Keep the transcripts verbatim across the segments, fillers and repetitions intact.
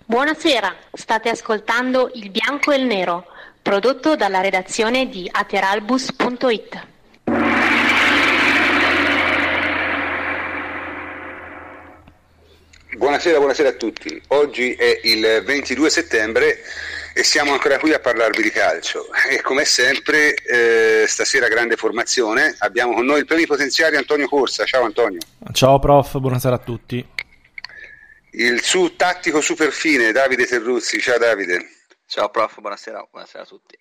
Buonasera, state ascoltando Il Bianco e il Nero, prodotto dalla redazione di ateralbus punto it. Buonasera, buonasera a tutti. Oggi è il ventidue settembre e siamo ancora qui a parlarvi di calcio. E come sempre, eh, stasera grande formazione. Abbiamo con noi il plenipotenziario Antonio Corsa. Ciao Antonio. Ciao prof, buonasera a tutti. Il su tattico super fine Davide Terruzzi. Ciao Davide. Ciao prof, buonasera, buonasera a tutti.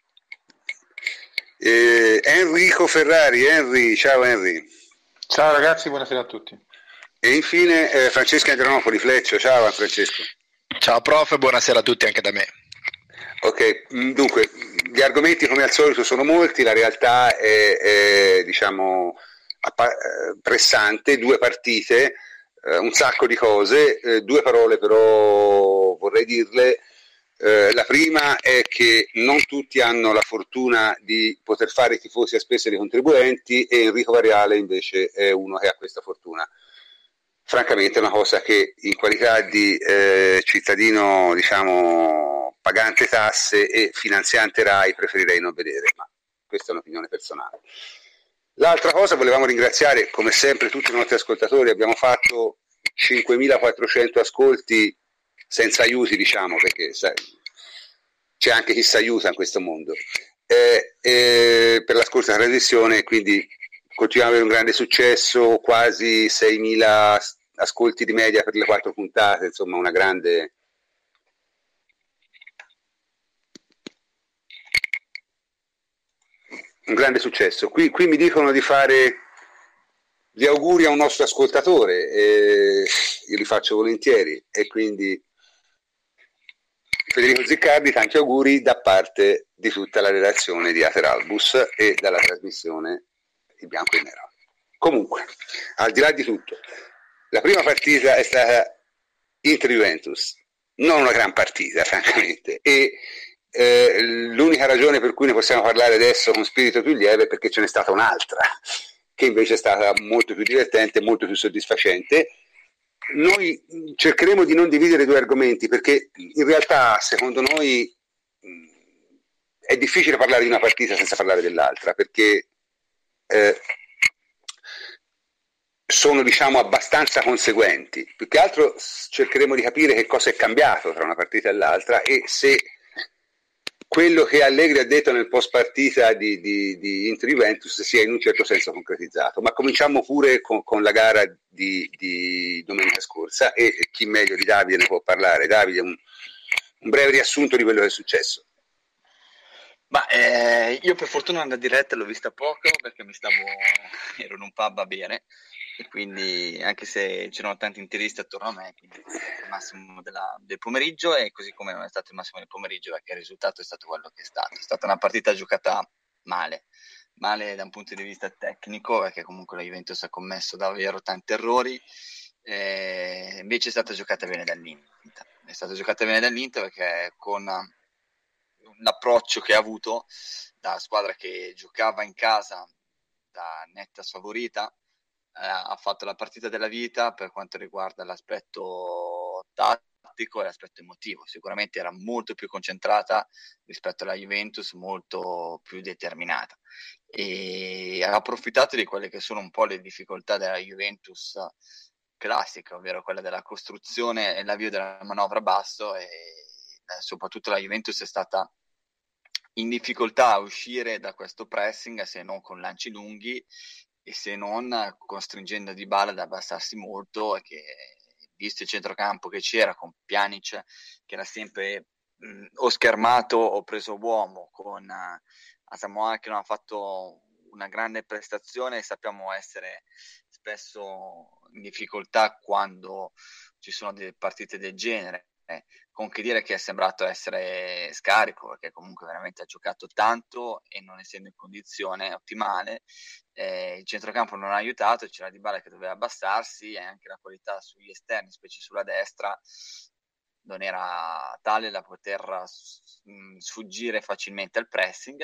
Eh, Enrico Ferrari. Henry, ciao Henry. Ciao ragazzi, buonasera a tutti. E infine eh, Francesco Andronopoli Fleccio. Ciao Francesco. Ciao prof, buonasera a tutti anche da me. Ok, dunque gli argomenti come al solito sono molti, la realtà è, è diciamo pressante, due partite, eh, un sacco di cose, eh, due parole però vorrei dirle. Eh, la prima è che non tutti hanno la fortuna di poter fare i tifosi a spese dei contribuenti e Enrico Variale invece è uno che ha questa fortuna. Francamente è una cosa che in qualità di eh, cittadino, diciamo, pagante tasse e finanziante RAI preferirei non vedere, ma questa è un'opinione personale. L'altra cosa, volevamo ringraziare come sempre tutti i nostri ascoltatori, abbiamo fatto cinquemilaquattrocento ascolti senza aiuti, diciamo, perché sai, c'è anche chi si aiuta in questo mondo, eh, eh, per la scorsa trasmissione, quindi continuiamo ad avere un grande successo, quasi seimila ascolti di media per le quattro puntate, insomma una grande... un grande successo. Qui, qui mi dicono di fare gli auguri a un nostro ascoltatore, e io li faccio volentieri, e quindi Federico Ziccardi, tanti auguri da parte di tutta la redazione di Ateralbus e dalla trasmissione Il Bianco e il Nero. Comunque, al di là di tutto, la prima partita è stata Inter-Juventus, non una gran partita francamente, e eh, l'unica ragione per cui ne possiamo parlare adesso con spirito più lieve è perché ce n'è stata un'altra che invece è stata molto più divertente, molto più soddisfacente. Noi cercheremo di non dividere i due argomenti perché in realtà secondo noi è difficile parlare di una partita senza parlare dell'altra, perché eh, sono diciamo abbastanza conseguenti. Più che altro cercheremo di capire che cosa è cambiato tra una partita e l'altra e se quello che Allegri ha detto nel post partita di, di, di Inter-Juventus sia in un certo senso concretizzato. Ma cominciamo pure con, con la gara di, di domenica scorsa e chi meglio di Davide ne può parlare. Davide, un, un breve riassunto di quello che è successo. Ma eh, io per fortuna la diretta l'ho vista poco perché mi stavo ero in un pub a bere e quindi anche se c'erano tanti interisti attorno a me, quindi il massimo della, del pomeriggio, e così come non è stato il massimo del pomeriggio perché il risultato è stato quello che è stato. È stata una partita giocata male, male da un punto di vista tecnico perché comunque la Juventus ha commesso davvero tanti errori, eh, invece è stata giocata bene dall'Inter. È stata giocata bene dall'Inter perché con l'approccio che ha avuto da squadra che giocava in casa da netta sfavorita, eh, ha fatto la partita della vita per quanto riguarda l'aspetto tattico e l'aspetto emotivo. Sicuramente era molto più concentrata rispetto alla Juventus, molto più determinata, e ha approfittato di quelle che sono un po' le difficoltà della Juventus classica, ovvero quella della costruzione e l'avvio della manovra basso, e soprattutto la Juventus è stata in difficoltà a uscire da questo pressing se non con lanci lunghi e se non costringendo Dybala ad abbassarsi molto, e che visto il centrocampo che c'era con Pjanic che era sempre mh, o schermato o preso uomo, con uh, Asamoah che non ha fatto una grande prestazione, e sappiamo essere spesso in difficoltà quando ci sono delle partite del genere. Eh, con che dire che è sembrato essere scarico perché comunque veramente ha giocato tanto e non essendo in condizione ottimale, eh, il centrocampo non ha aiutato, c'era Dybala che doveva abbassarsi e anche la qualità sugli esterni, specie sulla destra, non era tale da poter sfuggire facilmente al pressing.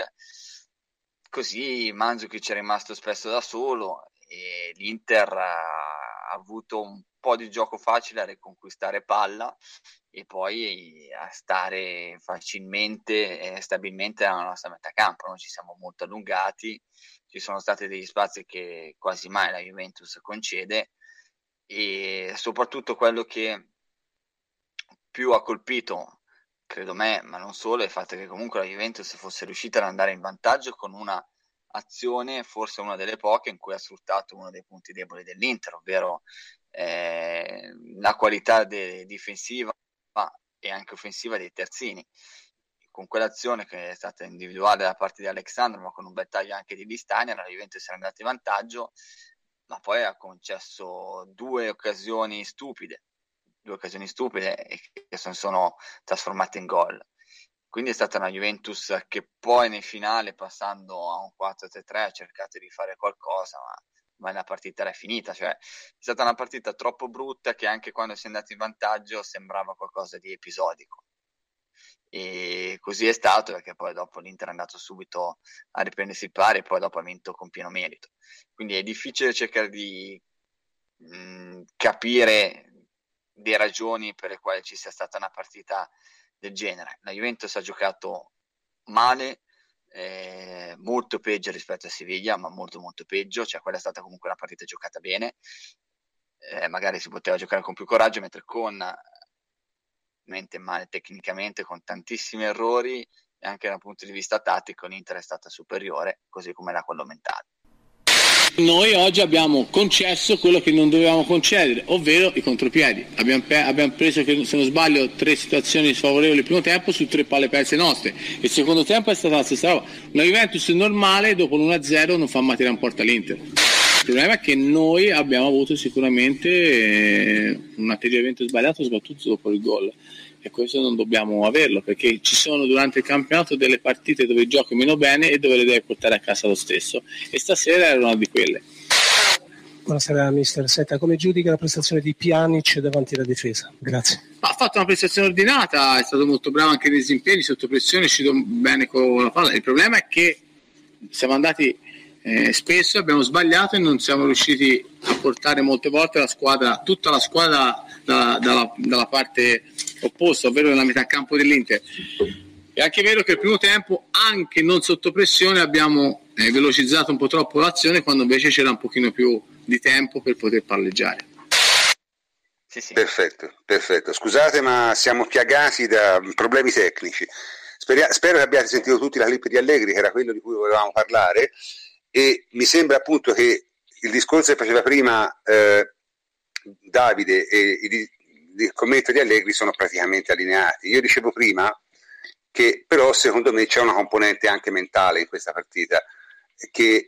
Così Mandzukic è rimasto spesso da solo e l'Inter ha avuto un po' di gioco facile a riconquistare palla e poi a stare facilmente e stabilmente nella nostra metà campo. Noi ci siamo molto allungati, ci sono stati degli spazi che quasi mai la Juventus concede, e soprattutto quello che più ha colpito, credo me, ma non solo, è il fatto che comunque la Juventus fosse riuscita ad andare in vantaggio con una azione, forse una delle poche, in cui ha sfruttato uno dei punti deboli dell'Inter, ovvero eh, la qualità de- difensiva e anche offensiva dei terzini. Con quell'azione che è stata individuale da parte di Alexandro, ma con un bel taglio anche di Distania, la Juventus era andata in vantaggio, ma poi ha concesso due occasioni stupide, due occasioni stupide e che sono, sono trasformate in gol. Quindi è stata una Juventus che poi nel finale, passando a un quattro tre tre, ha cercato di fare qualcosa, ma, ma la partita era finita. Cioè, è stata una partita troppo brutta che anche quando si è andato in vantaggio sembrava qualcosa di episodico. E così è stato, perché poi dopo l'Inter è andato subito a riprendersi il pari e poi dopo ha vinto con pieno merito. Quindi è difficile cercare di mh, capire le ragioni per le quali ci sia stata una partita del genere. La Juventus ha giocato male, eh, molto peggio rispetto a Siviglia, ma molto molto peggio, cioè quella è stata comunque una partita giocata bene, eh, magari si poteva giocare con più coraggio, mentre con mente male tecnicamente, con tantissimi errori, e anche dal punto di vista tattico l'Inter è stata superiore, così come era quello mentale. Noi oggi abbiamo concesso quello che non dovevamo concedere, ovvero i contropiedi. Abbiamo, pe- abbiamo preso, se non sbaglio, tre situazioni sfavorevoli il primo tempo su tre palle perse nostre. Il secondo tempo è stata la stessa roba. Una Juventus normale dopo l'uno a zero non fa mai tirare in porta l'Inter. Il problema è che noi abbiamo avuto sicuramente eh, un atteggiamento sbagliato, soprattutto dopo il gol. E questo non dobbiamo averlo, perché ci sono durante il campionato delle partite dove giochi meno bene e dove le devi portare a casa lo stesso, e stasera era una di quelle. Buonasera mister, senta, come giudica la prestazione di Pjanic davanti alla difesa? Grazie. Ha fatto una prestazione ordinata, è stato molto bravo anche nei disimpieghi, sotto pressione, è uscito bene con la palla. Il problema è che siamo andati eh, spesso, abbiamo sbagliato e non siamo riusciti a portare molte volte la squadra, tutta la squadra da, dalla, dalla parte opposta, ovvero nella metà campo dell'Inter. È anche vero che il primo tempo, anche non sotto pressione, abbiamo eh, velocizzato un po' troppo l'azione, quando invece c'era un pochino più di tempo per poter palleggiare. Sì, sì. Perfetto, perfetto. Scusate, ma siamo piagati da problemi tecnici. Speria- spero che abbiate sentito tutti la clip di Allegri, che era quello di cui volevamo parlare, e mi sembra appunto che il discorso che faceva prima eh, Davide e il, il commento di Allegri sono praticamente allineati. Io dicevo prima che però secondo me c'è una componente anche mentale in questa partita che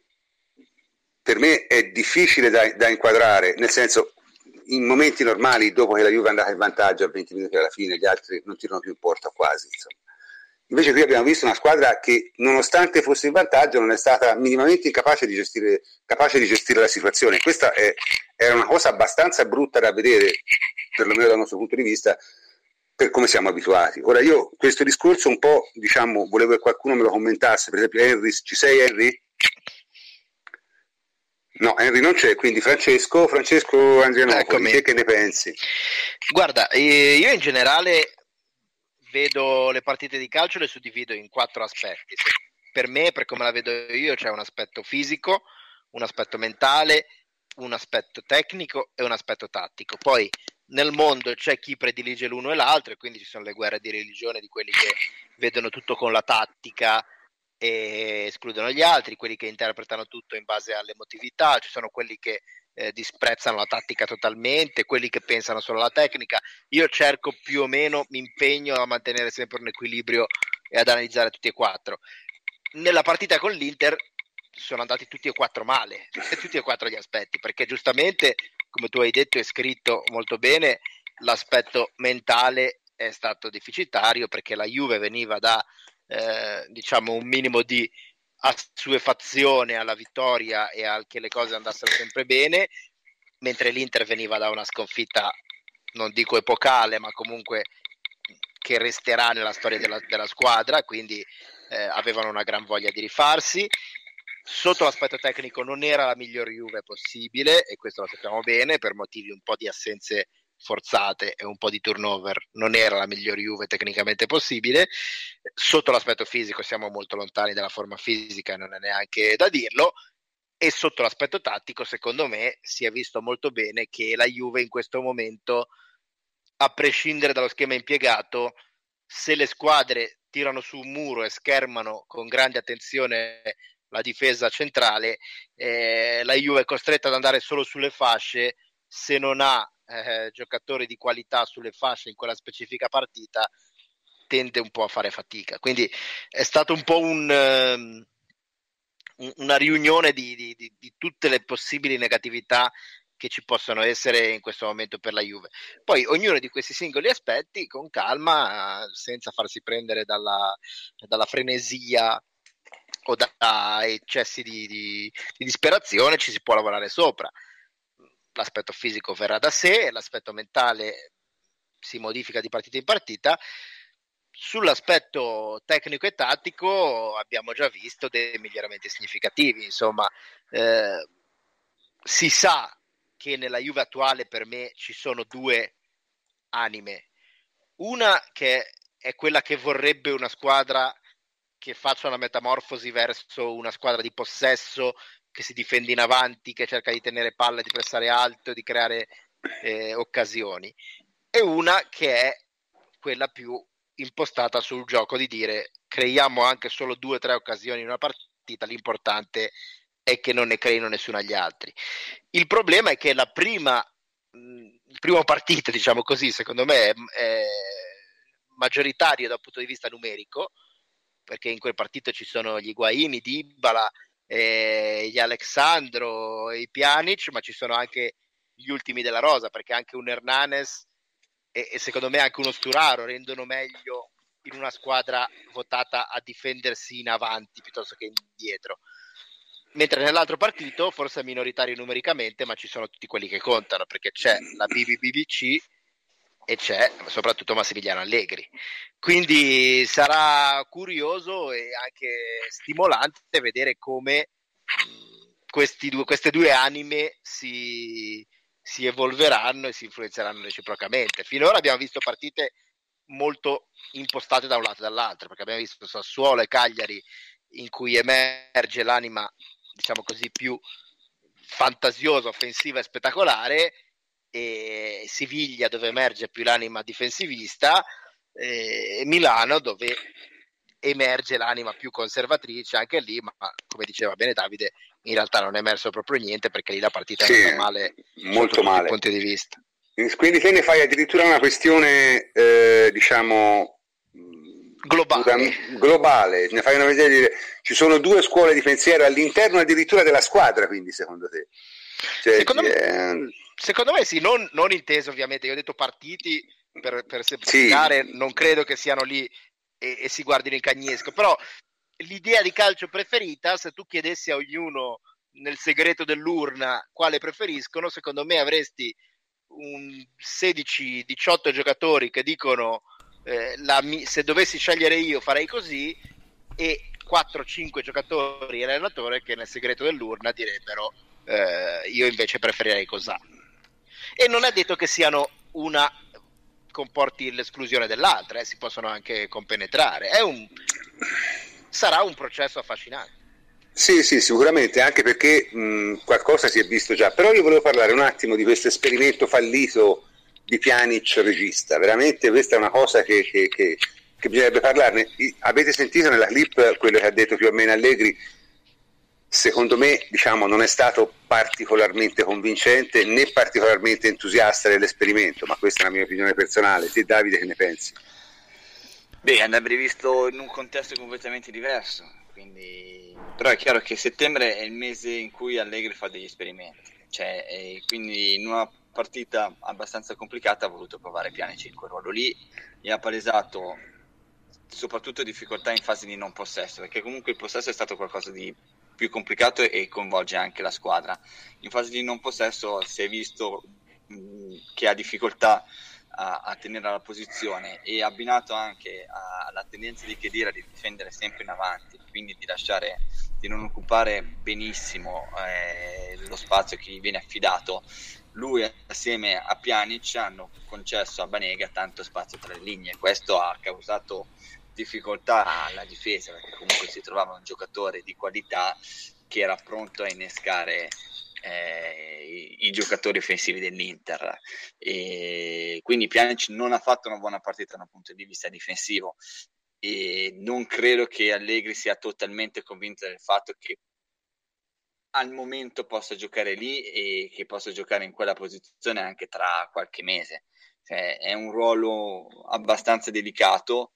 per me è difficile da, da inquadrare, nel senso, in momenti normali, dopo che la Juve è andata in vantaggio a venti minuti alla fine, gli altri non tirano più in porta quasi, insomma. Invece qui abbiamo visto una squadra che, nonostante fosse in vantaggio, non è stata minimamente incapace di gestire, capace di gestire la situazione. Questa è, era una cosa abbastanza brutta da vedere, perlomeno dal nostro punto di vista, per come siamo abituati. Ora io questo discorso un po', diciamo, volevo che qualcuno me lo commentasse. Per esempio Henry, ci sei Henry? No, Henry non c'è, quindi Francesco, Francesco Andrianopoli, che, che ne pensi? Guarda, io in generale vedo le partite di calcio, le suddivido in quattro aspetti. Per me, per come la vedo io, c'è un aspetto fisico, un aspetto mentale, un aspetto tecnico e un aspetto tattico. Poi nel mondo c'è chi predilige l'uno e l'altro, e quindi ci sono le guerre di religione di quelli che vedono tutto con la tattica e escludono gli altri, quelli che interpretano tutto in base all'emotività, ci sono quelli che eh, disprezzano la tattica totalmente, quelli che pensano solo alla tecnica. Io cerco più o meno, mi impegno a mantenere sempre un equilibrio e ad analizzare tutti e quattro. Nella partita con l'Inter sono andati tutti e quattro male, tutti e quattro gli aspetti, perché giustamente, come tu hai detto e scritto molto bene, l'aspetto mentale è stato deficitario, perché la Juve veniva da Eh, diciamo un minimo di assuefazione alla vittoria e al che le cose andassero sempre bene, mentre l'Inter veniva da una sconfitta, non dico epocale, ma comunque che resterà nella storia della, della squadra, quindi eh, avevano una gran voglia di rifarsi. sotto l'aspetto tecnico non era la miglior Juve possibile, e questo lo sappiamo bene, per motivi un po' di assenze forzate e un po' di turnover non era la miglior Juve tecnicamente possibile. Sotto l'aspetto fisico siamo molto lontani dalla forma fisica, non è neanche da dirlo, e sotto l'aspetto tattico secondo me si è visto molto bene che la Juve in questo momento, a prescindere dallo schema impiegato, se le squadre tirano su un muro e schermano con grande attenzione la difesa centrale, eh, la Juve è costretta ad andare solo sulle fasce. Se non ha eh, giocatori di qualità sulle fasce in quella specifica partita, tende un po' a fare fatica. Quindi è stato un po' un, um, una riunione di, di, di, di tutte le possibili negatività che ci possono essere in questo momento per la Juve. Poi ognuno di questi singoli aspetti con calma, senza farsi prendere dalla, dalla frenesia o da eccessi di, di, di disperazione, ci si può lavorare sopra. L'aspetto fisico verrà da sé, l'aspetto mentale si modifica di partita in partita. Sull'aspetto tecnico e tattico abbiamo già visto dei miglioramenti significativi. Insomma, eh, si sa che nella Juve attuale per me ci sono due anime. Una che è quella che vorrebbe una squadra che faccia una metamorfosi verso una squadra di possesso, che si difende in avanti, che cerca di tenere palle, di pressare alto, di creare eh, occasioni, e una che è quella più impostata sul gioco di dire creiamo anche solo due o tre occasioni in una partita, l'importante è che non ne creino nessuno agli altri. Il problema è che la prima mh, il primo partito, diciamo così, secondo me è, è maggioritario dal punto di vista numerico, perché in quel partito ci sono gli Higuaín, i Dybala, eh, gli Alexandro, i Pjanic, ma ci sono anche gli ultimi della rosa, perché anche un Hernanes e, e secondo me anche uno Sturaro rendono meglio in una squadra votata a difendersi in avanti piuttosto che indietro. Mentre nell'altro partito forse è minoritario numericamente, ma ci sono tutti quelli che contano, perché c'è la B B B C e c'è soprattutto Massimiliano Allegri. Quindi sarà curioso e anche stimolante vedere come mh, questi due, queste due anime si, si evolveranno e si influenzeranno reciprocamente. Finora abbiamo visto partite molto impostate da un lato e dall'altro, perché abbiamo visto Sassuolo e Cagliari in cui emerge l'anima, diciamo così, più fantasiosa, offensiva e spettacolare, e Siviglia dove emerge più l'anima difensivista, e Milano dove emerge l'anima più conservatrice, anche lì, ma come diceva bene Davide, in realtà non è emerso proprio niente, perché lì la partita è andata sì, male molto male punti di vista. Quindi te ne fai addirittura una questione eh, diciamo globale. globale, ne fai una vedere, dire ci sono due scuole di pensiero all'interno addirittura della squadra, quindi secondo te? Cioè, secondo, eh... me, secondo me sì, non, non inteso ovviamente, io ho detto partiti per, per semplificare, sì. Non credo che siano lì e, e si guardino in cagnesco, però l'idea di calcio preferita, se tu chiedessi a ognuno nel segreto dell'urna quale preferiscono, secondo me avresti un sedici diciotto giocatori che dicono eh, la, se dovessi scegliere io farei così, e quattro cinque giocatori e l'allenatore che nel segreto dell'urna direbbero eh, io invece preferirei così. E non è detto che siano una comporti l'esclusione dell'altra, eh, si possono anche compenetrare. È un sarà un processo affascinante. Sì, sì, sicuramente, anche perché mh, qualcosa si è visto già, però io volevo parlare un attimo di questo esperimento fallito di Pjanic regista. Veramente questa è una cosa che, che, che, che bisognerebbe parlarne. Avete sentito nella clip quello che ha detto più o meno Allegri? Secondo me, diciamo, non è stato particolarmente convincente né particolarmente entusiasta dell'esperimento, ma questa è la mia opinione personale. Te, Davide, che ne pensi? Beh, andrebbe visto in un contesto completamente diverso, quindi... però è chiaro che settembre è il mese in cui Allegri fa degli esperimenti, cioè, e quindi in una partita abbastanza complicata ha voluto provare Pjanic in quel ruolo lì e ha palesato soprattutto difficoltà in fase di non possesso, perché comunque il possesso è stato qualcosa di più complicato e coinvolge anche la squadra. In fase di non possesso si è visto mh, che ha difficoltà a, a tenere la posizione, e abbinato anche alla tendenza di Khedira di difendere sempre in avanti, quindi di lasciare, di di non occupare benissimo eh, lo spazio che gli viene affidato, lui assieme a Pjanic hanno concesso a Banega tanto spazio tra le linee. Questo ha causato difficoltà alla difesa, perché comunque si trovava un giocatore di qualità che era pronto a innescare eh, i, i giocatori offensivi dell'Inter, e quindi Pjanic non ha fatto una buona partita dal punto di vista difensivo, e non credo che Allegri sia totalmente convinto del fatto che al momento possa giocare lì e che possa giocare in quella posizione anche tra qualche mese. Cioè, è un ruolo abbastanza delicato,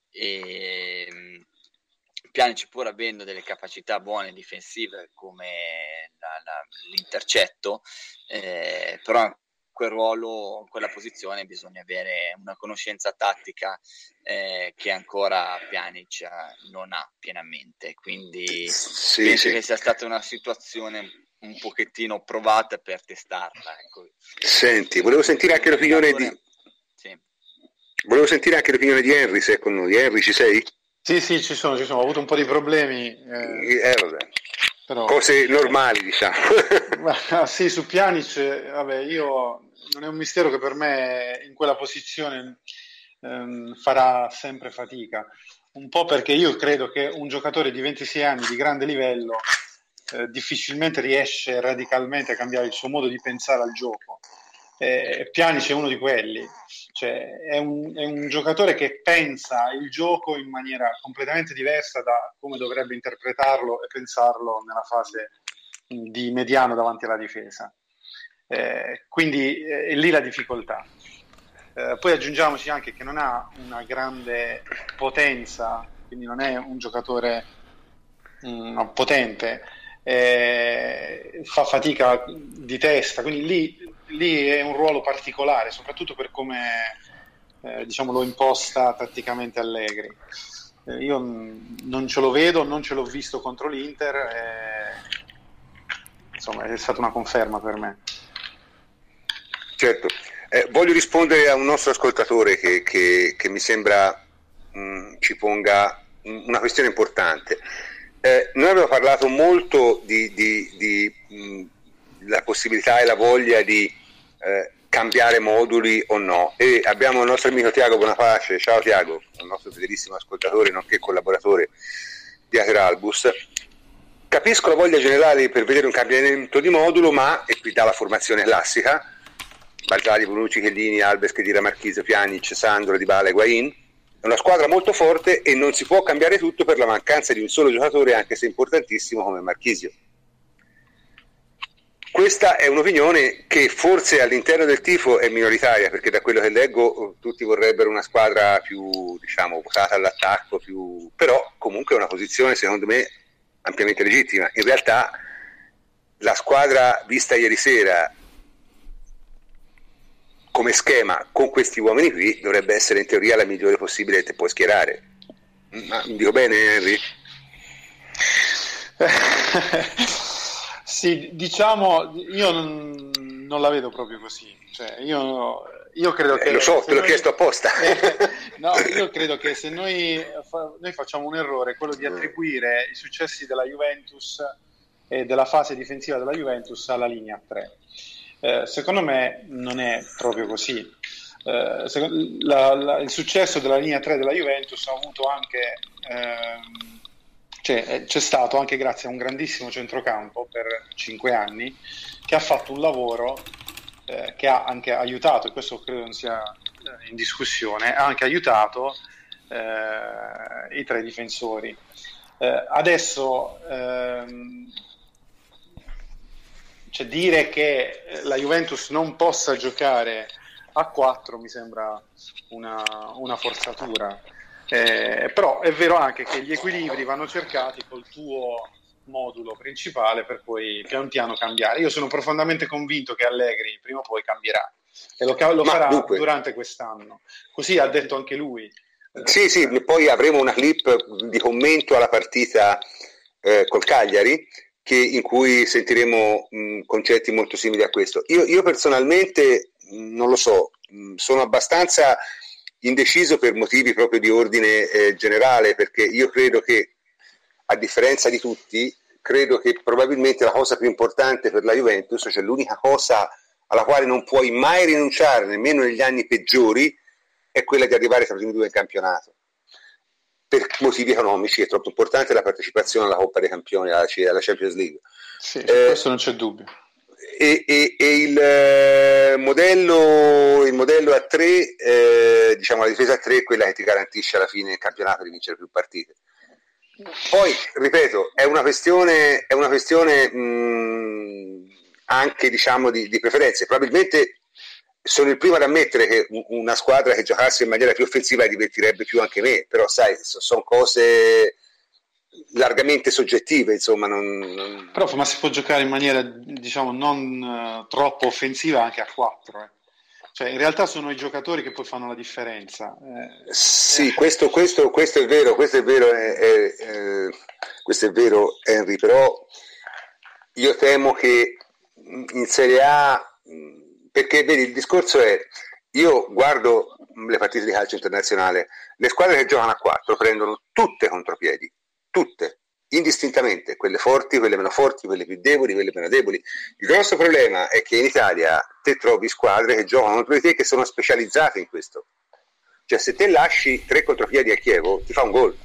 e Pjanic, pur avendo delle capacità buone difensive come la, la, l'intercetto, eh, però in quel ruolo, in quella posizione bisogna avere una conoscenza tattica eh, che ancora Pjanic non ha pienamente, quindi sì, penso sì. che sia stata una situazione un pochettino provata per testarla, ecco. Senti, volevo sentire anche l'opinione di sì. volevo sentire anche l'opinione di Henry, se è con noi. Henry, ci sei? Sì, sì, ci sono, ci sono, ho avuto un po' di problemi. Eh, eh, vabbè. Però... Cose normali, diciamo. Ma, sì, su Pjanic, vabbè, io non è un mistero che per me in quella posizione ehm, farà sempre fatica, un po' perché io credo che un giocatore di ventisei anni di grande livello eh, difficilmente riesce radicalmente a cambiare il suo modo di pensare al gioco. Eh, Pjanic è uno di quelli, cioè è un, è un giocatore che pensa il gioco in maniera completamente diversa da come dovrebbe interpretarlo e pensarlo nella fase di mediano davanti alla difesa. Eh, quindi eh, è lì la difficoltà. Eh, poi aggiungiamoci anche che non ha una grande potenza, quindi non è un giocatore mh, potente, eh, fa fatica di testa, quindi lì, lì è un ruolo particolare, soprattutto per come eh, diciamo lo imposta tatticamente Allegri. Eh, io mh, non ce lo vedo, non ce l'ho visto contro l'Inter, eh, insomma è stata una conferma per me. Certo, eh, voglio rispondere a un nostro ascoltatore che, che, che mi sembra mh, ci ponga una questione importante. Eh, noi abbiamo parlato molto di, di, di mh, la possibilità e la voglia di eh, cambiare moduli o no, e abbiamo il nostro amico Tiago Bonapace. Ciao Tiago, il nostro fedelissimo ascoltatore nonché collaboratore di Ateralbus. Capisco la voglia generale per vedere un cambiamento di modulo, ma, e qui dà la formazione classica, Barzagli, Bonucci, Chiellini, Alves, Khedira, Marchisio, Pjanic, Sandro, Dybala e Higuaín. È una squadra molto forte e non si può cambiare tutto per la mancanza di un solo giocatore, anche se importantissimo, come Marchisio. Questa è un'opinione che forse all'interno del tifo è minoritaria, perché da quello che leggo tutti vorrebbero una squadra più, diciamo, votata all'attacco, più... però comunque è una posizione secondo me ampiamente legittima. In realtà la squadra vista ieri sera come schema con questi uomini qui dovrebbe essere in teoria la migliore possibile che puoi schierare. Ma dico bene, Henry? Sì, diciamo, io non, non la vedo proprio così. Cioè, io, io credo che... Eh, lo so, te l'ho noi, chiesto apposta. Eh, no, io credo che se noi, fa, noi facciamo un errore, quello di attribuire i successi della Juventus e della fase difensiva della Juventus alla linea tre. Eh, secondo me non è proprio così. Eh, secondo, la, la, il successo della linea tre della Juventus ha avuto anche ehm, cioè, c'è stato anche grazie a un grandissimo centrocampo per cinque anni che ha fatto un lavoro eh, che ha anche aiutato, e questo credo non sia in discussione, ha anche aiutato eh, i tre difensori. Eh, adesso ehm, cioè dire che la Juventus non possa giocare a quattro mi sembra una, una forzatura, eh, però è vero anche che gli equilibri vanno cercati col tuo modulo principale per poi pian piano cambiare. Io sono profondamente convinto che Allegri prima o poi cambierà e lo, lo farà dunque durante quest'anno, così ha detto anche lui. Sì, sì, poi avremo una clip di commento alla partita eh, col Cagliari, che in cui sentiremo mh, concetti molto simili a questo. Io, io personalmente mh, non lo so, mh, sono abbastanza indeciso per motivi proprio di ordine eh, generale, perché io credo che a differenza di tutti, credo che probabilmente la cosa più importante per la Juventus, cioè l'unica cosa alla quale non puoi mai rinunciare, nemmeno negli anni peggiori, è quella di arrivare tra i primi due in campionato. Per motivi economici è troppo importante la partecipazione alla Coppa dei Campioni, alla, alla Champions League. Sì, eh, questo non c'è dubbio. E, e, e il, eh, modello, il modello a tre, eh, diciamo la difesa a tre è quella che ti garantisce alla fine il campionato di vincere più partite. Poi, ripeto, è una questione, è una questione mh, anche diciamo di, di preferenze. Probabilmente sono il primo ad ammettere che una squadra che giocasse in maniera più offensiva divertirebbe più anche me, però sai, sono cose largamente soggettive, insomma. Non, non... Prof, ma si può giocare in maniera, diciamo, non uh, troppo offensiva anche a quattro, eh. Cioè, in realtà sono i giocatori che poi fanno la differenza. Eh, sì, eh. questo, questo, questo è vero, questo è vero, è, è, è, questo è vero, Henry, però io temo che in Serie A, perché vedi, il discorso è, io guardo le partite di calcio internazionale, le squadre che giocano a quattro prendono tutte contropiedi, tutte, indistintamente, quelle forti, quelle meno forti, quelle più deboli, quelle meno deboli. Il grosso problema è che in Italia te trovi squadre che giocano contro di te che sono specializzate in questo. Cioè, se te lasci tre contropiedi a Chievo, ti fa un gol.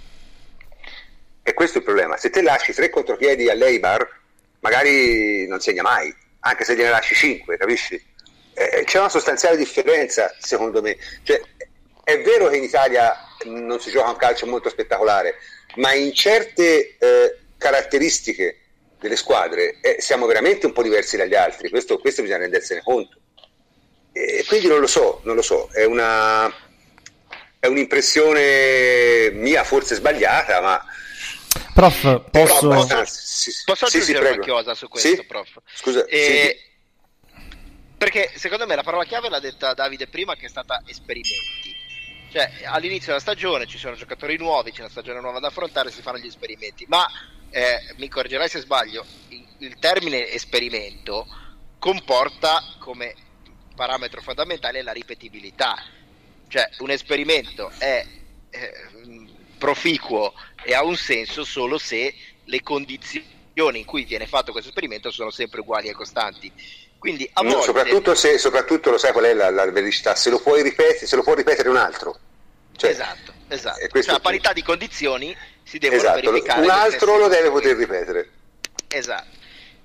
E questo è il problema. Se te lasci tre contropiedi all'Eibar, magari non segna mai, anche se gliene lasci cinque, capisci? Eh, c'è una sostanziale differenza, secondo me. Cioè, è vero che in Italia non si gioca un calcio molto spettacolare, ma in certe eh, caratteristiche delle squadre eh, siamo veramente un po' diversi dagli altri, questo, questo bisogna rendersene conto. E quindi non lo so, non lo so, è una è un'impressione mia, forse sbagliata, ma prof, posso però, sì, posso sì, aggiungere sì, una cosa su questo, sì? prof? Scusa, e... sì. Perché secondo me la parola chiave l'ha detta Davide prima, che è stata esperimenti. Cioè, all'inizio della stagione ci sono giocatori nuovi, c'è una stagione nuova da affrontare, si fanno gli esperimenti, ma eh, mi correggerai se sbaglio, il, il termine esperimento comporta come parametro fondamentale la ripetibilità. Cioè, un esperimento è eh, proficuo e ha un senso solo se le condizioni in cui viene fatto questo esperimento sono sempre uguali e costanti. Quindi a volte... no, soprattutto se soprattutto lo sai qual è la, la verità, se lo puoi ripetere, se lo può ripetere un altro. Cioè, esatto, esatto. Cioè, a parità di condizioni si devono esatto, verificare. Un altro lo deve poter ripetere. Esatto.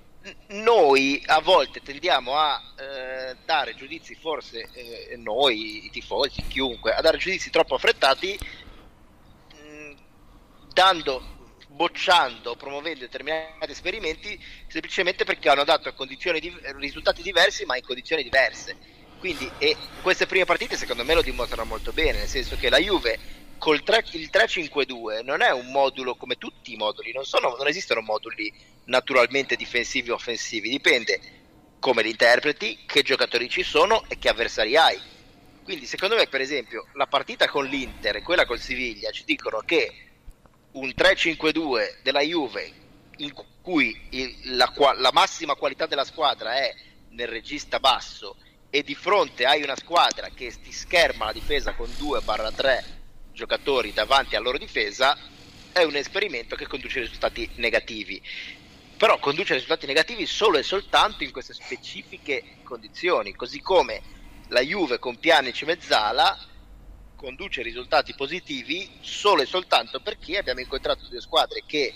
Noi a volte tendiamo a eh, dare giudizi, forse eh, noi, i tifosi, chiunque, a dare giudizi troppo affrettati, mh, dando... bocciando, promuovendo determinati esperimenti semplicemente perché hanno dato condizioni di, risultati diversi ma in condizioni diverse. Quindi e queste prime partite secondo me lo dimostrano molto bene, nel senso che la Juve col tre, il tre cinque due non è un modulo come tutti i moduli, non, sono, non esistono moduli naturalmente difensivi o offensivi, dipende come li interpreti, che giocatori ci sono e che avversari hai. Quindi secondo me, per esempio, la partita con l'Inter e quella col Siviglia ci dicono che un tre cinque due della Juve in cui il, la, la massima qualità della squadra è nel regista basso e di fronte hai una squadra che ti scherma la difesa con due tre giocatori davanti alla loro difesa, è un esperimento che conduce a risultati negativi, però conduce a risultati negativi solo e soltanto in queste specifiche condizioni, così come la Juve con Pjanic e Mezzala conduce risultati positivi solo e soltanto perché abbiamo incontrato due squadre che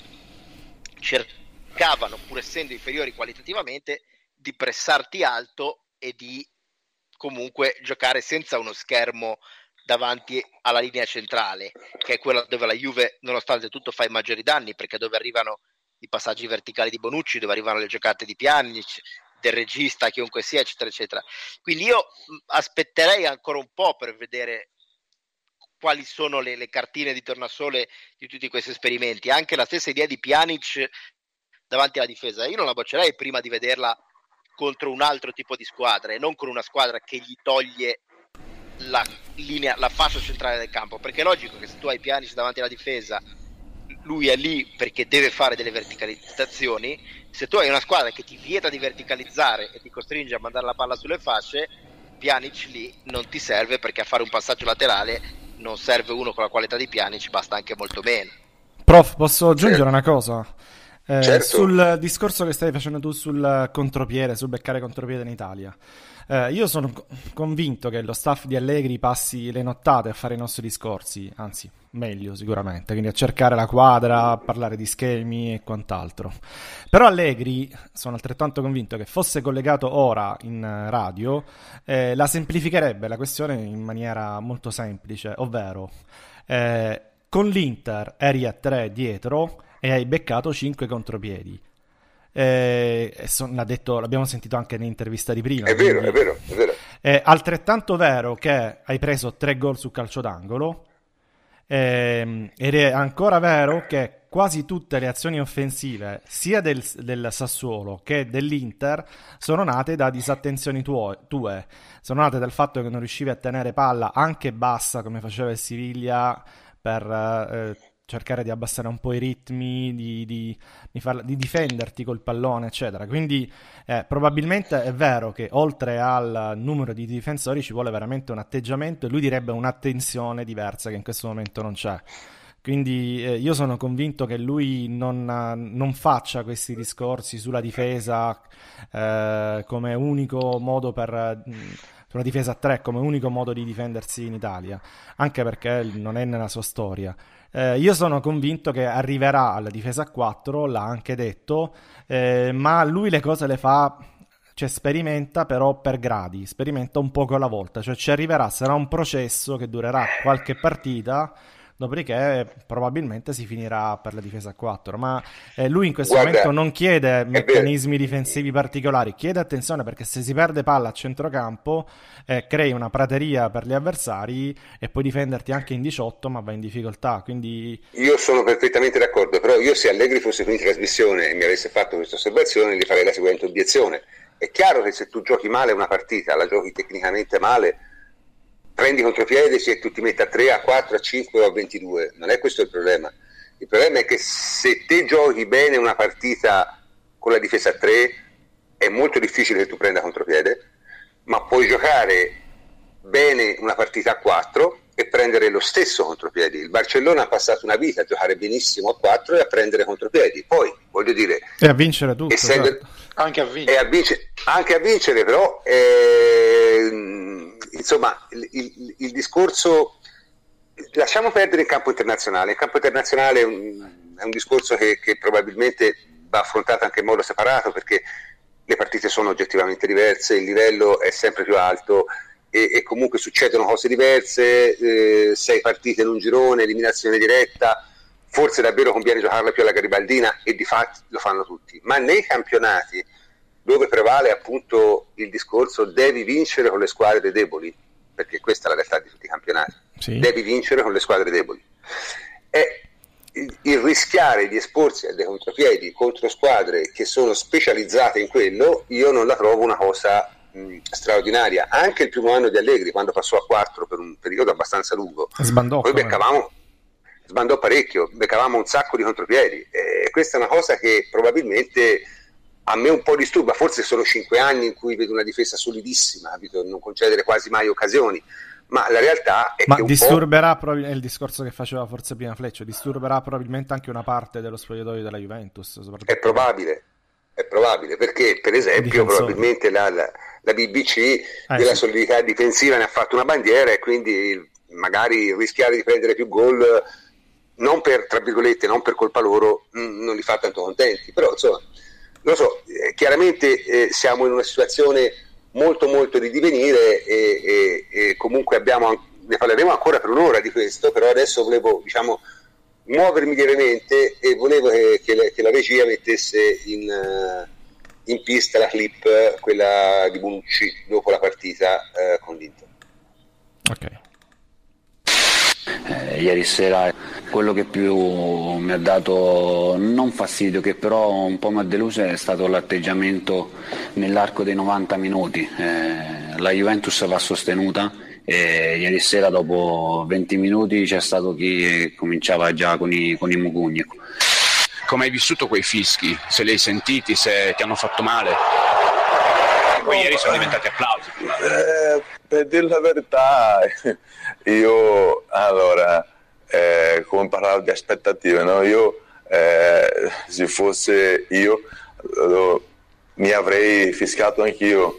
cercavano, pur essendo inferiori qualitativamente, di pressarti alto e di comunque giocare senza uno schermo davanti alla linea centrale, che è quella dove la Juve nonostante tutto fa i maggiori danni, perché dove arrivano i passaggi verticali di Bonucci, dove arrivano le giocate di Pjanic, del regista, chiunque sia, eccetera eccetera. Quindi io aspetterei ancora un po' per vedere quali sono le, le cartine di tornasole di tutti questi esperimenti. Anche la stessa idea di Pjanic davanti alla difesa, io non la boccerei prima di vederla contro un altro tipo di squadra e non con una squadra che gli toglie la linea, la fascia centrale del campo, perché è logico che se tu hai Pjanic davanti alla difesa, lui è lì perché deve fare delle verticalizzazioni. Se tu hai una squadra che ti vieta di verticalizzare e ti costringe a mandare la palla sulle fasce, Pjanic lì non ti serve, perché a fare un passaggio laterale non serve uno con la qualità di Pjanic, basta anche molto meno. Prof, posso aggiungere una cosa? Eh, Certo. Sul discorso che stai facendo tu sul contropiede, sul beccare contropiede in Italia, eh, io sono co- convinto che lo staff di Allegri passi le nottate a fare i nostri discorsi, anzi, meglio sicuramente, quindi a cercare la quadra, a parlare di schemi e quant'altro. Però Allegri, sono altrettanto convinto che fosse collegato ora in eh, radio, eh, la semplificherebbe la questione in maniera molto semplice, ovvero eh, con l'Inter eri a tre dietro e hai beccato cinque contropiedi. Eh, e son- l'ha detto, l'abbiamo sentito anche nell'intervista di prima. È vero, quindi- è vero, è vero. È altrettanto vero che hai preso tre gol su calcio d'angolo, ehm, ed è ancora vero che quasi tutte le azioni offensive, sia del, del Sassuolo che dell'Inter, sono nate da disattenzioni tuo- tue. Sono nate dal fatto che non riuscivi a tenere palla anche bassa, come faceva il Siviglia, per eh, cercare di abbassare un po' i ritmi, di, di, di, farla- di difenderti col pallone, eccetera. Quindi eh, probabilmente è vero che oltre al numero di difensori ci vuole veramente un atteggiamento, e lui direbbe un'attenzione diversa che in questo momento non c'è. Quindi eh, io sono convinto che lui non, eh, non faccia questi discorsi sulla difesa eh, come unico modo per... eh, sulla difesa a tre come unico modo di difendersi in Italia, anche perché non è nella sua storia. Eh, io sono convinto che arriverà alla difesa a quattro, l'ha anche detto, eh, ma lui le cose le fa, cioè sperimenta però per gradi, sperimenta un poco alla volta, cioè ci arriverà, sarà un processo che durerà qualche partita, dopodiché probabilmente si finirà per la difesa a quattro, ma eh, lui in questo Guarda, momento non chiede è vero. meccanismi difensivi particolari, chiede attenzione, perché se si perde palla a centrocampo eh, crei una prateria per gli avversari e puoi difenderti anche in diciotto, ma vai in difficoltà, quindi Io sono perfettamente d'accordo, però io se Allegri fosse qui in trasmissione e mi avesse fatto questa osservazione, gli farei la seguente obiezione. È chiaro che se tu giochi male una partita, la giochi tecnicamente male, prendi contropiede e tu ti metti a tre, a quattro, a cinque o a ventidue. Non è questo il problema. Il problema è che se te giochi bene una partita con la difesa a tre, è molto difficile che tu prenda contropiede, ma puoi giocare bene una partita a quattro e prendere lo stesso contropiedi. Il Barcellona ha passato una vita a giocare benissimo a quattro e a prendere contropiedi. Poi, voglio dire, e a vincere tutto, essendo, certo. Anche a vincere. e a vincere, anche a vincere, però eh, insomma il, il, il discorso, lasciamo perdere il campo internazionale. Il campo internazionale è un, è un discorso che, che probabilmente va affrontato anche in modo separato, perché le partite sono oggettivamente diverse, il livello è sempre più alto e, e comunque succedono cose diverse, eh, sei partite in un girone, eliminazione diretta, forse davvero conviene giocarla più alla garibaldina, e di fatto lo fanno tutti, ma nei campionati dove prevale appunto il discorso devi vincere con le squadre deboli, perché questa è la realtà di tutti i campionati, Sì. devi vincere con le squadre deboli, e il, il rischiare di esporsi a dei contropiedi contro squadre che sono specializzate in quello, io non la trovo una cosa mh, straordinaria. Anche il primo anno di Allegri, quando passò a quattro per un periodo abbastanza lungo, Sbandò, poi come- beccavamo sbandò parecchio, beccavamo un sacco di contropiedi, e questa è una cosa che probabilmente a me un po' disturba. Forse sono cinque anni in cui vedo una difesa solidissima, capito? Non concedere quasi mai occasioni, ma la realtà è Ma che un po'... disturberà, probabil- è il discorso che faceva forse prima Fleccio, disturberà probabilmente anche una parte dello spogliatoio della Juventus, soprattutto. È probabile, è probabile, perché per esempio Difensori. probabilmente la, la, la B B C Eh, della sì. solidità difensiva ne ha fatto una bandiera, e quindi magari rischiare di prendere più gol, non per, tra virgolette, non per colpa loro, mh, non li fa tanto contenti. Però insomma, non lo so, eh, chiaramente eh, siamo in una situazione molto molto di divenire, e, e, e comunque abbiamo, an- ne parleremo ancora per un'ora di questo, però adesso volevo, diciamo, muovermi lievemente, e volevo che, che, la, che la regia mettesse in, eh, in pista la clip, quella di Bonucci dopo la partita eh, con l'Inter. Ok. Eh, ieri sera quello che più mi ha dato non fastidio, che però un po' mi ha deluso, è stato l'atteggiamento nell'arco dei novanta minuti. Eh, la Juventus va sostenuta, e ieri sera dopo venti minuti c'è stato chi cominciava già con i, con i mugugni. Come hai vissuto quei fischi? Se li hai sentiti, se ti hanno fatto male? Poi ieri sono diventati applausi. Eh, per dire la verità, io allora eh, come parlavo di aspettative, no? Io eh, se fosse io lo, mi avrei fischiato anch'io.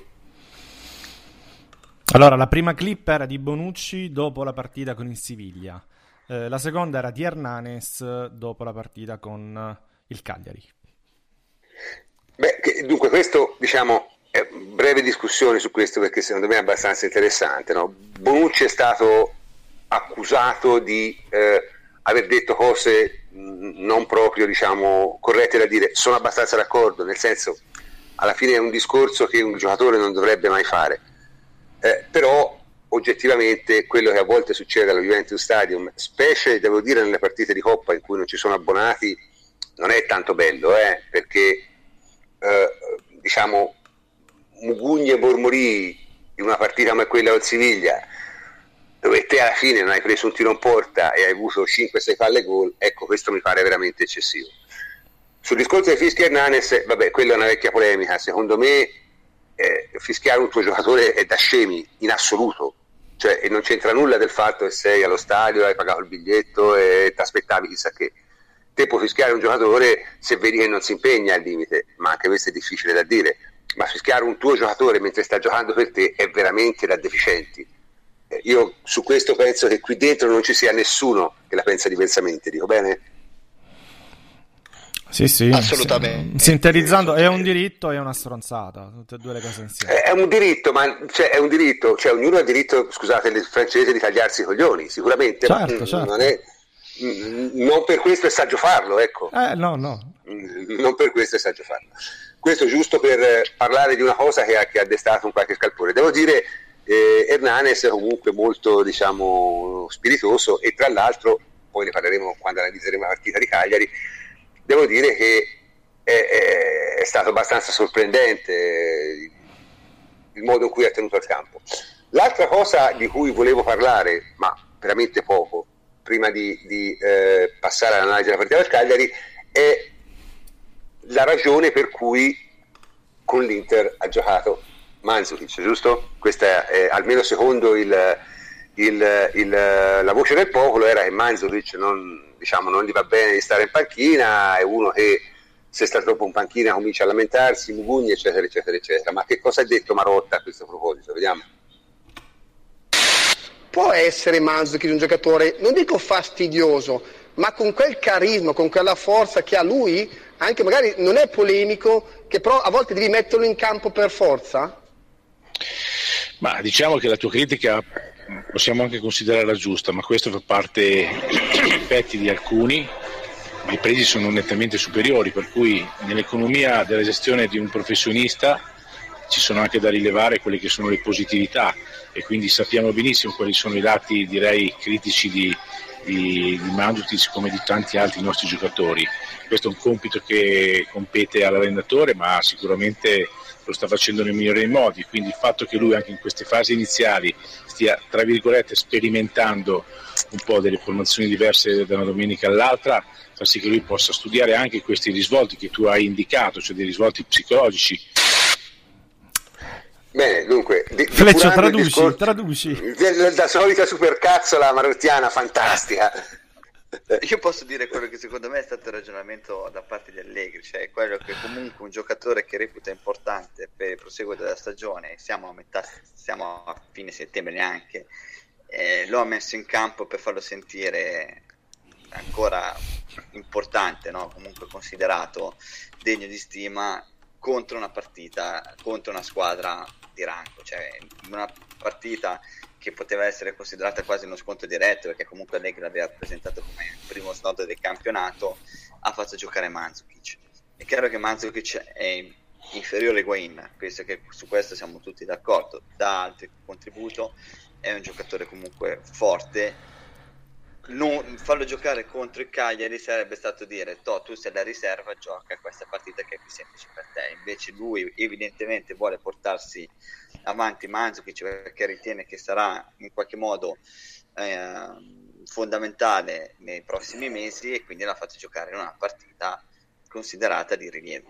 Allora, la prima clip era di Bonucci dopo la partita con il Siviglia, eh, la seconda era di Hernanes dopo la partita con il Cagliari. Beh, che, dunque questo, diciamo, è breve discussione su questo perché secondo me è abbastanza interessante, no? Bonucci è stato accusato di eh, aver detto cose mh, non proprio, diciamo, corrette da dire. Sono abbastanza d'accordo, nel senso, alla fine è un discorso che un giocatore non dovrebbe mai fare. Eh, però oggettivamente quello che a volte succede allo Juventus Stadium, specie devo dire nelle partite di Coppa in cui non ci sono abbonati, non è tanto bello, eh, perché eh, diciamo Mugugni e mormorì in una partita come quella del Siviglia, dove te alla fine non hai preso un tiro in porta e hai avuto cinque sei palle gol, ecco, questo mi pare veramente eccessivo. Sul discorso di Fischi Hernanes, vabbè, quella è una vecchia polemica, secondo me Eh, fischiare un tuo giocatore è da scemi in assoluto, cioè, e non c'entra nulla del fatto che sei allo stadio, hai pagato il biglietto e ti aspettavi chissà che. Te puoi fischiare un giocatore se vedi che non si impegna al limite, ma anche questo è difficile da dire, ma fischiare un tuo giocatore mentre sta giocando per te è veramente da deficienti. Eh, io su questo penso che qui dentro non ci sia nessuno che la pensa diversamente, dico bene? Sì, sì, assolutamente. Sintetizzando, è un diritto e una stronzata, tutte e due le cose insieme. È un diritto, ma cioè, è un diritto, cioè ognuno ha il diritto, scusate il francese, di tagliarsi i coglioni, sicuramente, certo, ma certo. Non, è, non per questo è saggio farlo, ecco. Eh, no, no. Non per questo è saggio farlo. Questo giusto per parlare di una cosa che ha, che ha destato un qualche scalpore. Devo dire, eh, Hernanes è comunque molto, diciamo, spiritoso e tra l'altro, poi ne parleremo quando analizzeremo la partita di Cagliari, devo dire che è, è, è stato abbastanza sorprendente il modo in cui ha tenuto il campo. L'altra cosa di cui volevo parlare, ma veramente poco, prima di, di eh, passare all'analisi della partita del Cagliari, è la ragione per cui con l'Inter ha giocato Mandzukic, giusto? Questa è, almeno secondo il, il, il, la voce del popolo, era che Mandzukic non... diciamo non gli va bene di stare in panchina, è uno che se sta troppo in panchina comincia a lamentarsi, Mugugni, eccetera eccetera eccetera. Ma che cosa ha detto Marotta a questo proposito? Vediamo. Può essere Mandzukic un giocatore, non dico fastidioso, ma con quel carisma, con quella forza che ha lui, anche magari non è polemico, che però a volte devi metterlo in campo per forza? Ma diciamo che la tua critica possiamo anche considerarla giusta, ma questo fa parte degli effetti di alcuni, ma i prezzi sono nettamente superiori, per cui nell'economia della gestione di un professionista ci sono anche da rilevare quelle che sono le positività, e quindi sappiamo benissimo quali sono i lati, direi, critici di, di, di Mandzukic come di tanti altri nostri giocatori. Questo è un compito che compete all'allenatore, ma sicuramente lo sta facendo nel migliore dei modi, quindi il fatto che lui anche in queste fasi iniziali stia, tra virgolette, sperimentando un po' delle formazioni diverse da una domenica all'altra, fa sì che lui possa studiare anche questi risvolti che tu hai indicato, cioè dei risvolti psicologici. Bene, dunque, di, Fleccio, traduci, discorso, traduci. La, la solita supercazzola marottiana fantastica. Io posso dire quello che secondo me è stato il ragionamento da parte di Allegri, cioè quello che comunque un giocatore che reputa importante per il proseguo della stagione, siamo a metà, siamo a fine settembre neanche, eh, lo ha messo in campo per farlo sentire ancora importante, no? Comunque considerato degno di stima contro una partita, contro una squadra di rango, cioè una partita che poteva essere considerata quasi uno scontro diretto, perché comunque Allegri l'aveva presentato come il primo snodo del campionato, ha fatto giocare Mandzukic. È chiaro che Mandzukic è inferiore a Higuain, penso che su questo siamo tutti d'accordo, dà altro contributo, è un giocatore comunque forte. Non farlo giocare contro il Cagliari sarebbe stato dire: Toh, tu sei la riserva, gioca questa partita che è più semplice per te. Invece lui evidentemente vuole portarsi avanti Mandzukic perché ritiene che sarà in qualche modo eh, fondamentale nei prossimi mesi, e quindi l'ha fatto giocare in una partita considerata di rilievo.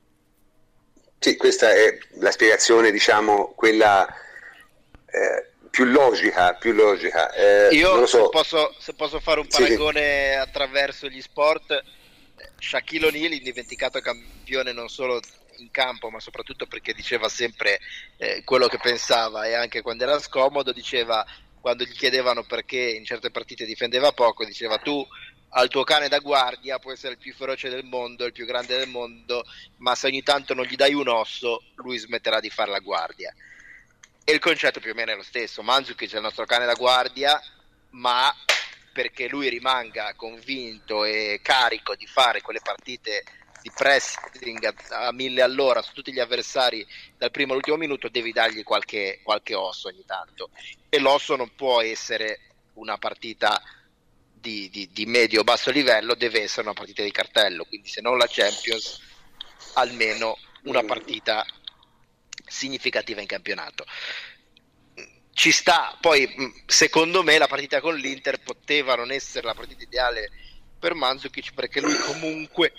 Sì, questa è la spiegazione, diciamo, quella eh, più logica, più logica. Eh, Io non lo so. se, posso, se posso fare un paragone sì, attraverso gli sport, Shaquille O'Neal, indimenticato campione non solo in campo ma soprattutto perché diceva sempre eh, quello che pensava, e anche quando era scomodo diceva, quando gli chiedevano perché in certe partite difendeva poco, diceva: tu al tuo cane da guardia può essere il più feroce del mondo, il più grande del mondo, ma se ogni tanto non gli dai un osso lui smetterà di fare la guardia. E il concetto più o meno è lo stesso. Mandžukić è il nostro cane da guardia, ma perché lui rimanga convinto e carico di fare quelle partite di pressing a, a mille all'ora su tutti gli avversari dal primo all'ultimo minuto, devi dargli qualche, qualche osso ogni tanto, e l'osso non può essere una partita di, di, di medio-basso livello, deve essere una partita di cartello, quindi se non la Champions almeno una partita significativa in campionato. Ci sta. Poi secondo me la partita con l'Inter poteva non essere la partita ideale per Mandžukić, perché lui comunque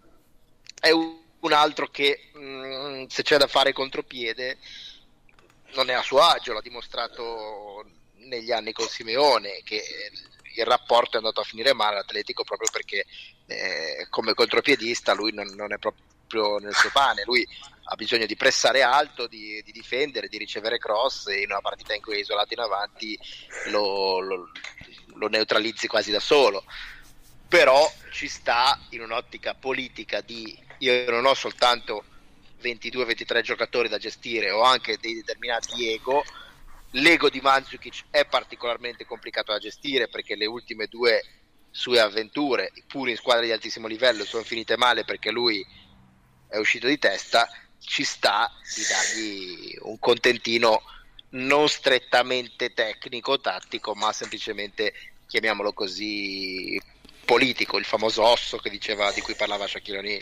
è un altro che mh, se c'è da fare contropiede non è a suo agio, l'ha dimostrato negli anni con Simeone, che il rapporto è andato a finire male all'Atletico proprio perché eh, come contropiedista lui non, non è proprio nel suo pane. Lui ha bisogno di pressare alto, di, di difendere, di ricevere cross, e in una partita in cui è isolato in avanti lo, lo, lo neutralizzi quasi da solo. Però ci sta in un'ottica politica di: io non ho soltanto ventidue ventitré giocatori da gestire, ho anche dei determinati ego. L'ego di Mandžukić è particolarmente complicato da gestire, perché le ultime due sue avventure, pur in squadre di altissimo livello, sono finite male perché lui è uscito di testa. Ci sta di dargli un contentino non strettamente tecnico, tattico, ma semplicemente, chiamiamolo così, politico, il famoso osso che diceva, di cui parlava Shaquille O'Neal.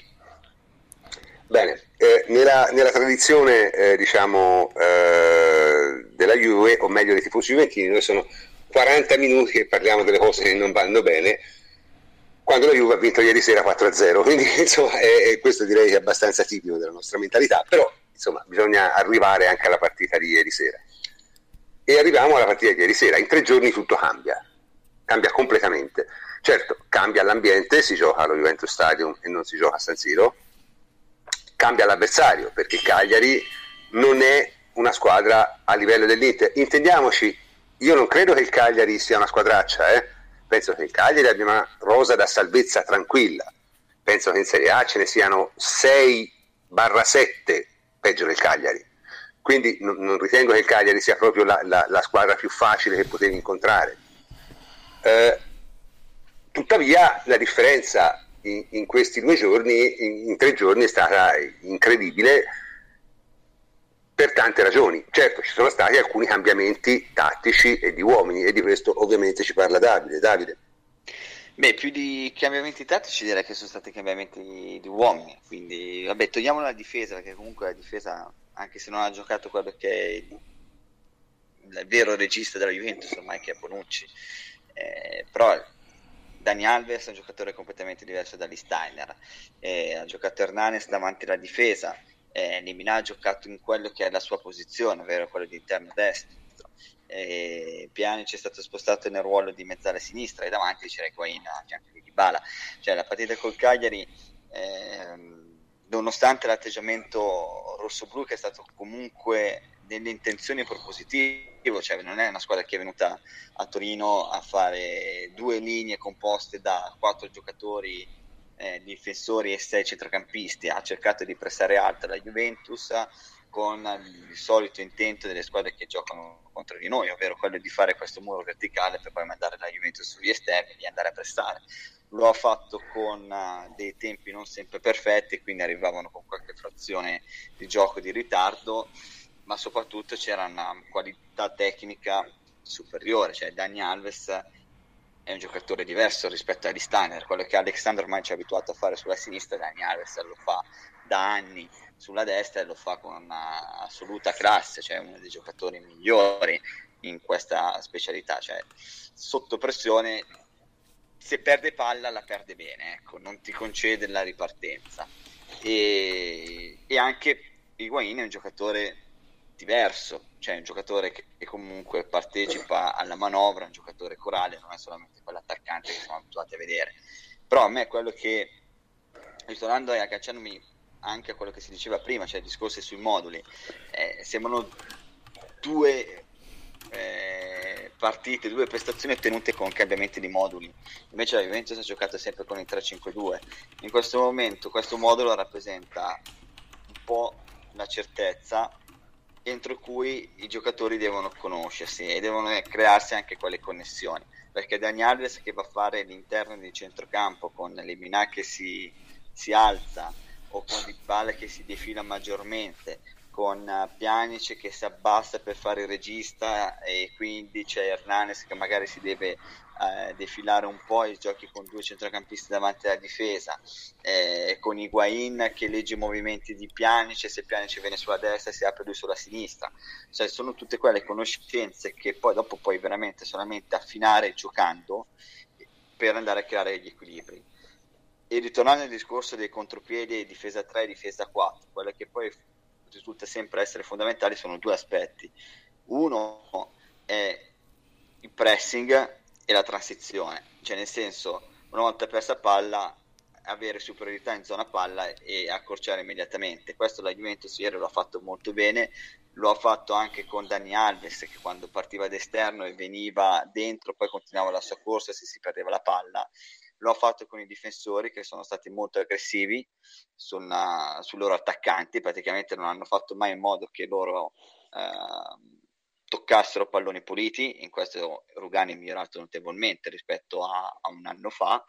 Bene, eh, nella, nella tradizione eh, diciamo eh, della Juve, o meglio dei tifosi juventini, noi sono quaranta minuti che parliamo delle cose che non vanno bene, quando la Juve ha vinto ieri sera quattro a zero, quindi insomma è, è, questo direi che è abbastanza tipico della nostra mentalità, però insomma bisogna arrivare anche alla partita di ieri sera. E arriviamo alla partita di ieri sera. In tre giorni tutto cambia, cambia completamente. Certo, cambia l'ambiente, si gioca allo Juventus Stadium e non si gioca a San Siro. Cambia l'avversario, perché Cagliari non è una squadra a livello dell'Inter. Intendiamoci, io non credo che il Cagliari sia una squadraccia, eh? Penso che il Cagliari abbia una rosa da salvezza tranquilla. Penso che in Serie A ce ne siano sei sette peggio del Cagliari. Quindi non, non ritengo che il Cagliari sia proprio la, la, la squadra più facile che potevi incontrare. Eh, tuttavia la differenza in, in questi due giorni, in, in tre giorni, è stata incredibile per tante ragioni. Certo, ci sono stati alcuni cambiamenti tattici e di uomini, e di questo ovviamente ci parla Davide. Davide. Beh, più di cambiamenti tattici direi che sono stati cambiamenti di uomini, quindi vabbè, togliamo la difesa, perché comunque la difesa, anche se non ha giocato quello che è il, il vero regista della Juventus ormai, che è Bonucci, eh, però Dani Alves è un giocatore completamente diverso da Lee Steiner, eh, ha giocato Hernanes davanti alla difesa, eh, Lemina ha giocato in quello che è la sua posizione, ovvero quello di interno destro, eh, Pjanic è stato spostato nel ruolo di mezzala sinistra, e davanti c'era Higuaín a fianco di Dybala. Cioè la partita col Cagliari, eh, nonostante l'atteggiamento rossoblu, che è stato comunque delle intenzioni propositivo, cioè non è una squadra che è venuta a Torino a fare due linee composte da quattro giocatori, eh, difensori e sei centrocampisti, ha cercato di pressare alta la Juventus con il solito intento delle squadre che giocano contro di noi, ovvero quello di fare questo muro verticale per poi mandare la Juventus sugli esterni e di andare a pressare. Lo ha fatto con uh, dei tempi non sempre perfetti, quindi arrivavano con qualche frazione di gioco di ritardo, ma soprattutto c'era una qualità tecnica superiore. Cioè Dani Alves è un giocatore diverso rispetto a Lee Steiner, quello che Alexander ormai ci ha abituato a fare sulla sinistra, Dani Alves lo fa da anni sulla destra e lo fa con una assoluta classe, cioè uno dei giocatori migliori in questa specialità, cioè sotto pressione, se perde palla la perde bene, ecco, non ti concede la ripartenza. E, e anche Higuaín è un giocatore diverso, cioè un giocatore che, che comunque partecipa alla manovra, un giocatore corale, non è solamente quell'attaccante che siamo abituati a vedere. Però a me quello che, ritornando e agganciandomi anche a quello che si diceva prima, cioè discorsi sui moduli, eh, sembrano due eh, partite, due prestazioni ottenute con cambiamenti di moduli. Invece la Juventus ha giocato sempre con il tre cinque due. In questo momento questo modulo rappresenta un po' la certezza entro cui i giocatori devono conoscersi e devono crearsi anche quelle connessioni, perché Dani Alves che va a fare l'interno di centrocampo con Lemina che si, si alza, o con Dybala che si defila maggiormente, con uh, Pjanic che si abbassa per fare il regista, e quindi c'è Hernanes che magari si deve uh, defilare un po' e giochi con due centrocampisti davanti alla difesa, eh, con Higuain che legge i movimenti di Pjanic, e se Pjanic viene sulla destra si apre lui sulla sinistra. Cioè sono tutte quelle conoscenze che poi dopo puoi veramente solamente affinare giocando per andare a creare gli equilibri. E ritornando al discorso dei contropiedi, difesa tre e difesa quattro, quello che poi risulta sempre essere fondamentali sono due aspetti. Uno è il pressing e la transizione, cioè nel senso, una volta persa palla avere superiorità in zona palla e accorciare immediatamente. Questo la Juventus ieri lo ha fatto molto bene, lo ha fatto anche con Dani Alves che quando partiva d'esterno e veniva dentro poi continuava la sua corsa se si perdeva la palla. Lo ha fatto con i difensori che sono stati molto aggressivi sulla, sui loro attaccanti, praticamente non hanno fatto mai in modo che loro eh, toccassero palloni puliti. In questo Rugani è migliorato notevolmente rispetto a, a un anno fa.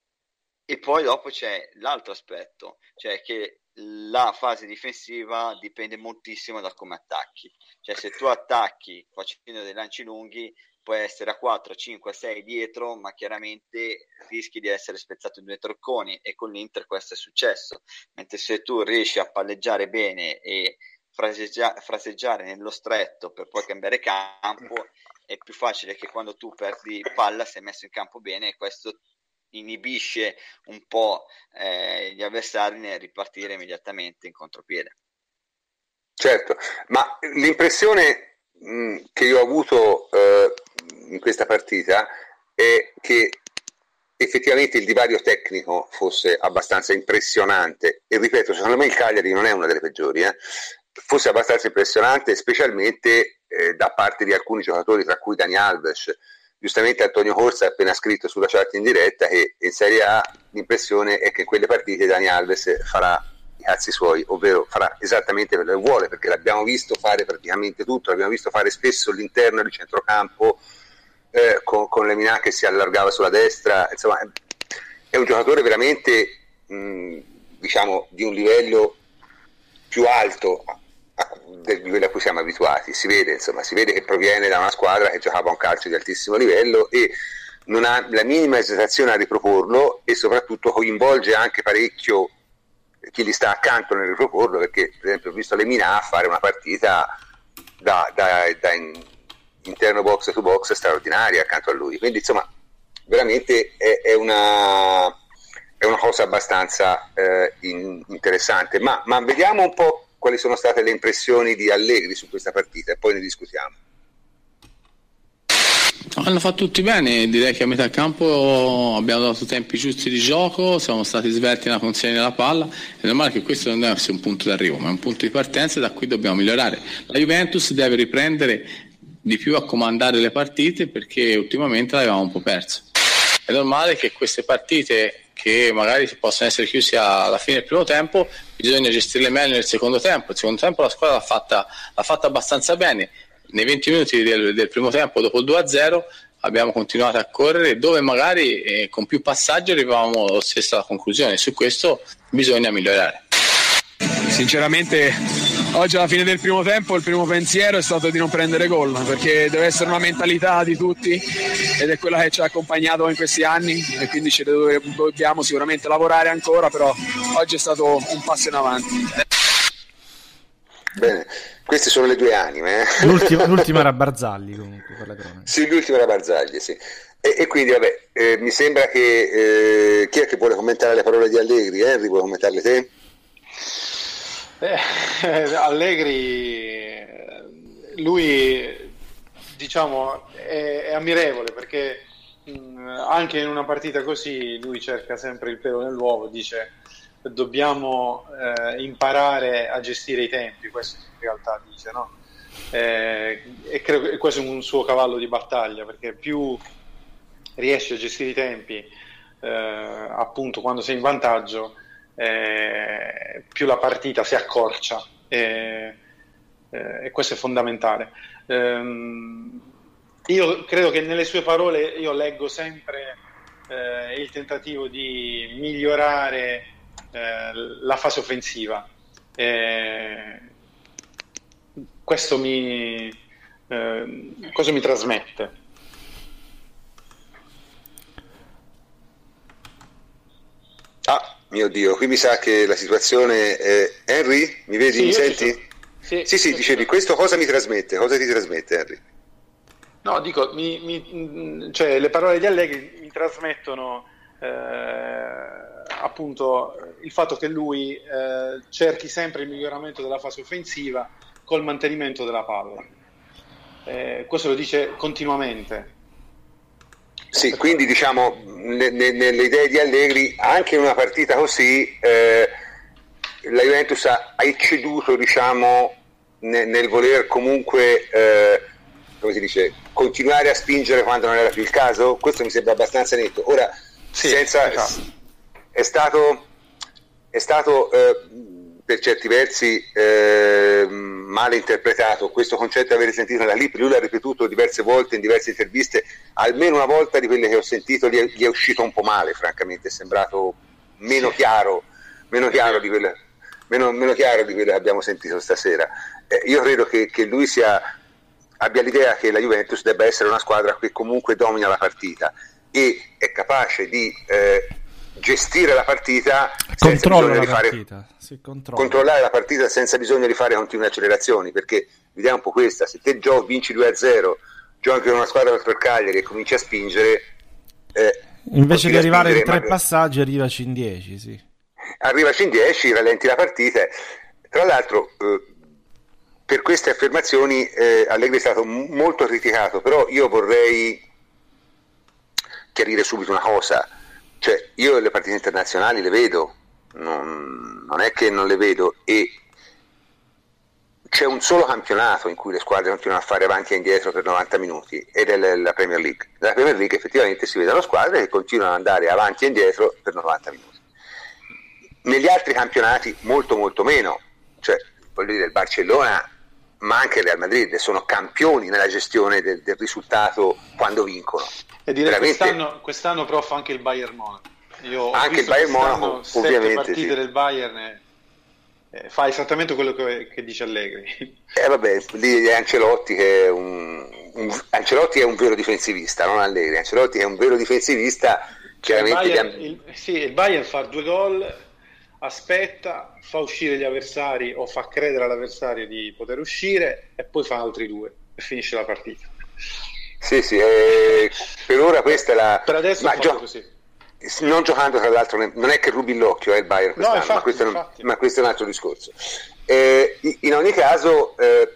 E poi dopo c'è l'altro aspetto, cioè che la fase difensiva dipende moltissimo da come attacchi. Cioè se tu attacchi facendo dei lanci lunghi puoi essere a quattro, cinque, sei dietro, ma chiaramente rischi di essere spezzato in due trocconi, e con l'Inter questo è successo. Mentre se tu riesci a palleggiare bene e fraseggia- fraseggiare nello stretto per poi cambiare campo, è più facile che quando tu perdi palla sei messo in campo bene, e questo inibisce un po' eh, gli avversari nel ripartire immediatamente in contropiede. Certo, ma l'impressione mh, che io ho avuto eh, in questa partita è che effettivamente il divario tecnico fosse abbastanza impressionante, e ripeto, secondo me il Cagliari non è una delle peggiori, eh? fosse abbastanza impressionante, specialmente eh, da parte di alcuni giocatori, tra cui Dani Alves. Giustamente Antonio Corsa ha appena scritto sulla chat in diretta che in Serie A l'impressione è che in quelle partite Dani Alves farà i cazzi suoi, ovvero farà esattamente quello che vuole, perché l'abbiamo visto fare praticamente tutto, l'abbiamo visto fare spesso l'interno di centrocampo eh, con, con Lemina che si allargava sulla destra. Insomma, è un giocatore veramente mh, diciamo di un livello più alto del livello a cui siamo abituati. Si vede, insomma, si vede che proviene da una squadra che giocava un calcio di altissimo livello e non ha la minima esitazione a riproporlo, e soprattutto coinvolge anche parecchio chi gli sta accanto nel riproporlo, perché per esempio ho visto Lemina fare una partita da, da, da in, interno box to box straordinaria accanto a lui, quindi insomma veramente è, è una è una cosa abbastanza eh, in, interessante. Ma, ma vediamo un po' quali sono state le impressioni di Allegri su questa partita e poi ne discutiamo. Hanno fatto tutti bene, direi che a metà campo abbiamo dato tempi giusti di gioco, siamo stati svelti nella consegna della palla. È normale che questo non deve essere un punto d'arrivo, ma è un punto di partenza da cui dobbiamo migliorare. La Juventus deve riprendere di più a comandare le partite, perché ultimamente l'avevamo un po' perso. È normale che queste partite, che magari possono essere chiuse alla fine del primo tempo, bisogna gestirle meglio nel secondo tempo. Il secondo tempo la squadra l'ha fatta, l'ha fatta abbastanza bene. Nei venti minuti del, del primo tempo, dopo il due a zero, abbiamo continuato a correre, dove magari eh, con più passaggi arrivavamo lo stesso alla conclusione. Su questo bisogna migliorare. Sinceramente oggi alla fine del primo tempo il primo pensiero è stato di non prendere gol, perché deve essere una mentalità di tutti ed è quella che ci ha accompagnato in questi anni, e quindi ci dobbiamo sicuramente lavorare ancora, però oggi è stato un passo in avanti. Bene, queste sono le due anime. Eh? L'ultima, l'ultima era Barzagli comunque per la cronaca. Sì, l'ultima era Barzagli, sì. E, e quindi vabbè, eh, mi sembra che eh, chi è che vuole commentare le parole di Allegri? Henry, vuoi commentarle te? Eh, Allegri lui diciamo è, è ammirevole perché mh, anche in una partita così lui cerca sempre il pelo nell'uovo, dice dobbiamo eh, imparare a gestire i tempi, questo in realtà dice, no? Eh, e credo che questo è un suo cavallo di battaglia, perché più riesci a gestire i tempi eh, appunto quando sei in vantaggio, eh, più la partita si accorcia, e, eh, e questo è fondamentale. Um, io credo che nelle sue parole io leggo sempre eh, il tentativo di migliorare eh, la fase offensiva. Eh, questo mi eh, cosa mi trasmette? Ah, mio Dio, qui mi sa che la situazione è... Henry, mi vedi, sì, mi senti? Sì, sì, sì, dicevi, questo cosa mi trasmette? Cosa ti trasmette, Henry? No, dico, mi, mi, cioè, le parole di Allegri mi trasmettono eh, appunto il fatto che lui eh, cerchi sempre il miglioramento della fase offensiva col mantenimento della palla. Eh, questo lo dice continuamente. Sì, quindi diciamo, ne, ne, nelle idee di Allegri, anche in una partita così, eh, la Juventus ha ecceduto, diciamo, ne, nel voler comunque, eh, come si dice, continuare a spingere quando non era più il caso. Questo mi sembra abbastanza netto. Ora, sì, senza, esatto. è stato, è stato eh, per certi versi eh, male interpretato questo concetto, avete sentito da lì, lui l'ha ripetuto diverse volte in diverse interviste, almeno una volta di quelle che ho sentito gli è, gli è uscito un po' male, francamente è sembrato meno chiaro, meno chiaro di quello, meno, meno chiaro di quello che abbiamo sentito stasera. Eh, io credo che, che lui sia, abbia l'idea che la Juventus debba essere una squadra che comunque domina la partita e è capace di eh, gestire la partita senza controlla bisogno la di fare partita. Sì, controlla. controllare la partita senza bisogno di fare continue accelerazioni, perché vediamo un po' questa, se te giochi, vinci due a zero, giochi con una squadra contro il Cagliari e cominci a spingere eh, invece di arrivare in tre ma... passaggi arrivaci in dieci, sì. arrivaci in dieci, rallenti la partita. Tra l'altro eh, per queste affermazioni eh, Allegri è stato m- molto criticato, però io vorrei chiarire subito una cosa, cioè io le partite internazionali le vedo, non, non è che non le vedo, e c'è un solo campionato in cui le squadre continuano a fare avanti e indietro per novanta minuti ed è la Premier League. Nella Premier League effettivamente si vedono squadre che continuano ad andare avanti e indietro per novanta minuti. Negli altri campionati molto molto meno, cioè voglio dire il Barcellona ma anche il Real Madrid sono campioni nella gestione del, del risultato quando vincono. E direi veramente... quest'anno, quest'anno però fa anche il Bayern Monaco. Io ho anche il Bayern Monaco ovviamente partite sì. del Bayern e, eh, fa esattamente quello che, che dice Allegri. Eh vabbè, lì è Ancelotti che è un, un Ancelotti è un vero difensivista, non Allegri. Ancelotti è un vero difensivista, cioè, chiaramente il Bayern, gli... il, sì, il Bayern fa due gol, aspetta, fa uscire gli avversari o fa credere all'avversario di poter uscire e poi fa altri due e finisce la partita. Sì, sì, eh, per ora questa è la... Per adesso ma è gio... così. Non giocando, tra l'altro, non è che rubi l'occhio eh, il Bayern quest'anno, no, infatti, ma, questo non... ma questo è un altro discorso. Eh, in ogni caso, eh,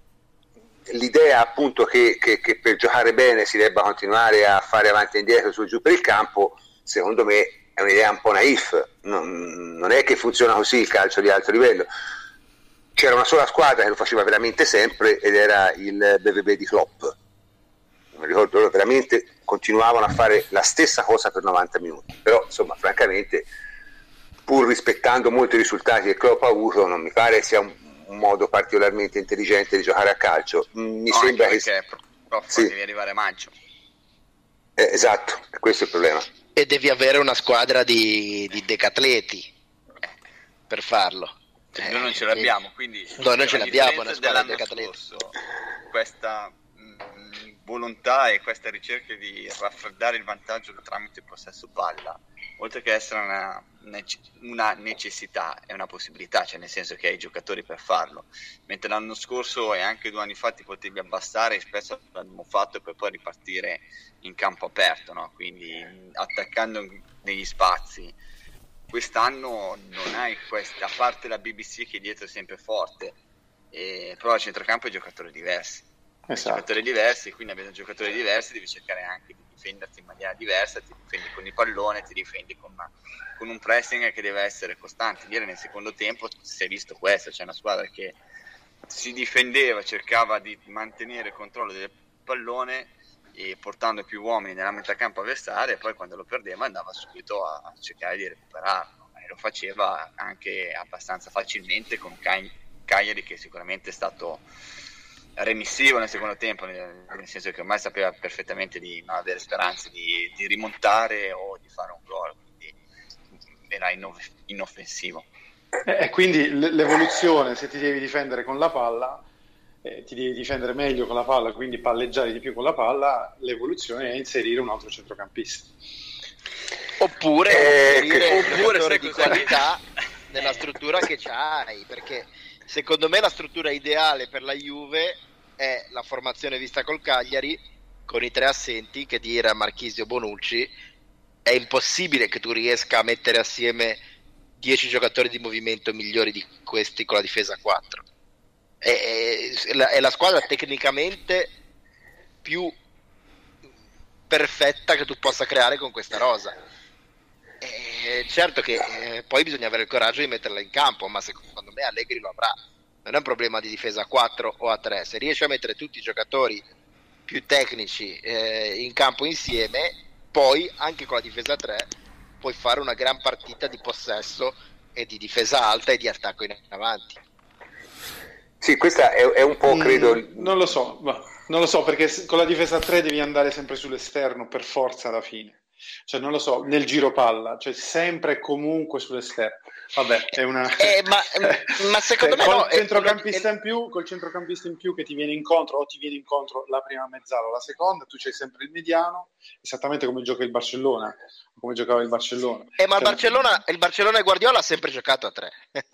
l'idea appunto che, che, che per giocare bene si debba continuare a fare avanti e indietro su e giù per il campo, secondo me è un'idea un po' naif. Non, non è che funziona così il calcio di alto livello. C'era una sola squadra che lo faceva veramente sempre ed era il B V B di Klopp. Mi ricordo, loro veramente continuavano a fare la stessa cosa per novanta minuti, però insomma francamente pur rispettando molti risultati che Klopp ha avuto non mi pare sia un, un modo particolarmente intelligente di giocare a calcio. Mi no, sembra anche che purtroppo sì. devi arrivare a maggio. Eh, esatto, questo è il problema. E devi avere una squadra di, di decatleti per farlo. Cioè, noi non ce l'abbiamo, quindi noi non ce l'abbiamo una squadra di dell'anno decatleti. scorso, questa mh, volontà e questa ricerca di raffreddare il vantaggio tramite il possesso palla, oltre che essere una, una necessità, è una possibilità, cioè nel senso che hai i giocatori per farlo, mentre l'anno scorso e anche due anni fa ti potevi abbassare, spesso l'abbiamo fatto per poi ripartire in campo aperto, no? Quindi attaccando negli spazi. Quest'anno non hai questa, a parte la B B C che dietro è sempre forte, e, però a centrocampo i giocatori diversi. Esatto. Giocatori diversi, quindi avendo giocatori diversi devi cercare anche di difenderti in maniera diversa, ti difendi con il pallone, ti difendi con, una, con un pressing che deve essere costante. Ieri nel secondo tempo si è visto questo, c'è una squadra che si difendeva, cercava di mantenere il controllo del pallone e portando più uomini nella metà campo avversaria, e poi quando lo perdeva andava subito a cercare di recuperarlo, e lo faceva anche abbastanza facilmente con Cagliari, che sicuramente è stato remissivo nel secondo tempo, nel, nel senso che ormai sapeva perfettamente di non avere speranze di, di rimontare o di fare un gol, quindi era inoff- inoffensivo. E quindi l'evoluzione, se ti devi difendere con la palla, eh, ti devi difendere meglio con la palla, quindi palleggiare di più con la palla, l'evoluzione è inserire un altro centrocampista. Oppure Eh, inserire un oppure, giocatore sai di cos'è? qualità nella struttura che c'hai, perché secondo me la struttura ideale per la Juve è la formazione vista col Cagliari, con i tre assenti, che dire a Marchisio Bonucci. È impossibile che tu riesca a mettere assieme dieci giocatori di movimento migliori di questi con la difesa a quattro. È, è, la, è la squadra tecnicamente più perfetta che tu possa creare con questa rosa. E certo che eh, poi bisogna avere il coraggio di metterla in campo, ma secondo me Allegri lo avrà. Non è un problema di difesa a quattro o a tre. Se riesci a mettere tutti i giocatori più tecnici eh, in campo insieme, poi anche con la difesa a tre puoi fare una gran partita di possesso e di difesa alta e di attacco in avanti. Sì, questa è, è un po', credo... Mm, non lo so, ma, non lo so, perché con la difesa a tre devi andare sempre sull'esterno per forza alla fine. Cioè, non lo so, nel giro palla, cioè sempre e comunque sull'esterno. Vabbè, è una... Eh, ma, ma secondo cioè, me col no, centrocampista è... in più, col centrocampista in più che ti viene incontro, o ti viene incontro la prima mezzala o la seconda, tu c'hai sempre il mediano, esattamente come gioca il Barcellona, come giocava il Barcellona. Eh, ma cioè, il Barcellona, il Barcellona e Guardiola ha sempre giocato a tre.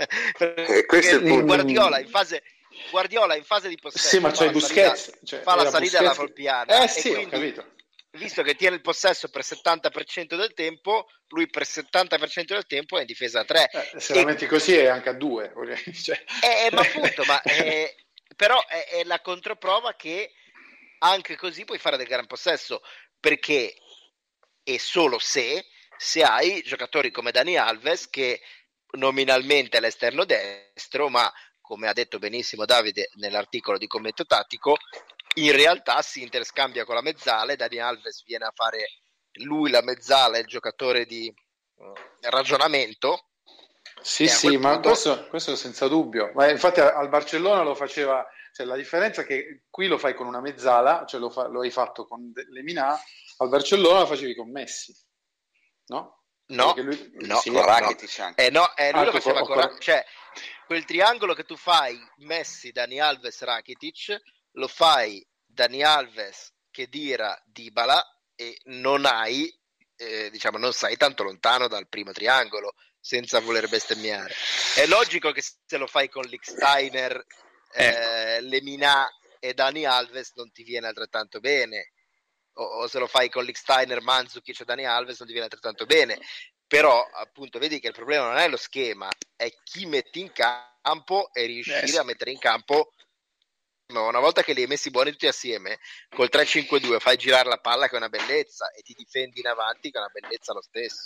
Eh, questo è il punto. Guardiola in fase Guardiola in fase di possesso sì, ma fa c'è la Busquets, salita, cioè, fa la era salita Busquets alla che- Volpiana, Eh e sì, ho quindi, capito. visto che tiene il possesso per settanta per cento del tempo, lui per settanta per cento del tempo è in difesa a tre. Eh, se la metti così è anche a due. Cioè... Eh, ma appunto, ma, eh, però è, è la controprova che anche così puoi fare del gran possesso, perché è solo se, se hai giocatori come Dani Alves, che nominalmente è l'esterno destro, ma come ha detto benissimo Davide nell'articolo di commento tattico, in realtà si interscambia con la mezzala e Dani Alves viene a fare lui la mezzala, il giocatore di uh, ragionamento. Sì, E a sì, quel ma punto- questo, questo senza dubbio. Ma infatti a- al Barcellona lo faceva, cioè la differenza è che qui lo fai con una mezzala, cioè lo, fa- lo hai fatto con De- Lemina, al Barcellona lo facevi con Messi, no? No, Perché lui- no, sì, no, no. Rakitic anche. Eh no, eh, lui Ah, lo tu- faceva ho- con Ra- cioè quel triangolo che tu fai Messi, Dani Alves, Rakitic, lo fai Dani Alves, Khedira, Dybala, e non hai eh, diciamo non sei tanto lontano dal primo triangolo, senza voler bestemmiare. È logico che se lo fai con Lichtsteiner, eh, Lemina e Dani Alves non ti viene altrettanto bene, o, o se lo fai con Lichtsteiner, Mandzukic e Dani Alves non ti viene altrettanto bene. Però appunto vedi che il problema non è lo schema, è chi metti in campo e riuscire Eh, sì. a mettere in campo. Ma una volta che li hai messi buoni tutti assieme, col tre cinque due fai girare la palla, che è una bellezza, e ti difendi in avanti, che è una bellezza lo stesso.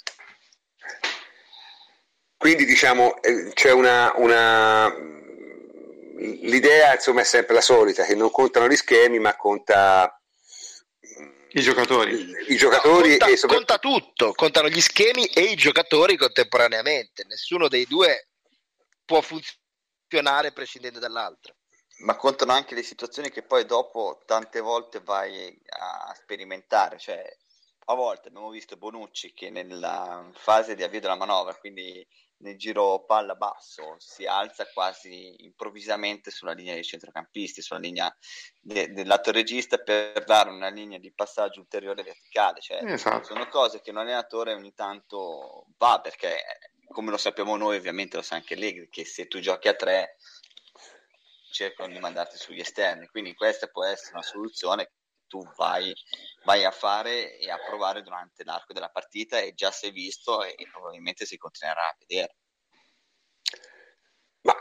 Quindi diciamo eh, c'è una, una l'idea insomma è sempre la solita, che non contano gli schemi ma conta I giocatori. i giocatori Conta, e soprattutto conta tutto, contano gli schemi e i giocatori contemporaneamente, nessuno dei due può funzionare prescindendo dall'altro. Ma contano anche le situazioni che poi dopo tante volte vai a sperimentare, cioè a volte abbiamo visto Bonucci che nella fase di avvio della manovra, quindi nel giro palla basso, si alza quasi improvvisamente sulla linea dei centrocampisti, sulla linea de- del lato regista, per dare una linea di passaggio ulteriore verticale, cioè Esatto. sono cose che un allenatore ogni tanto va, perché come lo sappiamo noi, ovviamente lo sa anche Allegri, che se tu giochi a tre cercano di mandarti sugli esterni, quindi questa può essere una soluzione che tu vai, vai a fare e a provare durante l'arco della partita, e già si è visto e probabilmente si continuerà a vedere. ma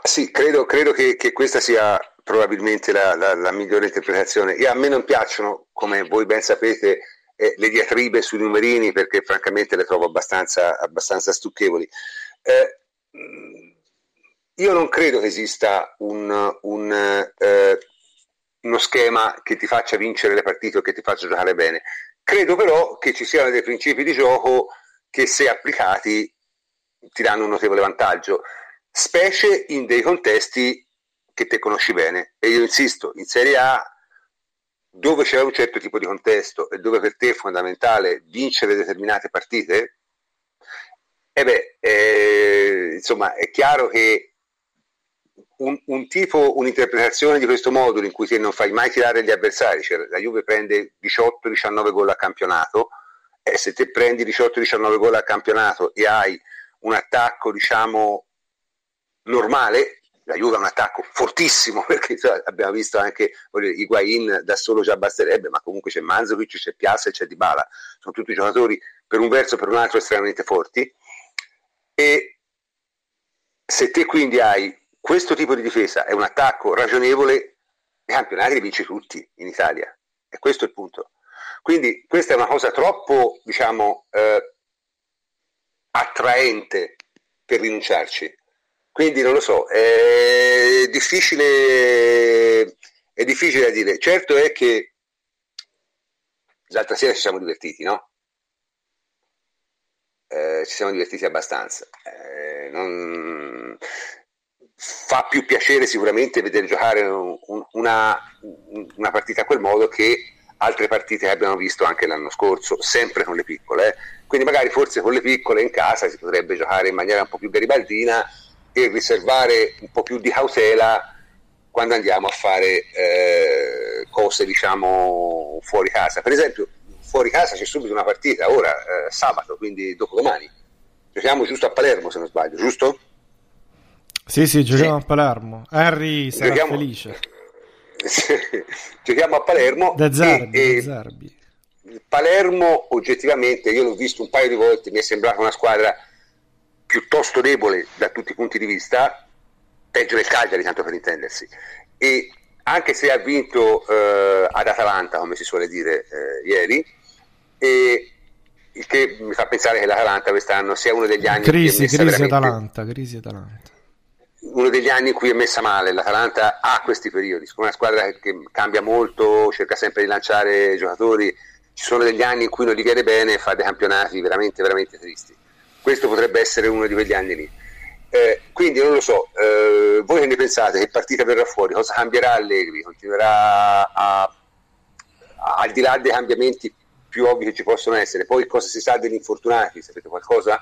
sì, credo, credo che, che questa sia probabilmente la, la, la migliore interpretazione. Io, a me non piacciono, come voi ben sapete, eh, le diatribe sui numerini, perché francamente le trovo abbastanza, abbastanza stucchevoli. Eh, io non credo che esista un, un, eh, uno schema che ti faccia vincere le partite o che ti faccia giocare bene. Credo però che ci siano dei principi di gioco che, se applicati, ti danno un notevole vantaggio, specie in dei contesti che te conosci bene. E io insisto, in Serie A, dove c'è un certo tipo di contesto e dove per te è fondamentale vincere determinate partite, e beh, eh, insomma, è chiaro che un, un tipo, un'interpretazione di questo modulo in cui te non fai mai tirare gli avversari, cioè la Juve prende diciotto diciannove gol al campionato, e se te prendi diciotto diciannove gol al campionato e hai un attacco, diciamo, normale, la Juve ha un attacco fortissimo, perché insomma, abbiamo visto anche Higuaín, da solo già basterebbe, ma comunque c'è Mandzukic, c'è Piazza e c'è Dybala, sono tutti giocatori per un verso o per un altro estremamente forti, e se te quindi hai questo tipo di difesa e un attacco ragionevole, i campionati li vinci tutti in Italia, e questo è il punto. Quindi questa è una cosa troppo, diciamo, eh, attraente per rinunciarci. Quindi non lo so, è difficile, è difficile da dire. Certo è che l'altra sera ci siamo divertiti, no? Eh, ci siamo divertiti abbastanza. Eh, non... Fa più piacere sicuramente vedere giocare un, una, una partita a quel modo che altre partite che abbiamo visto anche l'anno scorso, sempre con le piccole. Eh. Quindi magari forse con le piccole in casa si potrebbe giocare in maniera un po' più garibaldina e riservare un po' più di cautela quando andiamo a fare eh, cose, diciamo, fuori casa. Per esempio, fuori casa c'è subito una partita, ora, eh, sabato, quindi dopodomani. Giochiamo giusto a Palermo, se non sbaglio, giusto? Sì, sì, giochiamo sì. a Palermo. Henry sarà giochiamo... felice. Giochiamo a Palermo. De Zerbi, e, De Zerbi. Palermo, oggettivamente, io l'ho visto un paio di volte, mi è sembrata una squadra piuttosto debole da tutti i punti di vista, peggio del Cagliari, tanto per intendersi, e anche se ha vinto eh, ad Atalanta, come si suole dire eh, ieri, e il che mi fa pensare che l'Atalanta quest'anno sia uno degli anni crisi, in cui è messa crisi veramente... Atalanta, crisi Atalanta. uno degli anni in cui è messa male. L'Atalanta ha questi periodi, una squadra che cambia molto, cerca sempre di lanciare giocatori, ci sono degli anni in cui non gli viene bene e fa dei campionati veramente veramente tristi. Questo potrebbe essere uno di quegli anni lì. Eh, quindi non lo so, eh, voi che ne pensate? Che partita verrà fuori? Cosa cambierà Allegri? Continuerà a, a, al di là dei cambiamenti più ovvi che ci possono essere, poi cosa si sa degli infortunati? Sapete qualcosa?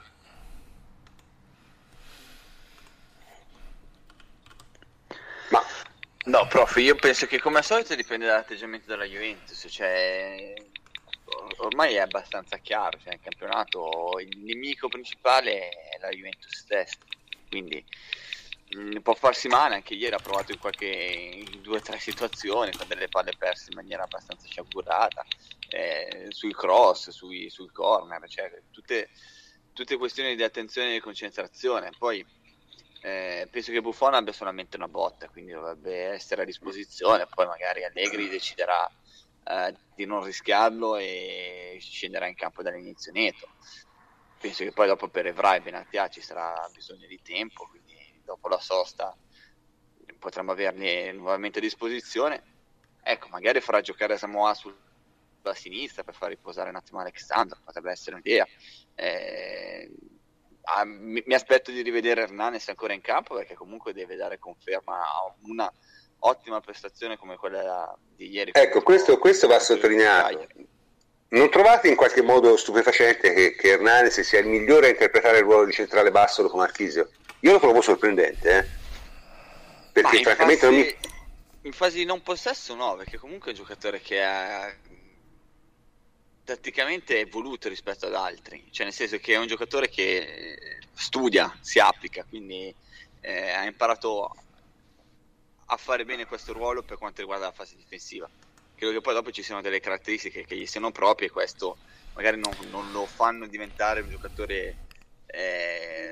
Ma no, prof, io penso che come al solito dipende dall'atteggiamento della Juventus, cioè ormai è abbastanza chiaro, cioè, il campionato, il nemico principale è la Juventus stessa, quindi mh, può farsi male. Anche ieri ha provato in qualche in due o tre situazioni con delle palle perse in maniera abbastanza sciagurata, eh, sui cross, sui, sui corner, cioè tutte, tutte questioni di attenzione e di concentrazione. Poi eh, penso che Buffon abbia solamente una botta, quindi dovrebbe essere a disposizione, poi magari Allegri deciderà Uh, di non rischiarlo e scenderà in campo dall'inizio netto. Penso che poi dopo per Evra e Benatia ci sarà bisogno di tempo, quindi dopo la sosta potremmo averli nuovamente a disposizione. Ecco, magari farà giocare Samoa sulla sinistra per far riposare un attimo Alexandro, potrebbe essere un'idea. Eh, ah, mi, mi aspetto di rivedere Hernanes ancora in campo, perché comunque deve dare conferma a una ottima prestazione come quella di ieri. Ecco, questo, questo va sottolineato. Non trovate in qualche modo stupefacente che, che Hernanes sia il migliore a interpretare il ruolo di centrale basso dopo Marchisio? Io lo trovo sorprendente, eh? Perché francamente fase, non mi... in fase di non possesso no, perché comunque è un giocatore che ha tatticamente evoluto rispetto ad altri, cioè nel senso che è un giocatore che studia, si applica, quindi eh, ha imparato a fare bene questo ruolo per quanto riguarda la fase difensiva. Credo che poi dopo ci siano delle caratteristiche che gli siano proprie, e questo magari non, non lo fanno diventare un giocatore eh,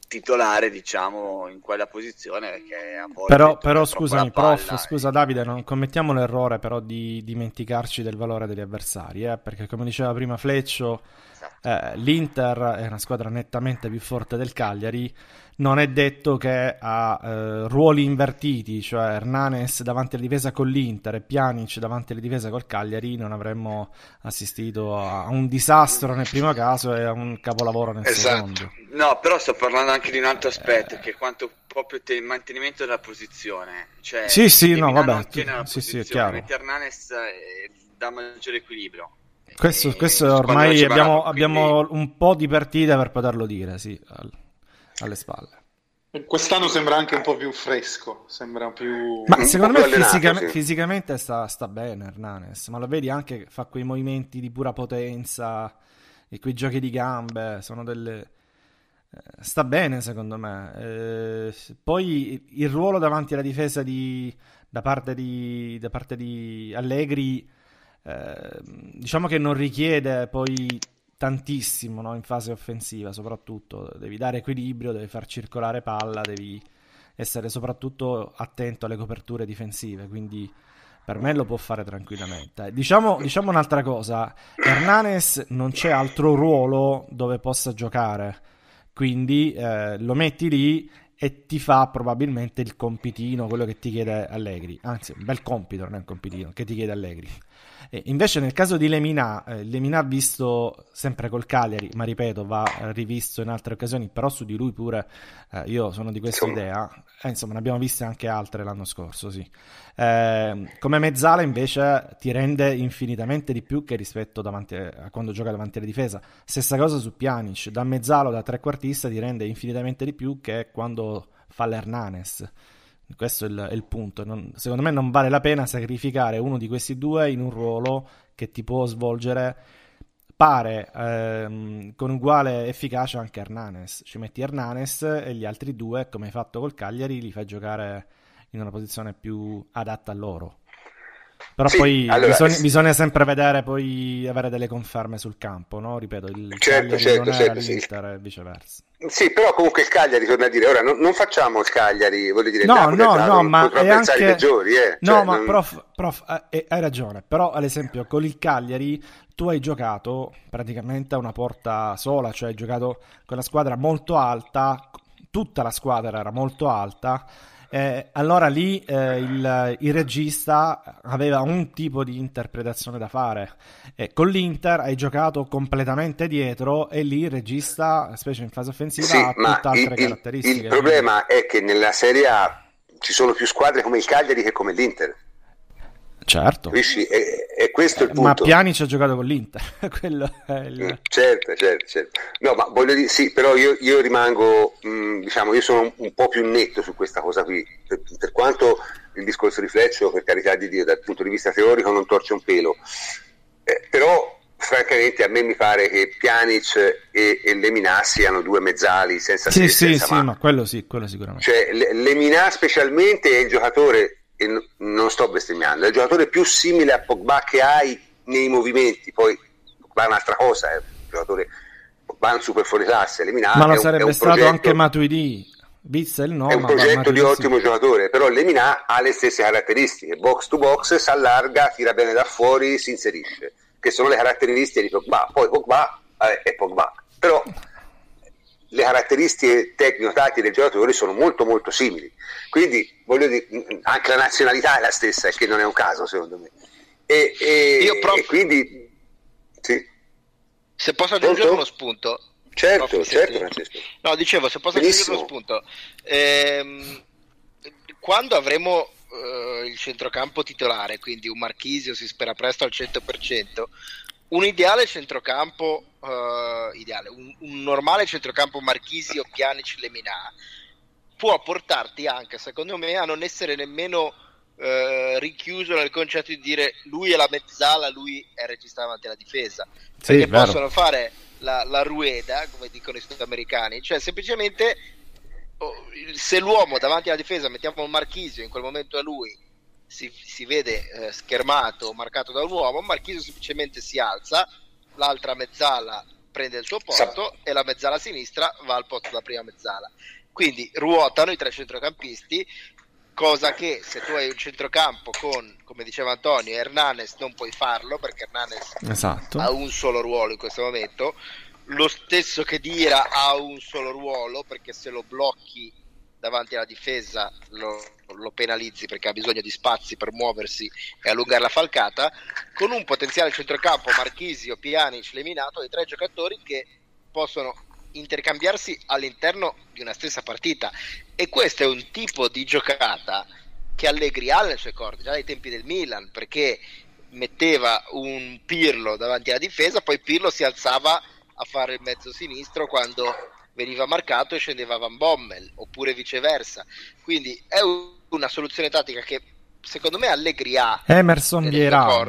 titolare, diciamo, in quella posizione, perché a volte Però, però troppo scusami, la palla prof, scusa Davide, non commettiamo l'errore però di dimenticarci del valore degli avversari, eh, perché come diceva prima Fleccio, eh, l'Inter è una squadra nettamente più forte del Cagliari. Non è detto che a eh, ruoli invertiti, cioè Hernanes davanti alla difesa con l'Inter e Pjanic davanti alla difesa col Cagliari, non avremmo assistito a un disastro nel primo caso e a un capolavoro nel Esatto. secondo. No, però sto parlando anche di un altro aspetto, che è quanto proprio te- il mantenimento della posizione. Cioè, Sì, sì, no, Lemina vabbè, non tiene la sì, sì, è posizione, chiaro. mentre Hernanes eh, dà maggiore equilibrio. Questo, E questo quando ormai ci abbiamo, parliamo, quindi- abbiamo un po' di partite per poterlo dire, sì, al- alle spalle. Quest'anno sembra anche un po' più fresco, sembra più... Ma secondo me allenato, fisicame- sì. fisicamente sta, sta bene Hernanes, ma lo vedi anche che fa quei movimenti di pura potenza e quei giochi di gambe, sono delle... eh, sta bene secondo me. Eh, poi il ruolo davanti alla difesa di, da parte di, da parte di Allegri, eh, diciamo che non richiede poi tantissimo, no? In fase offensiva soprattutto, devi dare equilibrio, devi far circolare palla, devi essere soprattutto attento alle coperture difensive, quindi per me lo può fare tranquillamente. Diciamo, diciamo un'altra cosa, Hernanes non c'è altro ruolo dove possa giocare, quindi eh, lo metti lì e ti fa probabilmente il compitino, quello che ti chiede Allegri, anzi un bel compito, non è un compitino, che ti chiede Allegri. E invece nel caso di Lemina, eh, Lemina visto sempre col Cagliari, ma ripeto va rivisto in altre occasioni, però su di lui pure eh, io sono di questa idea, eh, insomma ne abbiamo viste anche altre l'anno scorso, sì. Eh, come mezzala invece ti rende infinitamente di più che rispetto davanti a, a quando gioca davanti alla difesa. Stessa cosa su Pjanic, da mezzalo, da trequartista ti rende infinitamente di più che quando fa l'Hernanes. Questo è il, è il punto. Non, secondo me non vale la pena sacrificare uno di questi due in un ruolo che ti può svolgere, pare, ehm, con uguale efficacia anche Hernanes. Ci metti Hernanes e gli altri due, come hai fatto col Cagliari, li fai giocare in una posizione più adatta a loro. Però Sì, poi allora, bisogna, s- bisogna sempre vedere, poi avere delle conferme sul campo, no? Ripeto, il Certo, Cagliari certo, non era certo, sì. l'Inter e viceversa. Sì, però comunque il Cagliari, torna a dire, ora non, non facciamo il Cagliari, voglio dire, il No, Napoli ha no, giocato no, con- ma contro è avversari anche... peggiori, eh. No, Cioè, ma non- prof, prof eh, hai ragione, però ad esempio con il Cagliari tu hai giocato praticamente a una porta sola, cioè hai giocato con la squadra molto alta, tutta la squadra era molto alta, eh, allora lì eh, il, il regista aveva un tipo di interpretazione da fare. E con l'Inter hai giocato completamente dietro e lì il regista, specie in fase offensiva, Sì, ha ma tutt'altre il, il- caratteristiche. il problema è che nella Serie A ci sono più squadre come il Cagliari che come l'Inter, Certo. capisci? E, e questo è il Ma punto. Pjanic ha giocato con l'Inter, quello è il... Mm, Certo, certo, certo. No, ma voglio dire, sì, però io, io rimango, mh, diciamo, io sono un, un po' più netto su questa cosa qui, per, per quanto il discorso di Fleccio, per carità di Dio, dal punto di vista teorico non torce un pelo, eh, però francamente a me mi pare che Pjanic e, e Lemina siano due mezzali senza Sì, se e sì, senza sì, ma. ma quello sì, quello sicuramente. Cioè, Le- Lemina specialmente è il giocatore, e n- non sto bestemmiando, è il giocatore più simile a Pogba che hai nei movimenti. Poi Pogba è un'altra cosa, è un giocatore, Pogba è un super fuori classe, Lemina Ma è lo un, è sarebbe un stato progetto, anche Matuidi, Witzel no, è un ma progetto di Matuidi sì. ottimo giocatore, però Lemina ha le stesse caratteristiche, box to box, si allarga, tira bene da fuori, si inserisce, che sono le caratteristiche di Pogba. Poi Pogba eh, è Pogba, però le caratteristiche tecnico-tattiche del giocatore sono molto molto simili, quindi voglio dire, anche la nazionalità è la stessa, che non è un caso secondo me, e, e, Io prof- e quindi sì. Se posso aggiungere Pronto? uno spunto. Certo, Prof, mi certo senti? Francesco. No, dicevo, se posso Benissimo. aggiungere uno spunto. Ehm, quando avremo eh, il centrocampo titolare, quindi un Marchisio si spera presto al cento per cento, un ideale centrocampo, eh, ideale, un, un normale centrocampo Marchisio, Pjanic, Lemina, può portarti anche, secondo me, a non essere nemmeno eh, richiuso nel concetto di dire lui è la mezzala, lui è il regista davanti alla difesa, Sì, perché vero. possono fare la, la rueda, come dicono i sudamericani, cioè semplicemente oh, se l'uomo davanti alla difesa, mettiamo il Marchisio, in quel momento è lui, si, si vede eh, schermato, marcato dall'uomo, Marchisio semplicemente si alza, l'altra mezzala prende il suo posto e la mezzala sinistra va al posto della prima mezzala. Quindi ruotano i tre centrocampisti, cosa che se tu hai un centrocampo con, come diceva Antonio, Hernanes, non puoi farlo perché Hernanes esatto. ha un solo ruolo in questo momento. Lo stesso che Dira ha un solo ruolo, perché se lo blocchi davanti alla difesa lo, lo penalizzi perché ha bisogno di spazi per muoversi e allungare la falcata. Con un potenziale centrocampo Marchisio, Pjanic, Leminato, i tre giocatori che possono intercambiarsi all'interno di una stessa partita, e questo è un tipo di giocata che Allegri ha nelle sue corde già dai tempi del Milan, perché metteva un Pirlo davanti alla difesa, poi Pirlo si alzava a fare il mezzo sinistro quando veniva marcato e scendeva Van Bommel, oppure viceversa. Quindi è una soluzione tattica che secondo me Allegri ha Emerson Vieira.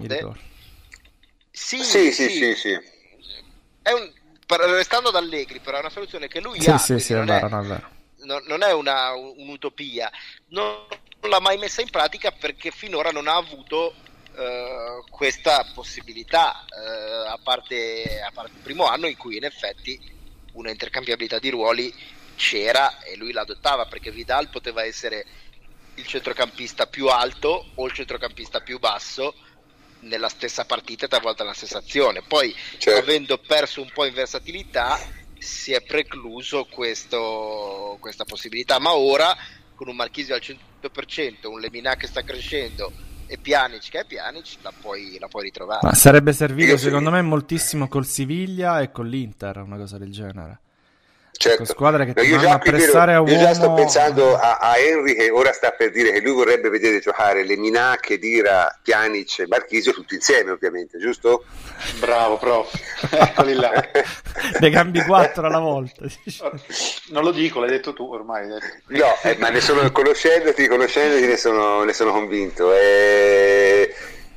Sì, sì, sì, sì, sì. È un, restando ad Allegri, però è una soluzione che lui sì, ha, sì, sì, non, è è, vero, non è vero. Non, non è una, un'utopia, non, non l'ha mai messa in pratica perché finora non ha avuto Uh, questa possibilità, uh, a parte a parte il primo anno in cui in effetti una intercambiabilità di ruoli c'era e lui la adottava, perché Vidal poteva essere il centrocampista più alto o il centrocampista più basso nella stessa partita e talvolta nella stessa azione. Poi certo, avendo perso un po' in versatilità si è precluso questo, questa possibilità, ma ora con un Marchisio al cento per cento, un Lemina che sta crescendo e Pjanic che è Pjanic, la puoi, la puoi ritrovare. Ma sarebbe servito Io secondo sì. me moltissimo col Siviglia e con l'Inter, una cosa del genere. Certo. Con squadre che ti io vanno a pressare a uomo. Io già sto pensando a, a Henry che ora sta per dire che lui vorrebbe vedere giocare Lemina, Khedira, Pjanic e Marchisio tutti insieme, ovviamente, giusto? Bravo, prof. Eccoli là. Ne cambi quattro alla volta. Non lo dico, l'hai detto tu ormai. Detto. No, eh, ma ne sono, conoscendoti, conoscendoti ne sono, ne sono convinto. E,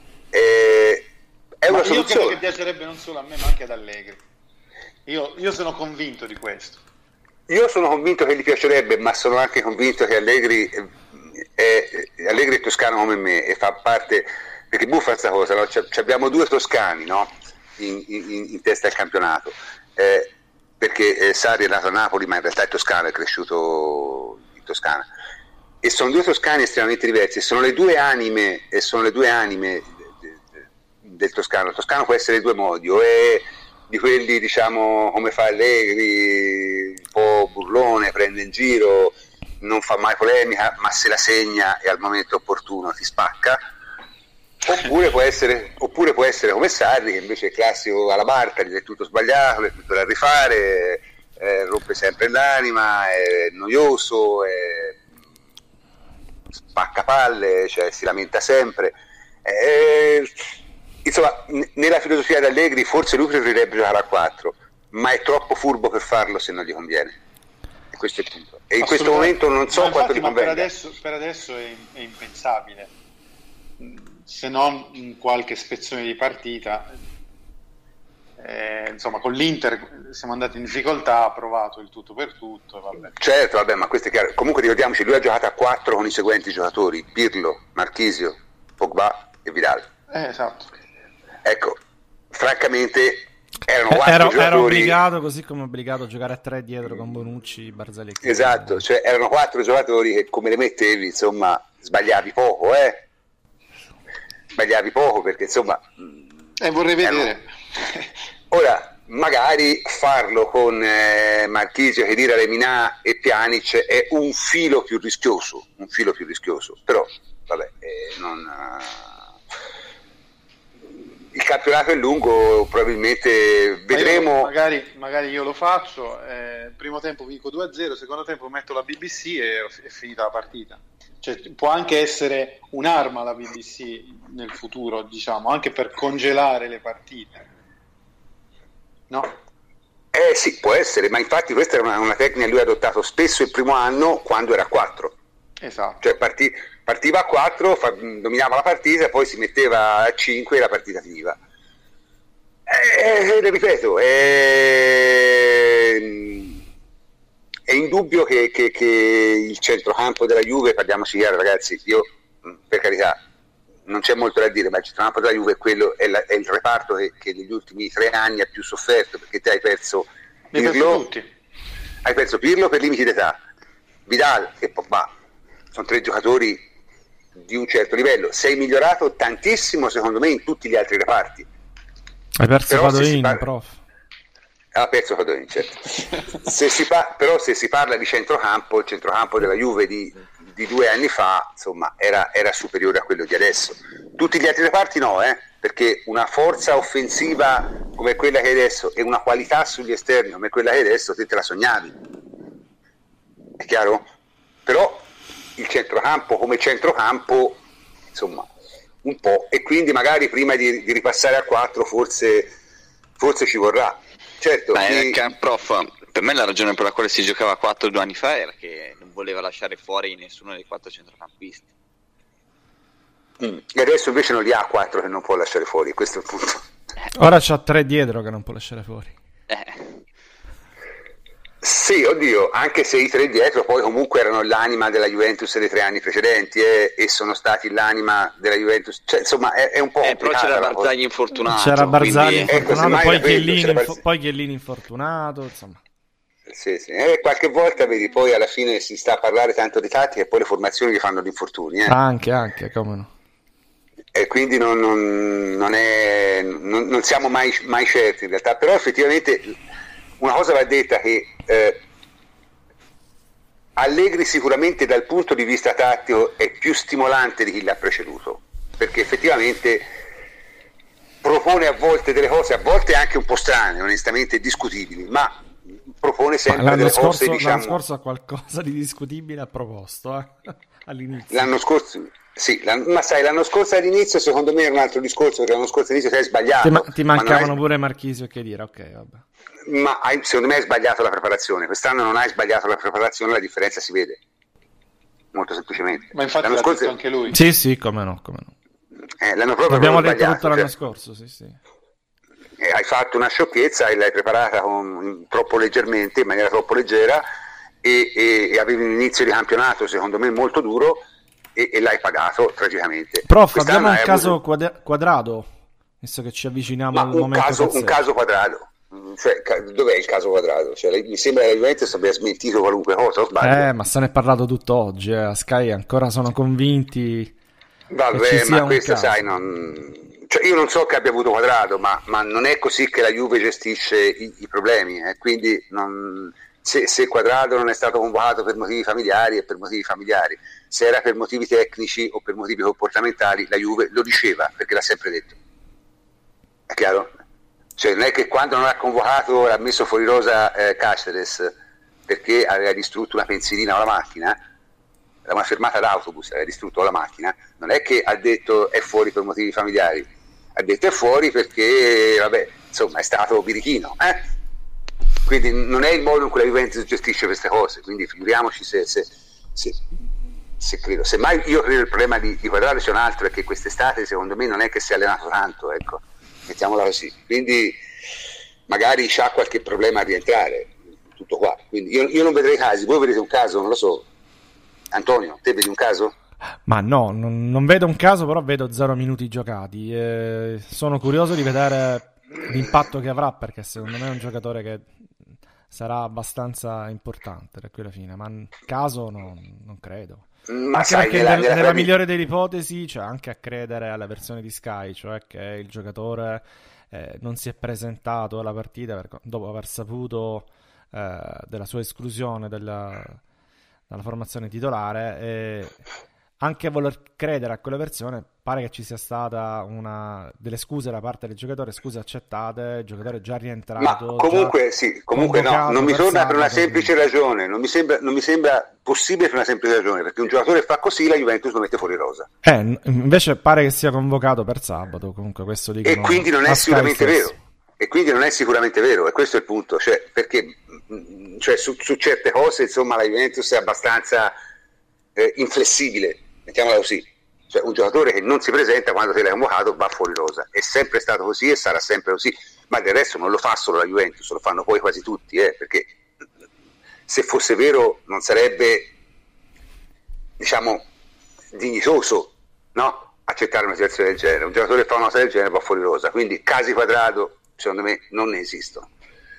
e, è ma una io soluzione. credo che piacerebbe non solo a me ma anche ad Allegri. Io, io sono convinto di questo. Io sono convinto che gli piacerebbe, ma sono anche convinto che Allegri è, è, Allegri è toscano come me e fa parte, perché buffa questa cosa, no? C- abbiamo due toscani, no? in, in, in testa al campionato, eh, perché eh, Sarri è nato a Napoli ma in realtà è toscano, è cresciuto in Toscana, e sono due toscani estremamente diversi, sono le due anime, e sono le due anime de, de, del toscano. Il toscano può essere in due modi, o è di quelli, diciamo, come fa Allegri, un po' burlone, prende in giro, non fa mai polemica, ma se la segna e al momento opportuno ti spacca, oppure può essere, oppure può essere come Sarri, che invece è classico alla Marca, è tutto sbagliato, è tutto da rifare, eh, rompe sempre l'anima, è noioso, è spacca palle, cioè si lamenta sempre. Eh, Insomma, n- nella filosofia di Allegri forse lui preferirebbe giocare a quattro, ma è troppo furbo per farlo se non gli conviene. E questo è il punto. E in questo momento non so ma quanto infatti, gli conviene. Ma per adesso, per adesso è, è impensabile, se non in qualche spezzone di partita. Eh, insomma, con l'Inter siamo andati in difficoltà, ha provato il tutto per tutto. Vabbè. Certo, vabbè, ma questo è chiaro. Comunque ricordiamoci, lui ha giocato a quattro con i seguenti giocatori: Pirlo, Marchisio, Pogba e Vidal. Eh, esatto. Ecco, francamente erano quattro era, giocatori. Era obbligato, così come obbligato a giocare a tre dietro con Bonucci, Barzagli. Esatto, cioè erano quattro giocatori che come le mettevi, insomma, sbagliavi poco, eh? Sbagliavi poco perché, insomma... Eh, vorrei vedere. Erano... Ora, magari farlo con eh, Marchisio, Khedira, Lemina e Pjanic è un filo più rischioso, un filo più rischioso, però, vabbè, eh, non... Uh... Il campionato è lungo, probabilmente vedremo. Io, magari, magari io lo faccio. Eh, primo tempo vinco due a zero, secondo tempo metto la B B C e è finita la partita. Cioè, può anche essere un'arma la B B C nel futuro, diciamo, anche per congelare le partite. No? Eh sì, può essere, ma infatti questa è una, una tecnica che lui ha adottato spesso il primo anno quando era a quattro. Esatto. Cioè partì, partiva a quattro, fa, dominava la partita, poi si metteva a cinque e la partita finiva. E, ripeto, è, è indubbio che, che, che il centrocampo della Juve, parliamoci chiaro ragazzi, io per carità non c'è molto da dire, ma il centrocampo della Juve è, quello, è, la, è il reparto che, che negli ultimi tre anni ha più sofferto, perché te hai perso Pirlo, hai perso Pirlo per limiti d'età, Vidal e Pogba, sono tre giocatori di un certo livello. Sei migliorato tantissimo secondo me in tutti gli altri reparti. Hai perso Padoin, parla... prof. Ha perso Padoin, certo. se si pa... Però se si parla di centrocampo, il centrocampo della Juve di, di due anni fa, insomma, era, era superiore a quello di adesso. Tutti gli altri reparti no, eh? Perché una forza offensiva come quella che hai adesso e una qualità sugli esterni come quella che hai adesso, te te la sognavi. È chiaro? Però il centrocampo come centrocampo, insomma, un po', e quindi magari prima di, di ripassare a quattro forse, forse ci vorrà. Certo. Beh, chi... prof, per me la ragione per la quale si giocava a quattro due anni fa era che non voleva lasciare fuori nessuno dei quattro centrocampisti. Mm. E adesso invece non li ha quattro che non può lasciare fuori, questo è il punto. Ora c'ha tre dietro che non può lasciare fuori. Eh. Sì, oddio, anche se i tre dietro poi comunque erano l'anima della Juventus dei tre anni precedenti eh, e sono stati l'anima della Juventus, cioè, insomma è, è un po' eh, però c'era Barzagli infortunato, c'era Barzagli quindi... infortunato, ecco, poi, Chiellini, quello, info... poi Chiellini infortunato, insomma. Sì, sì. E qualche volta vedi, poi alla fine si sta a parlare tanto di tattica e poi le formazioni gli fanno gli infortuni. Eh. Anche, anche, come no. E quindi non, non, non, è, non, non siamo mai, mai certi in realtà, però effettivamente una cosa va detta che eh, Allegri sicuramente dal punto di vista tattico è più stimolante di chi l'ha preceduto, perché effettivamente propone a volte delle cose, a volte anche un po' strane, onestamente discutibili, ma propone sempre ma delle scorso, cose, diciamo... L'anno scorso ha qualcosa di discutibile ha proposto, eh? All'inizio. L'anno scorso... Sì, ma sai, l'anno scorso all'inizio secondo me era un altro discorso, perché l'anno scorso all'inizio ti hai sbagliato. Ti, ma- ti mancavano ma hai... pure Marchisio e Khedira, ok, vabbè. Ma hai, secondo me hai sbagliato la preparazione, quest'anno non hai sbagliato la preparazione, la differenza si vede, molto semplicemente. Ma infatti l'anno l'ha scorso... detto anche lui. Sì, sì, come no, come no. Eh, l'anno proprio L'abbiamo detto tutto l'anno cioè... scorso, sì, sì. Eh, hai fatto una sciocchezza e l'hai preparata con, troppo leggermente, in maniera troppo leggera, e, e, e avevi un inizio di campionato secondo me molto duro e, e l'hai pagato tragicamente. Prof, Quest'anno abbiamo un caso avuto... quadra- quadrato, visto che ci avviciniamo Ma al un momento caso, un caso quadrato. Cioè, dov'è il caso quadrato? Cioè, mi sembra che la Juventus abbia smentito qualunque cosa, o sbaglio? Eh, ma se ne è parlato tutto oggi, eh. A Sky ancora sono convinti. Vabbè, ma questo sai, non... cioè, io non so che abbia avuto quadrato, ma, ma non è così che la Juve gestisce i, i problemi, eh. Quindi non... se, se Quadrado non è stato convocato per motivi familiari è per motivi familiari, se era per motivi tecnici o per motivi comportamentali la Juve lo diceva, perché l'ha sempre detto, è chiaro? Cioè, non è che quando non ha convocato ha messo fuori rosa eh, Cáceres perché aveva distrutto una pensilina o la macchina, era una fermata d'autobus, aveva distrutto la macchina, non è che ha detto è fuori per motivi familiari, ha detto è fuori perché, vabbè, insomma, è stato birichino, eh? Quindi non è il modo in cui la Juventus gestisce queste cose, quindi figuriamoci se, se, se, se credo. Semmai io credo il problema di, di Quadrado c'è un altro, è che quest'estate secondo me non è che si è allenato tanto, ecco. Mettiamola così, quindi magari c'ha qualche problema a rientrare, tutto qua. Quindi io, io non vedrei casi, voi vedete un caso, non lo so. Antonio, te vedi un caso? Ma no, non, non vedo un caso, però vedo zero minuti giocati. Eh, sono curioso di vedere l'impatto che avrà, perché secondo me è un giocatore che sarà abbastanza importante da qui alla fine, ma caso no, non credo. Ma anche sai, perché nella, nella, nella nella migliore delle ipotesi, cioè anche a credere alla versione di Sky, cioè che il giocatore eh, non si è presentato alla partita per, dopo aver saputo eh, della sua esclusione dalla, dalla formazione titolare, e anche a voler credere a quella versione pare che ci sia stata una delle scuse da parte del giocatore, scuse accettate, il giocatore è già rientrato. Ma comunque sì, comunque no, non mi torna per una semplice ragione, non mi sembra, non mi sembra possibile per una semplice ragione, perché un giocatore fa così, la Juventus lo mette fuori rosa. Eh, invece pare che sia convocato per sabato, comunque questo dicono. E quindi non è sicuramente vero. E quindi non è sicuramente vero, e questo è il punto, cioè perché cioè, su, su certe cose, insomma, la Juventus è abbastanza eh, inflessibile, mettiamola così. Cioè un giocatore che non si presenta quando te l'hai convocato va fuori rosa, è sempre stato così e sarà sempre così, ma del resto non lo fa solo la Juventus, lo fanno poi quasi tutti, eh, perché se fosse vero non sarebbe, diciamo, dignitoso, no? accettare una situazione del genere. Un giocatore che fa una cosa del genere va fuori rosa, quindi casi quadrato secondo me non ne esistono.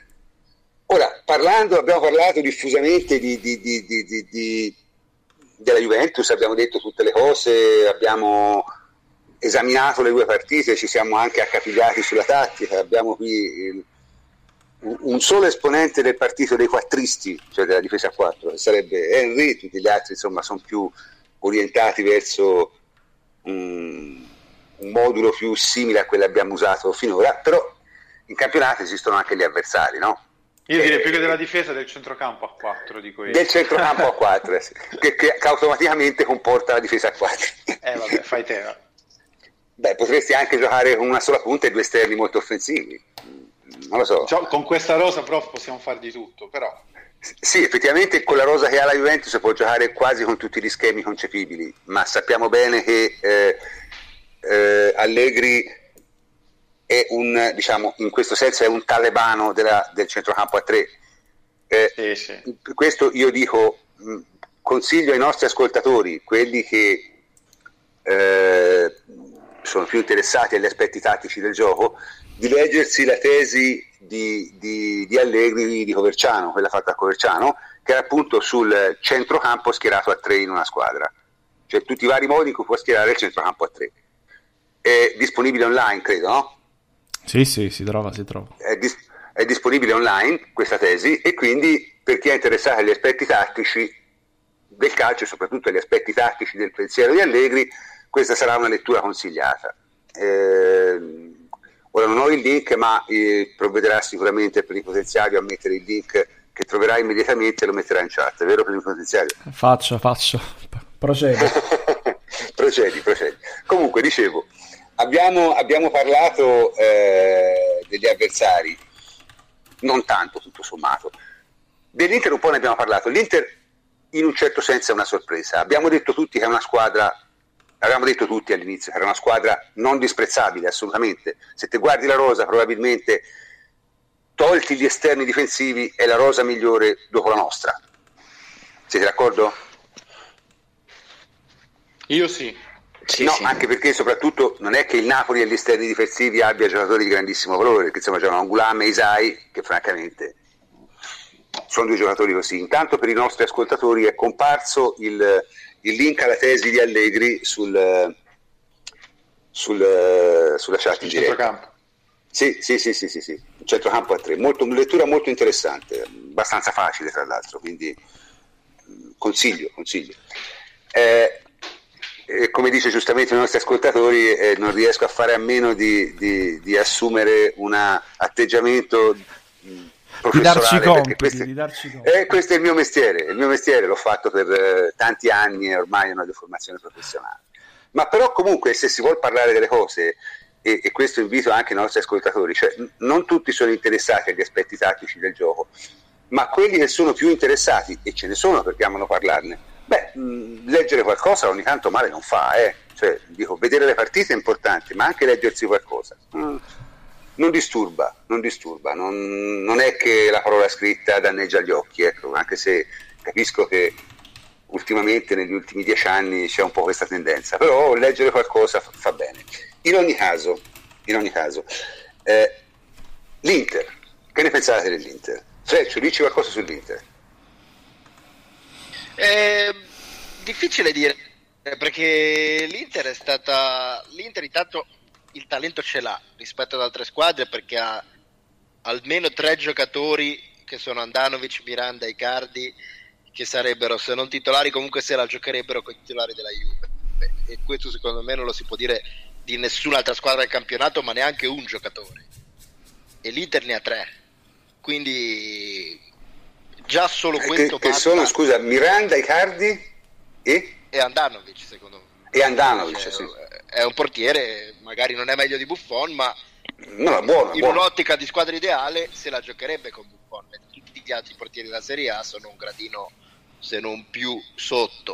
Ora, parlando, abbiamo parlato diffusamente di, di, di, di, di, di, della Juventus, abbiamo detto tutte le cose, abbiamo esaminato le due partite, ci siamo anche accapigliati sulla tattica, abbiamo qui il, un solo esponente del partito dei quattristi, cioè della difesa a quattro, che sarebbe Henry, tutti gli altri insomma sono più orientati verso un, un modulo più simile a quello che abbiamo usato finora, però in campionato esistono anche gli avversari, no? Io direi eh, più che della difesa del centrocampo a quattro, dico io. Del centrocampo a quattro, sì, che, che, che automaticamente comporta la difesa a quattro. Eh vabbè, fai te. Beh, potresti anche giocare con una sola punta e due esterni molto offensivi. Non lo so. Cioè, con questa rosa, prof, possiamo fare di tutto, però. Sì, effettivamente con la rosa che ha la Juventus può giocare quasi con tutti gli schemi concepibili, ma sappiamo bene che eh, eh, Allegri è un, diciamo, in questo senso è un talebano della, del centrocampo a tre. Eh, sì, sì. Questo io dico, mh, consiglio ai nostri ascoltatori, quelli che eh, sono più interessati agli aspetti tattici del gioco, di leggersi la tesi di, di, di Allegri di Coverciano, quella fatta a Coverciano, che era appunto sul centrocampo schierato a tre in una squadra, cioè tutti i vari modi in cui può schierare il centrocampo a tre. È disponibile online, credo, no? Sì, sì, si trova, si trova. È, dis- è disponibile online questa tesi, e quindi per chi è interessato agli aspetti tattici del calcio e soprattutto agli aspetti tattici del pensiero di Allegri, questa sarà una lettura consigliata. Eh, ora non ho il link, ma eh, provvederà sicuramente plenipotenziario a mettere il link che troverà immediatamente e lo metterà in chat, vero plenipotenziario? Faccio, faccio, procedi. procedi, procedi. Comunque, dicevo, abbiamo, abbiamo parlato eh, degli avversari, non tanto tutto sommato. Dell'Inter un po' ne abbiamo parlato. L'Inter in un certo senso è una sorpresa. Abbiamo detto tutti che è una squadra, avevamo detto tutti all'inizio che era una squadra non disprezzabile, assolutamente. Se te guardi la rosa, probabilmente, tolti gli esterni difensivi, è la rosa migliore dopo la nostra. Siete d'accordo? Io sì. Sì, no, sì. Anche perché soprattutto non è che il Napoli agli esterni difensivi abbia giocatori di grandissimo valore, perché insomma c'erano Angulam e Isai, che francamente sono due giocatori così. Intanto per i nostri ascoltatori è comparso il, il link alla tesi di Allegri sul, sul, sulla chat in diretta. Sì, sì, sì, sì, sì, sì. Centrocampo a tre, molto, lettura molto interessante, abbastanza facile tra l'altro, quindi consiglio, consiglio. Eh, E come dice giustamente i nostri ascoltatori, eh, non riesco a fare a meno di, di, di assumere un atteggiamento professionale, di darci compiti, questo, di darci compiti. Eh, questo è il mio mestiere, il mio mestiere l'ho fatto per eh, tanti anni e ormai è una deformazione professionale. Ma però comunque, se si vuol parlare delle cose, e, e questo invito anche i nostri ascoltatori, cioè non tutti sono interessati agli aspetti tattici del gioco, ma quelli che sono più interessati, e ce ne sono perché amano parlarne, beh, mh, leggere qualcosa ogni tanto male non fa, eh. Cioè, dico, vedere le partite è importante, ma anche leggersi qualcosa. Mm. Non disturba, non disturba, non, non è che la parola scritta danneggia gli occhi, ecco, anche se capisco che ultimamente, negli ultimi dieci anni, c'è un po' questa tendenza, però leggere qualcosa fa, fa bene. In ogni caso, in ogni caso, eh, l'Inter, che ne pensate dell'Inter? Freccio, dici qualcosa sull'Inter? È difficile dire, perché l'Inter è stata l'Inter intanto il talento ce l'ha rispetto ad altre squadre, perché ha almeno tre giocatori che sono Andanovic, Miranda e Icardi, che sarebbero, se non titolari, comunque se la giocherebbero con i titolari della Juve, e questo secondo me non lo si può dire di nessun'altra squadra del campionato, ma neanche un giocatore, e l'Inter ne ha tre, quindi già solo questo che, che sono, scusa, Miranda, Icardi e? E Andanovic, secondo me. E Andanovic, cioè, sì. È un portiere, magari non è meglio di Buffon, ma no, è buono, in buono. Un'ottica di squadra ideale se la giocherebbe con Buffon. Tutti gli altri portieri della Serie A sono un gradino, se non più, sotto.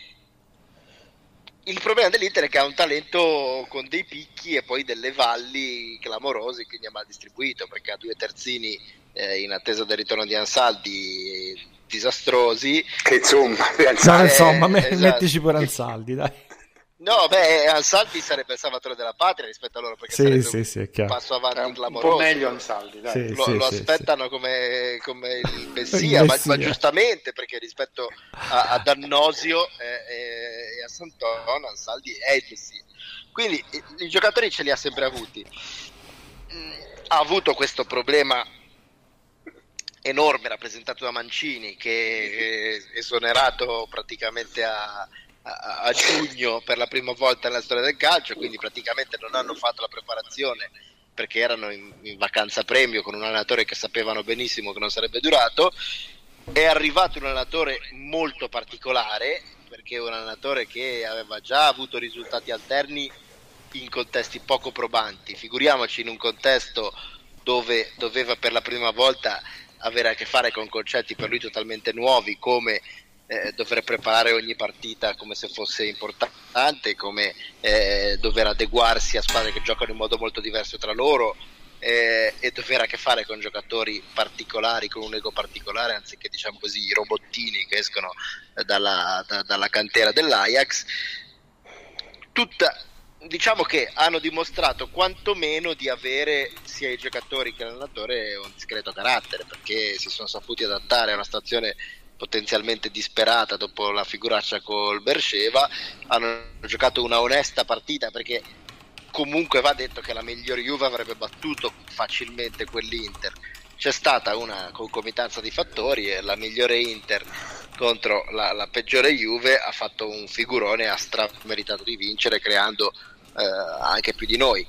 Il problema dell'Inter è che ha un talento con dei picchi e poi delle valli clamorosi, quindi è mal distribuito, perché ha due terzini eh, in attesa del ritorno di Ansaldi disastrosi, che insomma, no, insomma, eh, me, esatto. mettici pure Ansaldi, dai. No, beh, Ansaldi sarebbe il salvatore della patria rispetto a loro, perché sì, sarebbe sì, un sì, è chiaro. passo avanti È un, un clamoroso. po' meglio Ansaldi, dai. Sì, lo, sì, lo sì, aspettano sì. Come, come il Il messia, ma, messia. ma giustamente, perché rispetto a, a Dannosio e, e, e a Sant'On, Ansaldi è il messia. Quindi i, i giocatori ce li ha sempre avuti. Mm, ha avuto questo problema enorme rappresentato da Mancini, che è esonerato praticamente a A, a giugno per la prima volta nella storia del calcio, quindi praticamente non hanno fatto la preparazione perché erano in, in vacanza premio con un allenatore che sapevano benissimo che non sarebbe durato. È arrivato un allenatore molto particolare, perché è un allenatore che aveva già avuto risultati alterni in contesti poco probanti, figuriamoci in un contesto dove doveva per la prima volta avere a che fare con concetti per lui totalmente nuovi, come Eh, dover preparare ogni partita come se fosse importante, come eh, dover adeguarsi a squadre che giocano in modo molto diverso tra loro, eh, e dover a che fare con giocatori particolari, con un ego particolare, anziché, diciamo così, i robottini che escono eh, dalla, da, dalla cantera dell'Ajax. Tutta, diciamo che hanno dimostrato quantomeno di avere sia i giocatori che l'allenatore un discreto carattere, perché si sono saputi adattare a una situazione potenzialmente disperata dopo la figuraccia col Bercheva. Hanno giocato una onesta partita, perché comunque va detto che la migliore Juve avrebbe battuto facilmente quell'Inter. C'è stata una concomitanza di fattori e la migliore Inter contro la, la peggiore Juve ha fatto un figurone, ha strameritato di vincere, creando eh, anche più di noi.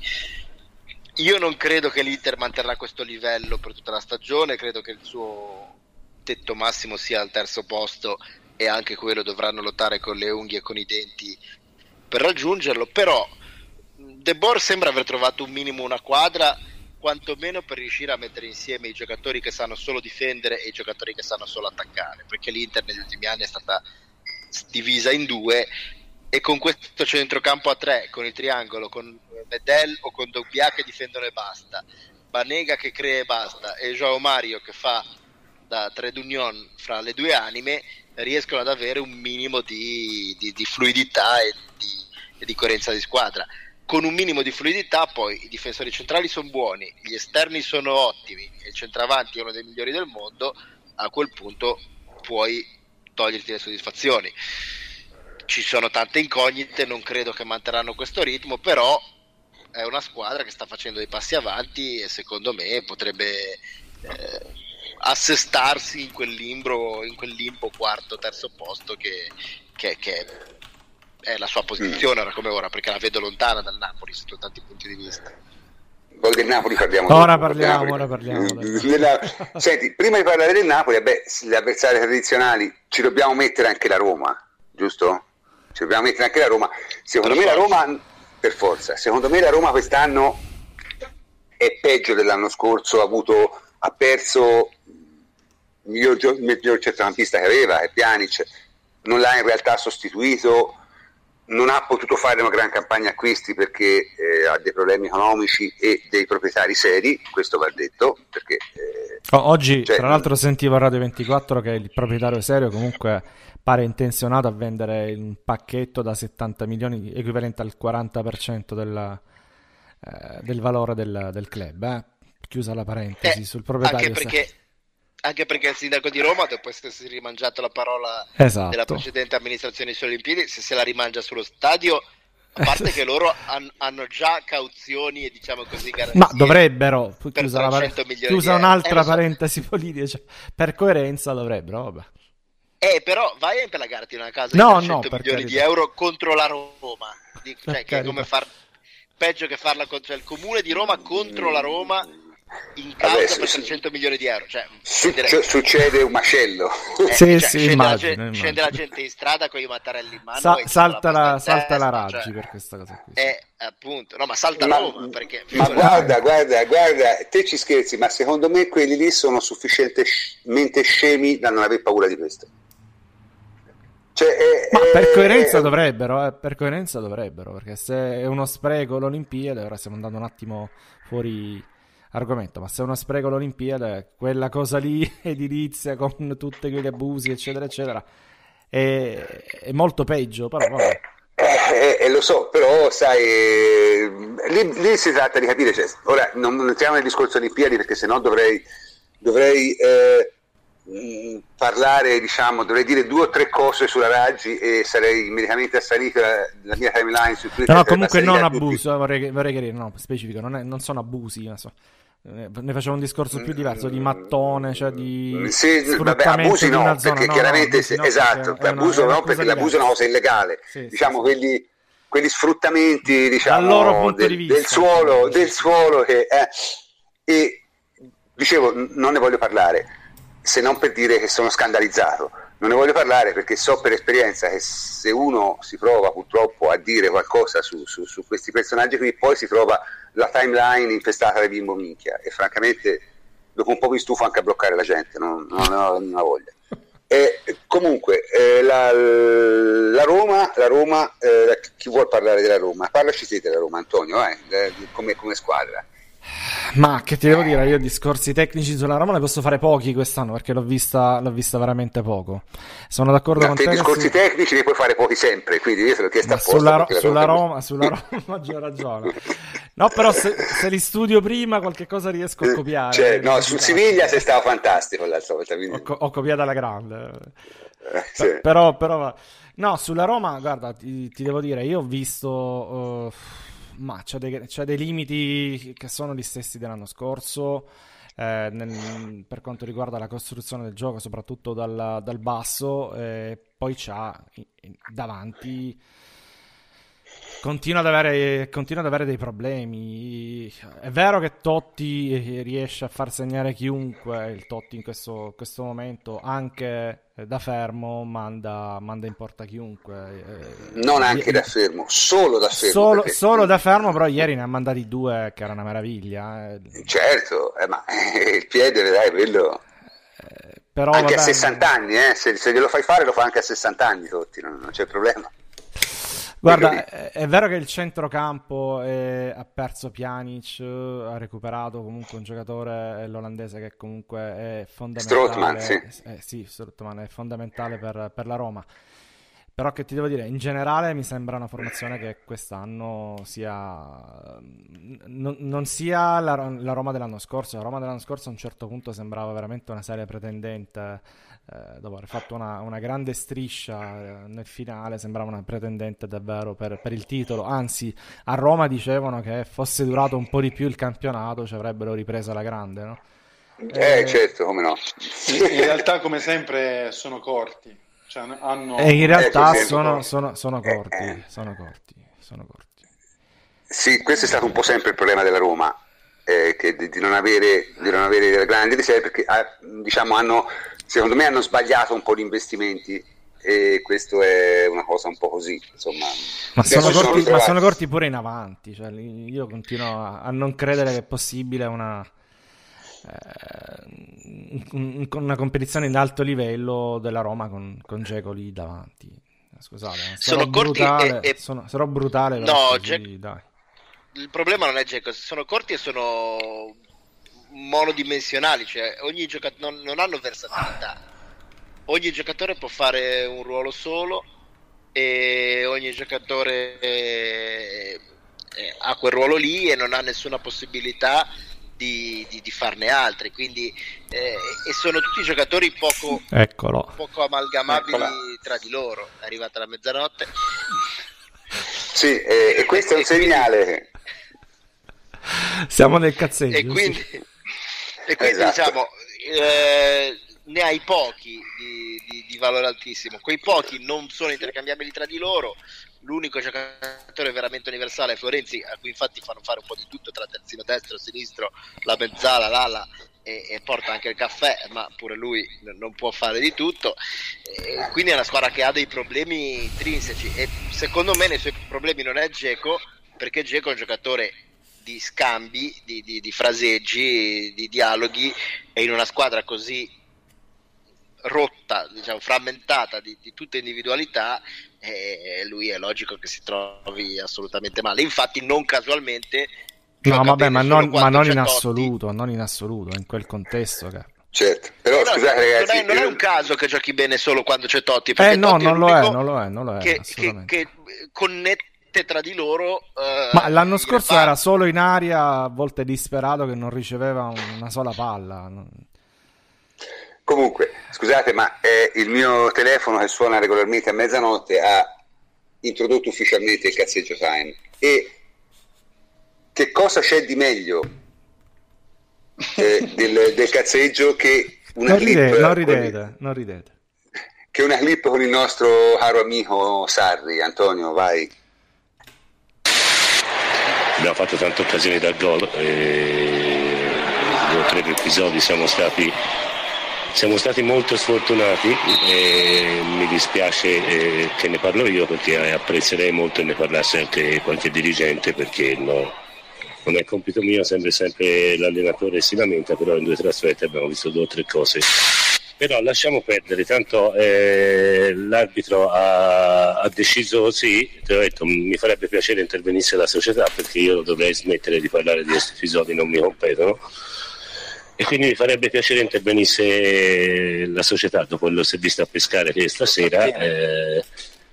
Io non credo che l'Inter manterrà questo livello per tutta la stagione, credo che il suo tetto massimo sia al terzo posto, e anche quello dovranno lottare con le unghie e con i denti per raggiungerlo. Però De Boer sembra aver trovato un minimo una quadra, quantomeno per riuscire a mettere insieme i giocatori che sanno solo difendere e i giocatori che sanno solo attaccare, perché l'Inter negli ultimi anni è stata divisa in due, e con questo centrocampo a tre, con il triangolo, con Medel o con Dogbia che difendono e basta, Banega che crea e basta, e João Mario che fa da trade union fra le due anime, riescono ad avere un minimo di, di, di fluidità e di, e di coerenza di squadra. Con un minimo di fluidità poi i difensori centrali sono buoni, gli esterni sono ottimi e il centravanti è uno dei migliori del mondo. A quel punto puoi toglierti le soddisfazioni. Ci sono tante incognite, non credo che manterranno questo ritmo, però è una squadra che sta facendo dei passi avanti e secondo me potrebbe eh, assestarsi in quel limbo, in quel limbo quarto, terzo posto che, che, che è la sua posizione ora come ora, perché la vedo lontana dal Napoli sotto tanti punti di vista. Poi del Napoli parliamo ora dopo, parliamo, Napoli. ora parliamo Nella... Senti, prima di parlare del Napoli, vabbè, gli avversari tradizionali, ci dobbiamo mettere anche la Roma, giusto? Ci dobbiamo mettere anche la Roma. Secondo per me forza. la Roma, per forza, secondo me la Roma quest'anno è peggio dell'anno scorso, ha avuto ha perso il miglior, il miglior centrocampista che aveva, è Pjanic, non l'ha in realtà sostituito, non ha potuto fare una gran campagna acquisti perché eh, ha dei problemi economici e dei proprietari seri, questo va detto, perché eh, oh, oggi cioè, tra l'altro sentivo a Radio ventiquattro che il proprietario serio comunque pare intenzionato a vendere un pacchetto da settanta milioni equivalente al quaranta per cento della, eh, del valore del, del club, eh? Chiusa la parentesi eh, sul proprietario anche perché, serio. Anche perché il sindaco di Roma, dopo essersi rimangiato la parola esatto. della precedente amministrazione sulle Olimpiadi, se se la rimangia sullo stadio, a parte che loro han, hanno già cauzioni e diciamo così garanzie, ma dovrebbero chiusa, la pare... chiusa un'altra eh, parentesi so. politica, cioè, per coerenza dovrebbero, vabbè. Eh, però vai a impelagarti una casa no, di trecento no, milioni carità. di euro contro la Roma, di, cioè che è come far peggio che farla contro il comune di Roma contro la Roma in causa Vabbè, per trecento milioni di euro, cioè, Succe- direi... succede un macello. Eh, sì, cioè, sì, scende, immagino, la, immagino. scende la gente in strada con i mattarelli in mano, Sa- e salta la, la, salta la testa, Raggi cioè, per questa cosa qui. eh, appunto, no, ma salta ma, Roma perché, ma guarda, guarda, guarda, te ci scherzi, ma secondo me quelli lì sono sufficientemente scemi da non aver paura di questo. Cioè, è, ma per è, coerenza è... dovrebbero, eh, per coerenza dovrebbero, perché se è uno spreco l'Olimpiade, ora stiamo andando un attimo fuori argomento, ma se è uno spreco l'Olimpiade, quella cosa lì, edilizia con tutti quegli abusi eccetera eccetera, è, è molto peggio, però vabbè. Eh, Eh, eh, lo so, però sai, eh, lì, lì si tratta di capire, cioè, ora non, non entriamo nel discorso Olimpiadi perché sennò dovrei, dovrei eh, mh, parlare, diciamo, dovrei dire due o tre cose sulla Raggi e sarei immediatamente assalito la, la mia timeline su Twitter. Però comunque non abuso, vorrei, vorrei chiarire, no, specifico, non, è, non sono abusi, non so. Ne facevo un discorso più diverso di mattone, cioè di sì, vabbè, abusi no, perché zona. chiaramente no, no, esatto, perché abuso no, perché l'abuso è una cosa illegale, sì, diciamo sì, quelli, sì. quegli sfruttamenti, diciamo, del, di vista, del suolo, del suolo che, eh, e dicevo, non ne voglio parlare, se non per dire che sono scandalizzato. Non ne voglio parlare perché so per esperienza che se uno si prova purtroppo a dire qualcosa su, su, su questi personaggi qui, poi si trova la timeline infestata da bimbo minchia e francamente dopo un po' mi stufo anche a bloccare la gente, non, non ho una voglia. E, comunque eh, la, la Roma, la Roma eh, chi vuol parlare della Roma? Parlaci te della Roma, Antonio, eh, come, come squadra. Ma che ti devo dire, io discorsi tecnici sulla Roma ne posso fare pochi quest'anno perché l'ho vista, l'ho vista veramente poco. Sono d'accordo Ma con te. te. Discorsi si... tecnici ne puoi fare pochi sempre, quindi io te l'ho chiesto apposta. Sulla, sulla Roma, sulla Roma maggior ragione. No, però se, se li studio prima qualche cosa riesco a copiare. Cioè, no, sul Siviglia sei stato fantastico l'altra volta. Quindi... Ho, ho copiato alla grande. Eh, sì. Però, però, no, sulla Roma, guarda, ti, ti devo dire, io ho visto... Uh, ma c'è dei, c'è dei limiti che sono gli stessi dell'anno scorso eh, nel, per quanto riguarda la costruzione del gioco, soprattutto dal, dal basso, eh, poi c'ha davanti continua ad avere continua ad avere dei problemi. È vero che Totti riesce a far segnare chiunque, il Totti in questo, questo momento anche da fermo manda, manda in porta chiunque, non anche da fermo, solo da fermo, solo, perché... solo da fermo, però ieri ne ha mandati due che era una meraviglia, eh. Certo, eh, ma eh, il piede dai, quello eh, però, anche vabbè, a sessanta anni, eh, se, se glielo fai fare lo fa anche a sessanta anni Totti, non, non c'è problema. Guarda, è, è vero che il centrocampo è, ha perso Pjanic, ha recuperato comunque un giocatore, l'olandese, che comunque è fondamentale. Strootman, sì. Eh, sì, Strootman è fondamentale per, per la Roma. Però che ti devo dire, in generale mi sembra una formazione che quest'anno sia non, non sia la, la Roma dell'anno scorso. La Roma dell'anno scorso a un certo punto sembrava veramente una seria pretendente, eh, dopo aver fatto una, una grande striscia eh, nel finale, sembrava una pretendente davvero per, per il titolo. Anzi, a Roma dicevano che fosse durato un po' di più il campionato ci avrebbero ripreso alla grande, no? Eh, eh certo, come no. In realtà, come sempre, sono corti. Cioè, hanno... E in realtà eh, sono, sono, sono corti, eh, eh. sono corti, sono corti. Sì, questo è stato un po' sempre il problema della Roma, eh, che di, di non avere, di non avere delle grandi riserve, perché ah, diciamo hanno, secondo me hanno sbagliato un po' gli investimenti e questo è una cosa un po' così, insomma. Ma sono, corti, sono, ma sono corti pure in avanti, cioè, io continuo a, a non credere che è possibile una... con una competizione di alto livello della Roma con, con Dzeko lì davanti. Scusate, sono corti brutale, e, e... Sono, sarò brutale. No, così, Dzeko... dai. Il problema non è Dzeko, sono corti e sono monodimensionali, cioè ogni giocatore non, non hanno versatilità. Ogni giocatore può fare un ruolo solo e ogni giocatore eh, eh, ha quel ruolo lì e non ha nessuna possibilità Di, di, di farne altri, quindi eh, e sono tutti giocatori poco, poco amalgamabili Eccola. tra di loro. È arrivata la mezzanotte. Sì, eh, e questo è un segnale. Siamo nel cazzeggio. E quindi, sì. e quindi esatto. diciamo eh, ne hai pochi di, di, di valore altissimo. Quei pochi non sono intercambiabili tra di loro. L'unico giocatore veramente universale è Florenzi, a cui infatti fanno fare un po' di tutto tra terzino destro, sinistro, la mezzala, l'ala e, e porta anche il caffè, ma pure lui non può fare di tutto. E quindi è una squadra che ha dei problemi intrinseci e secondo me nei suoi problemi non è Dzeko, perché Dzeko è un giocatore di scambi, di, di, di fraseggi, di dialoghi, e in una squadra così rotta, diciamo frammentata di, di tutte individualità, e lui è logico che si trovi assolutamente male. Infatti non casualmente no vabbè ma non, ma non in assoluto non in assoluto in quel contesto che... certo, però no, scusate ragazzi, non, è, non è un caso che giochi bene solo quando c'è Totti, perché Eh no, Totti non è lo è, l'unico non lo è, non lo è, che, che, assolutamente. che connette tra di loro. eh, Ma l'anno i scorso reparti. era solo in aria, a volte disperato, che non riceveva un- una sola palla. Non- Comunque, scusate, ma eh, il mio telefono che suona regolarmente a mezzanotte ha introdotto ufficialmente il cazzeggio time. E che cosa c'è di meglio eh, del, del cazzeggio che una Non, clip ride- non con- ridete, non ridete. che una clip con il nostro caro amico Sarri? Antonio, vai. Abbiamo fatto tante occasioni da gol e due o tre episodi siamo stati siamo stati molto sfortunati e mi dispiace eh, che ne parlo io, perché apprezzerei molto che ne parlasse anche qualche dirigente, perché no, non è compito mio, sempre sempre l'allenatore si lamenta, però in due trasferte abbiamo visto due o tre cose. Però lasciamo perdere, tanto eh, l'arbitro ha, ha deciso così, ti ho detto, mi farebbe piacere intervenisse la società, perché io dovrei smettere di parlare di questi episodi, non mi competono, e quindi mi farebbe piacere intervenisse la società. Dopo quello che si è visto a pescare che stasera, eh,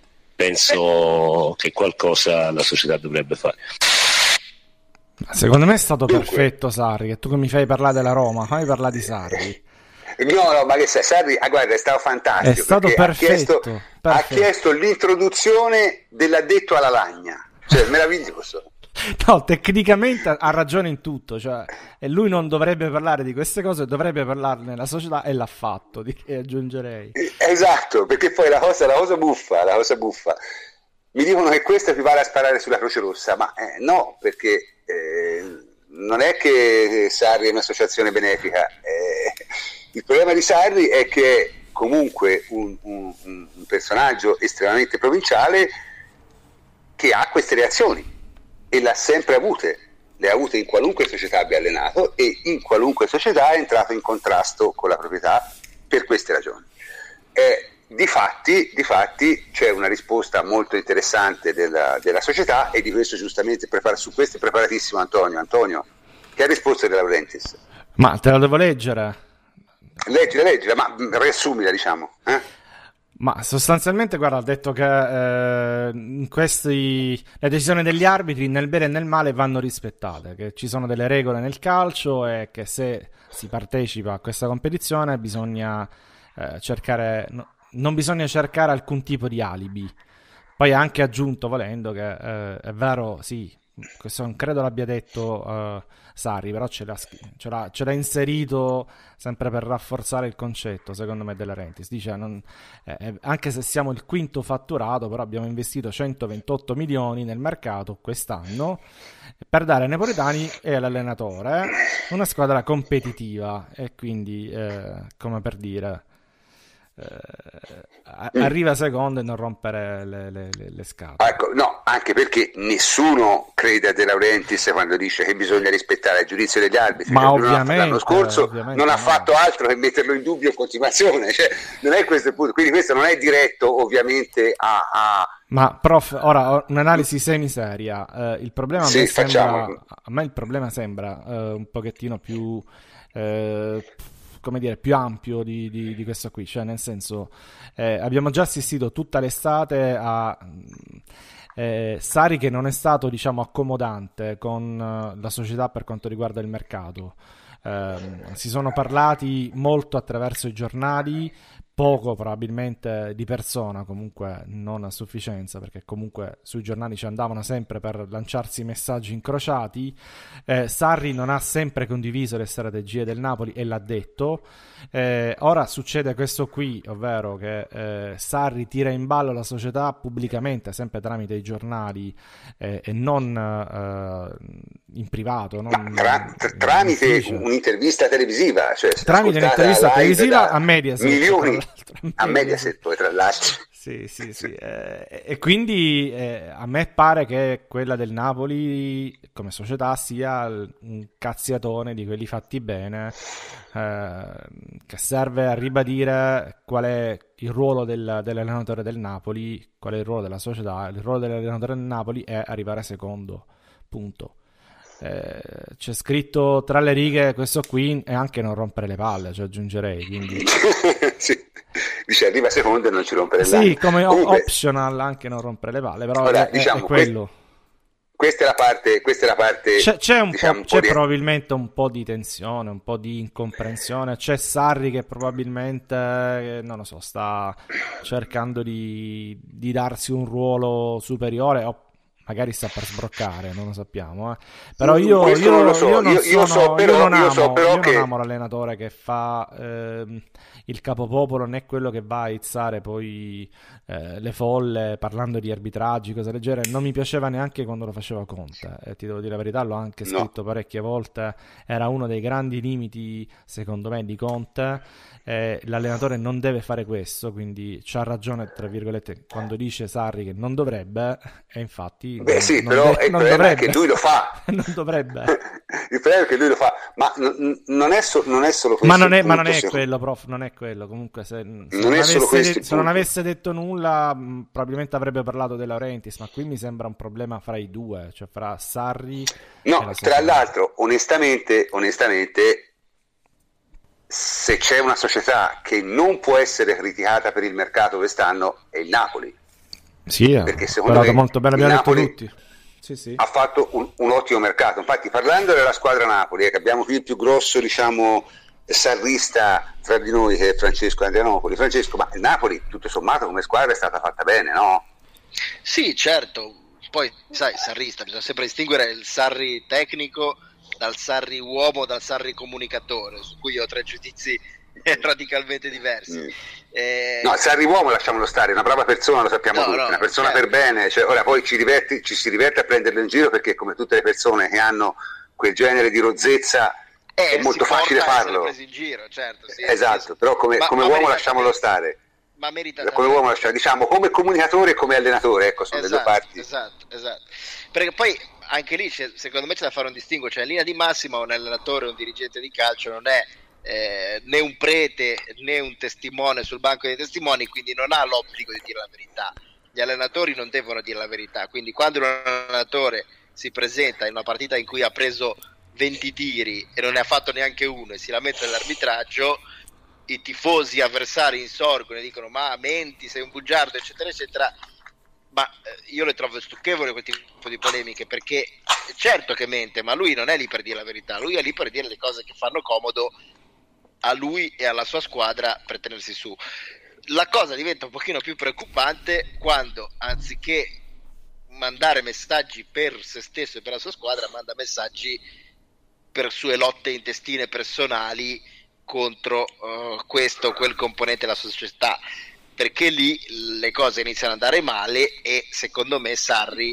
penso che qualcosa la società dovrebbe fare. Secondo me è stato perfetto Sarri, che tu che mi fai parlare della Roma, fammi parlare di Sarri. No, no, ma che sai, Sarri, ah, guarda, è stato fantastico. È stato perché perfetto, ha chiesto, perfetto. ha chiesto l'introduzione dell'addetto alla lagna. Cioè, meraviglioso. No, tecnicamente ha ragione in tutto, cioè, e lui non dovrebbe parlare di queste cose, dovrebbe parlarne la società, e l'ha fatto, di che aggiungerei. Esatto, perché poi la cosa, la cosa buffa, la cosa buffa. Mi dicono che questo equivale a sparare sulla Croce Rossa, ma eh, no, perché eh, non è che Sarri è un'associazione benefica. Eh, il problema di Sarri è che è comunque un, un, un personaggio estremamente provinciale che ha queste reazioni e l'ha sempre avute, le ha avute in qualunque società abbia allenato e in qualunque società è entrato in contrasto con la proprietà per queste ragioni. Eh, Difatti, difatti c'è una risposta molto interessante della, della società, e di questo giustamente prepara, su questo è preparatissimo Antonio. Antonio, che ha risposto De Laurentiis? Ma te la devo leggere? Leggila, leggila, ma riassumila, diciamo. Eh? Ma sostanzialmente, guarda, ha detto che eh, in questi, le decisioni degli arbitri nel bene e nel male vanno rispettate, che ci sono delle regole nel calcio e che se si partecipa a questa competizione bisogna eh, cercare... No, non bisogna cercare alcun tipo di alibi. Poi ha anche aggiunto, volendo, che eh, è vero, sì, questo non credo l'abbia detto uh, Sarri, però ce l'ha, ce, l'ha, ce l'ha inserito sempre per rafforzare il concetto, secondo me, della Rentis. Dice, non, eh, anche se siamo il quinto fatturato, però abbiamo investito centoventotto milioni nel mercato quest'anno per dare ai napoletani e all'allenatore una squadra competitiva, e quindi, eh, come per dire... Uh, arriva secondo e non rompere le, le, le, le scatole. Ecco, no, anche perché nessuno crede a De Laurentiis quando dice che bisogna rispettare il giudizio degli arbitri. Ma cioè, ovviamente, l'anno scorso ovviamente non ha no. fatto altro che metterlo in dubbio in continuazione, cioè, non è questo il punto. Quindi questo non è diretto ovviamente a, a... Ma prof, ora un'analisi semiseria. Eh, il problema sì, a me sembra, facciamo. a me il problema sembra eh, un pochettino più eh, come dire, più ampio di, di, di questo qui, cioè nel senso eh, abbiamo già assistito tutta l'estate a eh, Sarri che non è stato, diciamo, accomodante con uh, la società per quanto riguarda il mercato. Eh, si sono parlati molto attraverso i giornali, poco probabilmente di persona, comunque non a sufficienza, perché comunque sui giornali ci andavano sempre per lanciarsi messaggi incrociati. eh, Sarri non ha sempre condiviso le strategie del Napoli e l'ha detto. Eh, ora succede questo qui, ovvero che eh, Sarri tira in ballo la società pubblicamente, sempre tramite i giornali eh, e non eh, in privato, non tra, tra, tramite un'intervista televisiva, cioè tramite un'intervista televisiva a Mediaset, milioni a Mediaset poi tra l'altro. Sì, sì, sì. Eh, e quindi eh, a me pare che quella del Napoli come società sia un cazziatone di quelli fatti bene, eh, che serve a ribadire qual è il ruolo del, dell'allenatore del Napoli, qual è il ruolo della società. Il ruolo dell'allenatore del Napoli è arrivare secondo, punto. eh, c'è scritto tra le righe questo qui e anche non rompere le palle, cioè aggiungerei, quindi sì. Dice arriva secondo e non ci rompere le sì, palle. come Comunque, optional anche non rompere le palle, però ora, è, diciamo, è quello. Questa è la parte, questa è la parte C'è, c'è, un diciamo, po', un c'è po' di... probabilmente un po' di tensione, un po' di incomprensione. C'è Sarri che probabilmente, eh, non lo so, sta cercando di, di darsi un ruolo superiore o magari sta per sbroccare, non lo sappiamo. Eh. Però io, Questo io, non lo so, io non io, io sono, so però, io non io amo, so però io che... non amo l'allenatore che fa ehm, il capopopolo, né quello che va a izzare poi eh, le folle parlando di arbitraggi, cose del genere. Non mi piaceva neanche quando lo faceva Conte, e ti devo dire la verità, l'ho anche scritto no. parecchie volte. Era uno dei grandi limiti, secondo me, di Conte. Eh, l'allenatore non deve fare questo, quindi c'ha ragione, tra virgolette, quando dice Sarri che non dovrebbe, e infatti Beh non, sì, non però de- il non problema dovrebbe. è che lui lo fa. non dovrebbe. Il problema è che lui lo fa, ma n- non, è so- non è solo questo. Ma non è, punto, ma non è secondo... quello, prof, non è quello. Comunque, se, se, non, non, è solo avesse, de- se non avesse detto nulla, mh, probabilmente avrebbe parlato De Laurentiis, ma qui mi sembra un problema fra i due, cioè fra Sarri no, e la tra l'altro, onestamente, onestamente, se c'è una società che non può essere criticata per il mercato quest'anno è il Napoli. Sì, perché secondo me molto bene, abbiamo Napoli detto tutti. Sì, sì. ha fatto un, un ottimo mercato. Infatti, parlando della squadra Napoli, eh, che abbiamo qui il più grosso, diciamo, sarrista tra di noi, che è Francesco Andrianopoli. Francesco, ma il Napoli, tutto sommato, come squadra è stata fatta bene, no? Sì, certo. Poi, sai, sarrista, bisogna sempre distinguere il Sarri tecnico dal Sarri uomo, dal Sarri comunicatore, su cui ho tre giudizi radicalmente diversi. Mm. Eh... No, il Sarri uomo lasciamolo stare, è una brava persona, lo sappiamo no, tutti, no, una persona certo. per bene, cioè, ora poi ci, diverti, ci si diverte a prenderlo in giro perché come tutte le persone che hanno quel genere di rozzezza eh, è molto facile farlo. Presi in giro, certo, sì, esatto, sì. Però come, ma, come ma uomo lasciamolo stare. Ma merita come uomo lasciamo, diciamo come comunicatore e come allenatore, ecco, sono esatto, le due parti. Esatto, esatto. Perché poi anche lì c'è, secondo me c'è da fare un distinguo, cioè in linea di massima un allenatore o un dirigente di calcio non è eh, né un prete né un testimone sul banco dei testimoni, quindi non ha l'obbligo di dire la verità. Gli allenatori non devono dire la verità, quindi quando un allenatore si presenta in una partita in cui ha preso venti tiri e non ne ha fatto neanche uno e si lamenta dell'arbitraggio, i tifosi avversari insorgono e dicono ma menti, sei un bugiardo, eccetera eccetera. Ma eh, io le trovo stucchevoli quel tipo di polemiche, perché certo che mente, ma lui non è lì per dire la verità, lui è lì per dire le cose che fanno comodo a lui e alla sua squadra per tenersi su. La cosa diventa un pochino più preoccupante quando, anziché mandare messaggi per se stesso e per la sua squadra, manda messaggi per sue lotte intestine personali contro uh, questo o quel componente della società, perché lì le cose iniziano ad andare male e secondo me Sarri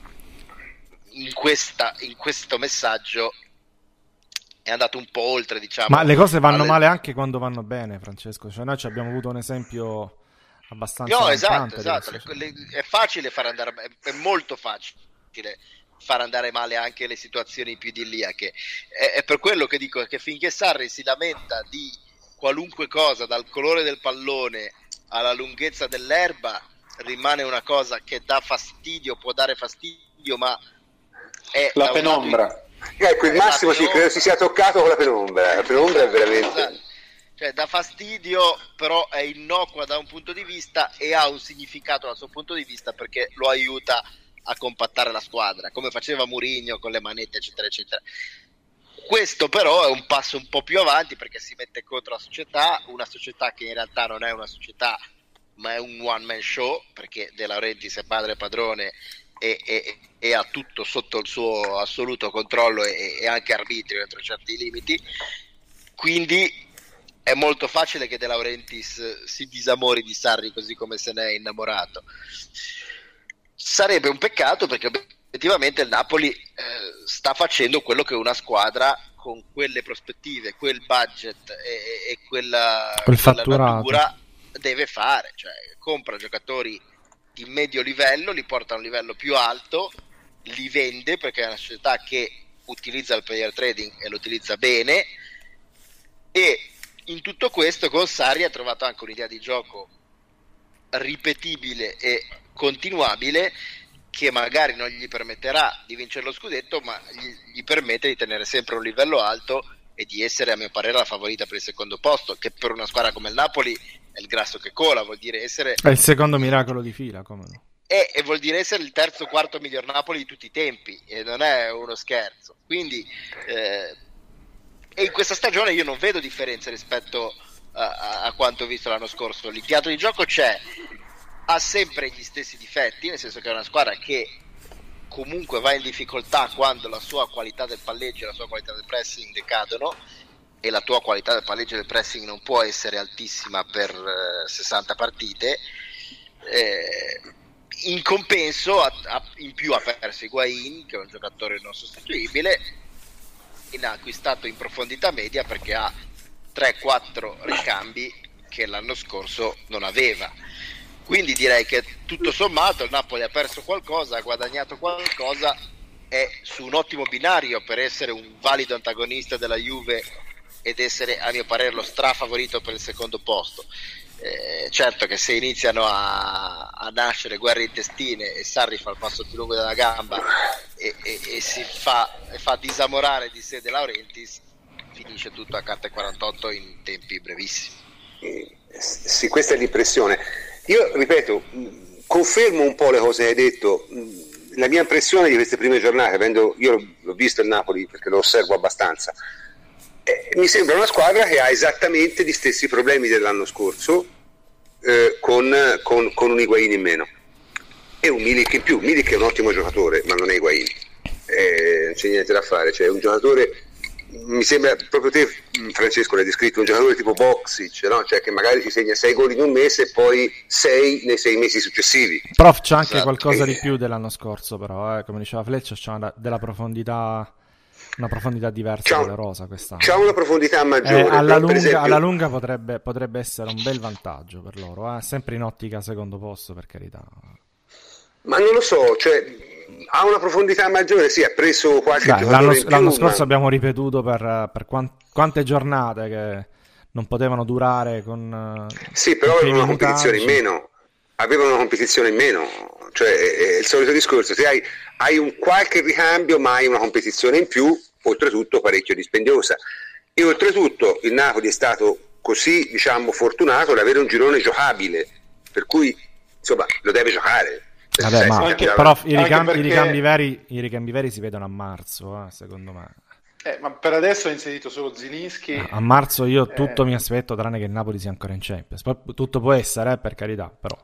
in, questa, in questo messaggio è andato un po' oltre, diciamo. Ma le cose vanno alle... male anche quando vanno bene, Francesco, cioè noi ci abbiamo avuto un esempio abbastanza no, esatto, esatto. Le, le, è facile far andare, è, è molto facile far andare male anche le situazioni più idilliache. È, è per quello che dico che finché Sarri si lamenta di qualunque cosa, dal colore del pallone alla lunghezza dell'erba, rimane una cosa che dà fastidio, può dare fastidio, ma è la penombra. In... Ecco, il massimo sì, credo si sia toccato con la penombra. La penombra è veramente... Esatto. Cioè dà fastidio, però è innocua da un punto di vista e ha un significato dal suo punto di vista perché lo aiuta a compattare la squadra, come faceva Mourinho con le manette, eccetera, eccetera. Questo però è un passo un po' più avanti perché si mette contro la società, una società che in realtà non è una società ma è un one man show, perché De Laurentiis è padre e padrone e, e, e ha tutto sotto il suo assoluto controllo e, e anche arbitrio entro certi limiti, quindi è molto facile che De Laurentiis si disamori di Sarri così come se ne è innamorato. Sarebbe un peccato perché effettivamente il Napoli eh, sta facendo quello che una squadra con quelle prospettive, quel budget e, e quella, quel quella natura deve fare, cioè compra giocatori di medio livello, li porta a un livello più alto, li vende perché è una società che utilizza il player trading e lo utilizza bene, e in tutto questo con Sarri ha trovato anche un'idea di gioco ripetibile e continuabile che magari non gli permetterà di vincere lo scudetto, ma gli, gli permette di tenere sempre un livello alto e di essere, a mio parere, la favorita per il secondo posto, che per una squadra come il Napoli è il grasso che cola, vuol dire essere... È il secondo miracolo di fila, come no? E, e vuol dire essere il terzo o quarto miglior Napoli di tutti i tempi, e non è uno scherzo. Quindi eh, e in questa stagione io non vedo differenze rispetto a, a, a quanto ho visto l'anno scorso. L'impianto di gioco c'è, ha sempre gli stessi difetti, nel senso che è una squadra che comunque va in difficoltà quando la sua qualità del palleggio e la sua qualità del pressing decadono, e la tua qualità del palleggio e del pressing non può essere altissima per eh, sessanta partite. Eh, in compenso a, a, in più ha perso Higuain, che è un giocatore non sostituibile, e ha acquistato in profondità media perché ha tre quattro ricambi che l'anno scorso non aveva. Quindi direi che tutto sommato il Napoli ha perso qualcosa, ha guadagnato qualcosa, è su un ottimo binario per essere un valido antagonista della Juve ed essere, a mio parere, lo strafavorito per il secondo posto. Eh, certo che se iniziano a, a nascere guerre intestine e Sarri fa il passo più lungo della gamba e, e, e si fa, e fa disamorare di sé De Laurentiis, finisce tutto a carte quarantotto in tempi brevissimi. Eh, sì, questa è l'impressione. Io ripeto, confermo un po' le cose che hai detto. La mia impressione di queste prime giornate, avendo io l'ho visto il Napoli perché lo osservo abbastanza, eh, mi sembra una squadra che ha esattamente gli stessi problemi dell'anno scorso, eh, con, con, con un Higuain in meno e un Milik in più. Milik è un ottimo giocatore, ma non è Higuain, eh, non c'è niente da fare, cioè è un giocatore, mi sembra, proprio te Francesco l'hai descritto, un giocatore tipo Boxic, no? Cioè che magari ti segna sei gol in un mese e poi sei nei sei mesi successivi. Prof, c'è anche esatto. qualcosa e... di più dell'anno scorso, però, eh, come diceva Fleccio, c'è una, della profondità, una profondità diversa della rosa quest'anno. C'ha una profondità maggiore. Eh, alla, lunga, esempio... alla lunga potrebbe, potrebbe essere un bel vantaggio per loro, eh? Sempre in ottica secondo posto, per carità. Ma non lo so, cioè... ha una profondità maggiore, sì, ha preso qualche Dai, giocatore l'anno, in più, l'anno scorso ma... abbiamo ripetuto per, per quant, quante giornate che non potevano durare con sì, però avevano una competizione in meno avevano una competizione in meno cioè è, è il solito discorso, se hai, hai un qualche ricambio ma hai una competizione in più, oltretutto parecchio dispendiosa, e oltretutto il Napoli è stato così, diciamo, fortunato ad avere un girone giocabile, per cui insomma lo deve giocare. Vabbè, ma anche, però i ricambi, perché... i, ricambi veri, i ricambi veri si vedono a marzo, eh, secondo me. Eh, ma per adesso ha inserito solo Zilinski. A marzo io tutto eh... mi aspetto, tranne che il Napoli sia ancora in Champions. Poi tutto può essere, eh, per carità, però.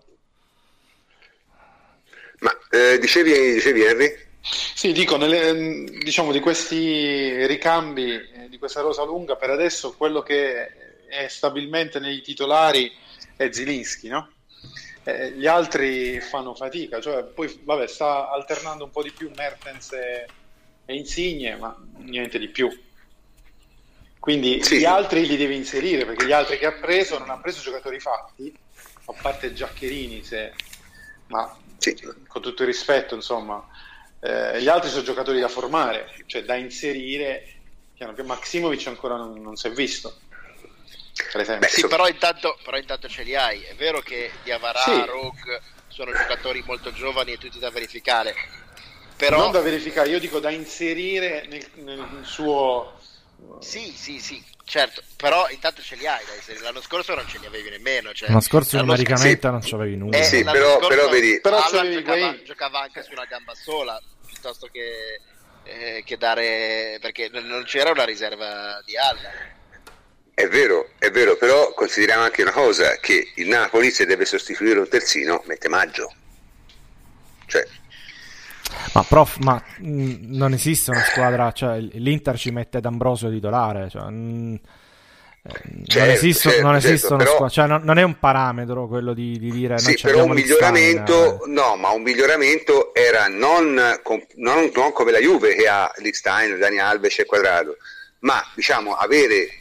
Ma eh, dicevi, dicevi Henry? Sì, dico, nelle, diciamo di questi ricambi, eh, di questa rosa lunga, per adesso quello che è stabilmente nei titolari è Zilinski, no? Eh, gli altri fanno fatica, cioè poi vabbè, sta alternando un po' di più Mertens e, e Insigne, ma niente di più. Quindi sì. Gli altri li devi inserire, perché gli altri che ha preso non ha preso giocatori fatti, a parte Giaccherini, se, ma sì. Con tutto il rispetto, insomma, eh, gli altri sono giocatori da formare, cioè da inserire. Piano che Maksimovic ancora non, non si è visto. Per esempio. Beh, sì, però intanto, però intanto ce li hai. È vero che Diawara, sì. Rogue sono giocatori molto giovani e tutti da verificare. Però... Non da verificare, io dico da inserire nel, nel suo... Sì, sì, sì, certo. Però intanto ce li hai da inserire. L'anno scorso non ce li avevi nemmeno. Cioè, l'anno scorso numericamente sc- non ce l'avevi nulla. Eh, sì, però, scorso, però vedi... Però giocava, giocava anche su una gamba sola, piuttosto che, eh, che dare... Perché non c'era una riserva di Alla. È vero, è vero, però consideriamo anche una cosa, che il Napoli, se deve sostituire un terzino, mette Maggio. Cioè... Ma prof, ma mh, non esiste una squadra, cioè l'Inter ci mette D'Ambrosio titolare, cioè, mh, certo, non esiste, certo, non esiste certo, una però, squadra, cioè non, non è un parametro quello di, di dire sì, però un miglioramento, Stein, no, ma un miglioramento era non, non, non come la Juve che ha Lichtstein, Dani Alves e Quadrado, ma diciamo avere,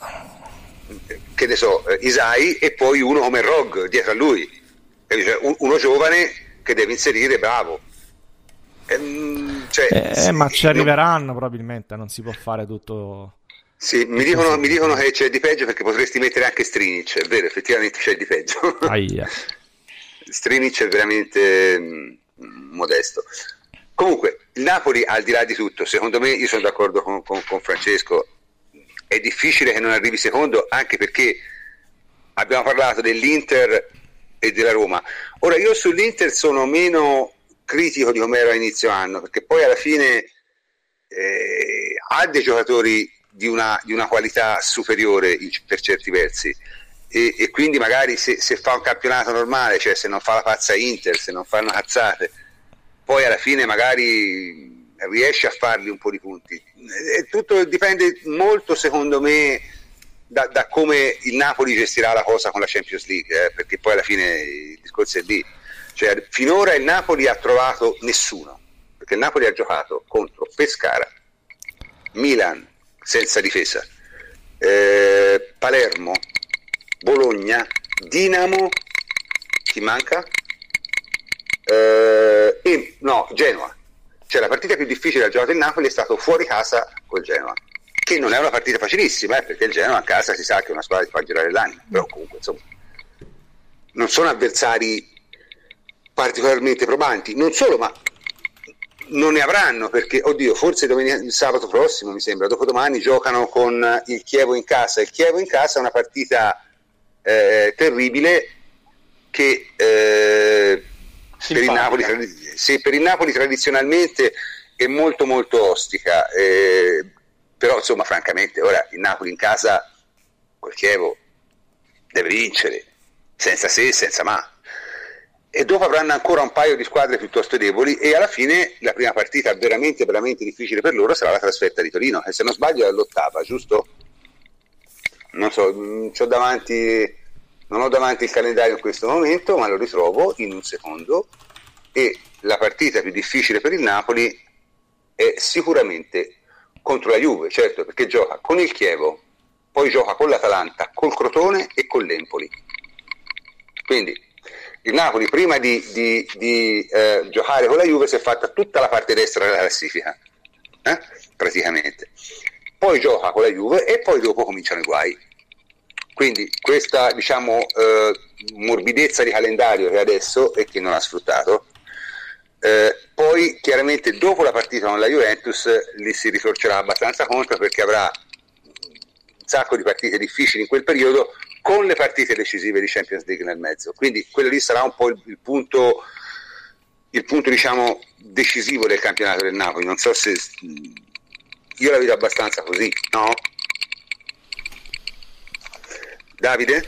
che ne so, Isai e poi uno come Rog dietro a lui, uno giovane che deve inserire, bravo. Ehm, cioè, eh, sì, ma ci arriveranno non... probabilmente, non si può fare tutto. Sì, mi dicono, mi dicono che c'è di peggio, perché potresti mettere anche Strinic, è vero, effettivamente c'è di peggio. Aia. Strinic è veramente modesto. Comunque il Napoli, al di là di tutto, secondo me, io sono d'accordo con, con, con Francesco, è difficile che non arrivi secondo, anche perché abbiamo parlato dell'Inter e della Roma. Ora io sull'Inter sono meno critico di come ero a inizio anno, perché poi alla fine eh, ha dei giocatori di una, di una qualità superiore in, per certi versi, e, e quindi magari se, se fa un campionato normale, cioè se non fa la pazza Inter, se non fanno cazzate, poi alla fine magari riesce a fargli un po' di punti. E tutto dipende molto, secondo me, da, da come il Napoli gestirà la cosa con la Champions League, eh, perché poi alla fine il discorso è lì. Cioè, finora il Napoli ha trovato nessuno, perché il Napoli ha giocato contro Pescara, Milan senza difesa, eh, Palermo, Bologna, Dinamo, chi manca? Eh, e, no, Genoa. Cioè la partita più difficile che ha giocato il Napoli è stato fuori casa col Genoa, che non è una partita facilissima, eh, perché il Genoa a casa si sa che è una squadra che fa girare l'anima, però comunque insomma non sono avversari particolarmente probanti, non solo, ma non ne avranno, perché oddio, forse domenica, il sabato prossimo mi sembra, dopodomani giocano con il Chievo in casa. Il Chievo in casa è una partita eh, terribile che eh, per il, Napoli, sì, per il Napoli tradizionalmente è molto molto ostica, eh, però insomma francamente ora il Napoli in casa col Chievo deve vincere, senza se e senza ma, e dopo avranno ancora un paio di squadre piuttosto deboli, e alla fine la prima partita veramente veramente difficile per loro sarà la trasferta di Torino, e se non sbaglio è all'ottava, giusto? Non so, c'ho davanti, non ho davanti il calendario in questo momento, ma lo ritrovo in un secondo, e la partita più difficile per il Napoli è sicuramente contro la Juve, certo, perché gioca con il Chievo, poi gioca con l'Atalanta, col Crotone e con l'Empoli. Quindi il Napoli prima di, di, di eh, giocare con la Juve si è fatta tutta la parte destra della classifica, eh? praticamente. Poi gioca con la Juve e poi dopo cominciano i guai. Quindi questa, diciamo, eh, morbidezza di calendario che adesso e che non ha sfruttato, eh, poi chiaramente dopo la partita con la Juventus lì si ritorcerà abbastanza contro, perché avrà un sacco di partite difficili in quel periodo, con le partite decisive di Champions League nel mezzo, quindi quello lì sarà un po' il, il punto, il punto diciamo decisivo del campionato del Napoli. Non so se io la vedo abbastanza così, no? Davide?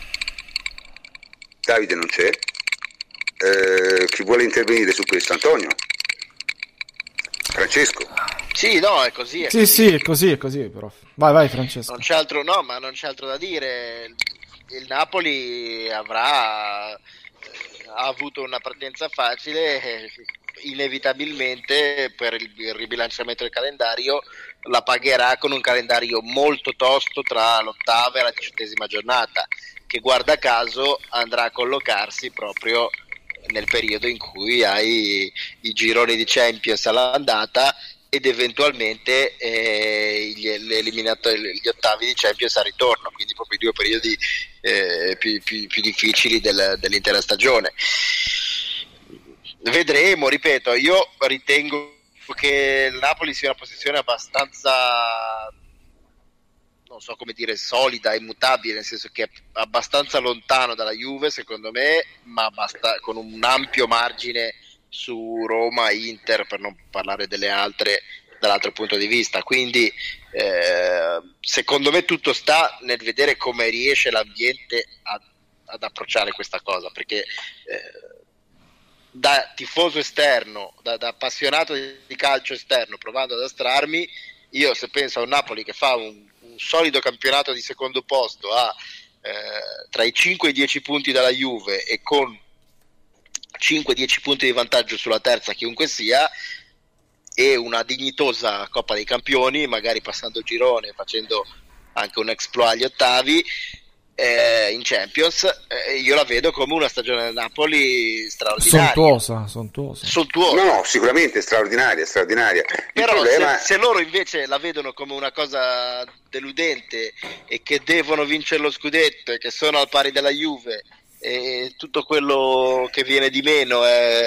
Davide non c'è? Eh, chi vuole intervenire su questo? Antonio? Francesco? Sì, no, è così. È sì, così. sì, è così, è così, prof. Vai, vai, Francesco. Non c'è altro, no, ma non c'è altro da dire. Il Napoli avrà ha avuto una partenza facile, inevitabilmente per il, il ribilanciamento del calendario la pagherà con un calendario molto tosto tra l'ottava e la diciottesima giornata, che guarda caso andrà a collocarsi proprio nel periodo in cui hai i gironi di Champions all'andata ed eventualmente eh, gli, gli ottavi di Champions al ritorno, quindi proprio i due periodi eh, più, più, più difficili del, dell'intera stagione. Vedremo, ripeto, io ritengo che il Napoli sia una posizione abbastanza, non so come dire, solida, immutabile, nel senso che è abbastanza lontano dalla Juve secondo me, ma basta, con un ampio margine su Roma e Inter, per non parlare delle altre dall'altro punto di vista. Quindi eh, secondo me tutto sta nel vedere come riesce l'ambiente a, ad approcciare questa cosa, perché eh, da tifoso esterno, da, da appassionato di calcio esterno, provando ad astrarmi, io se penso a un Napoli che fa un, un solido campionato di secondo posto a eh, tra i cinque e i dieci punti dalla Juve e con cinque dieci punti di vantaggio sulla terza chiunque sia, e una dignitosa Coppa dei Campioni, magari passando il girone, facendo anche un exploit agli ottavi eh, in Champions, eh, io la vedo come una stagione del Napoli straordinaria, sontuosa, sontuosa. sontuosa. No, no, sicuramente straordinaria, straordinaria. Il Però problema... se, se loro invece la vedono come una cosa deludente e che devono vincere lo scudetto e che sono al pari della Juve e tutto quello che viene di meno è,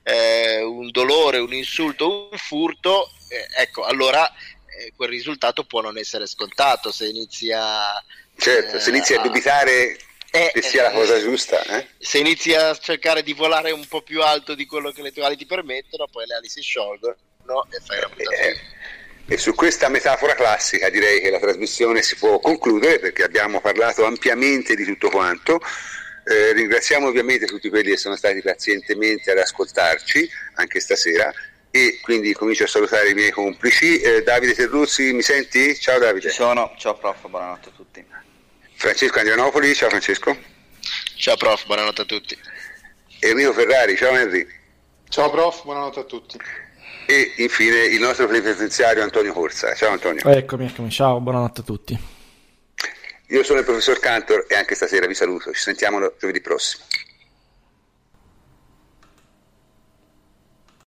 eh, un dolore, un insulto, un furto, eh, ecco, allora eh, quel risultato può non essere scontato. Se inizia certo, eh, se inizi a dubitare eh, che sia eh, la cosa giusta, eh? se inizi a cercare di volare un po' più alto di quello che le tue ali ti permettono, poi le ali si sciolgono e fai una puntata. Eh, e su questa metafora classica direi che la trasmissione si può concludere, perché abbiamo parlato ampiamente di tutto quanto. Eh, ringraziamo ovviamente tutti quelli che sono stati pazientemente ad ascoltarci anche stasera, e quindi comincio a salutare i miei complici. eh, Davide Terruzzi, mi senti? Ciao Davide. Ci sono, ciao prof, buonanotte a tutti. Francesco Andrianopoli, ciao Francesco. Ciao prof, buonanotte a tutti. Enrico Ferrari, ciao Henry. Ciao prof, buonanotte a tutti. E infine il nostro plenipotenziario Antonio Corsa, ciao Antonio. Eccomi, eccomi, ciao, buonanotte a tutti. Io sono il professor Cantor e anche stasera vi saluto, ci sentiamo giovedì prossimo.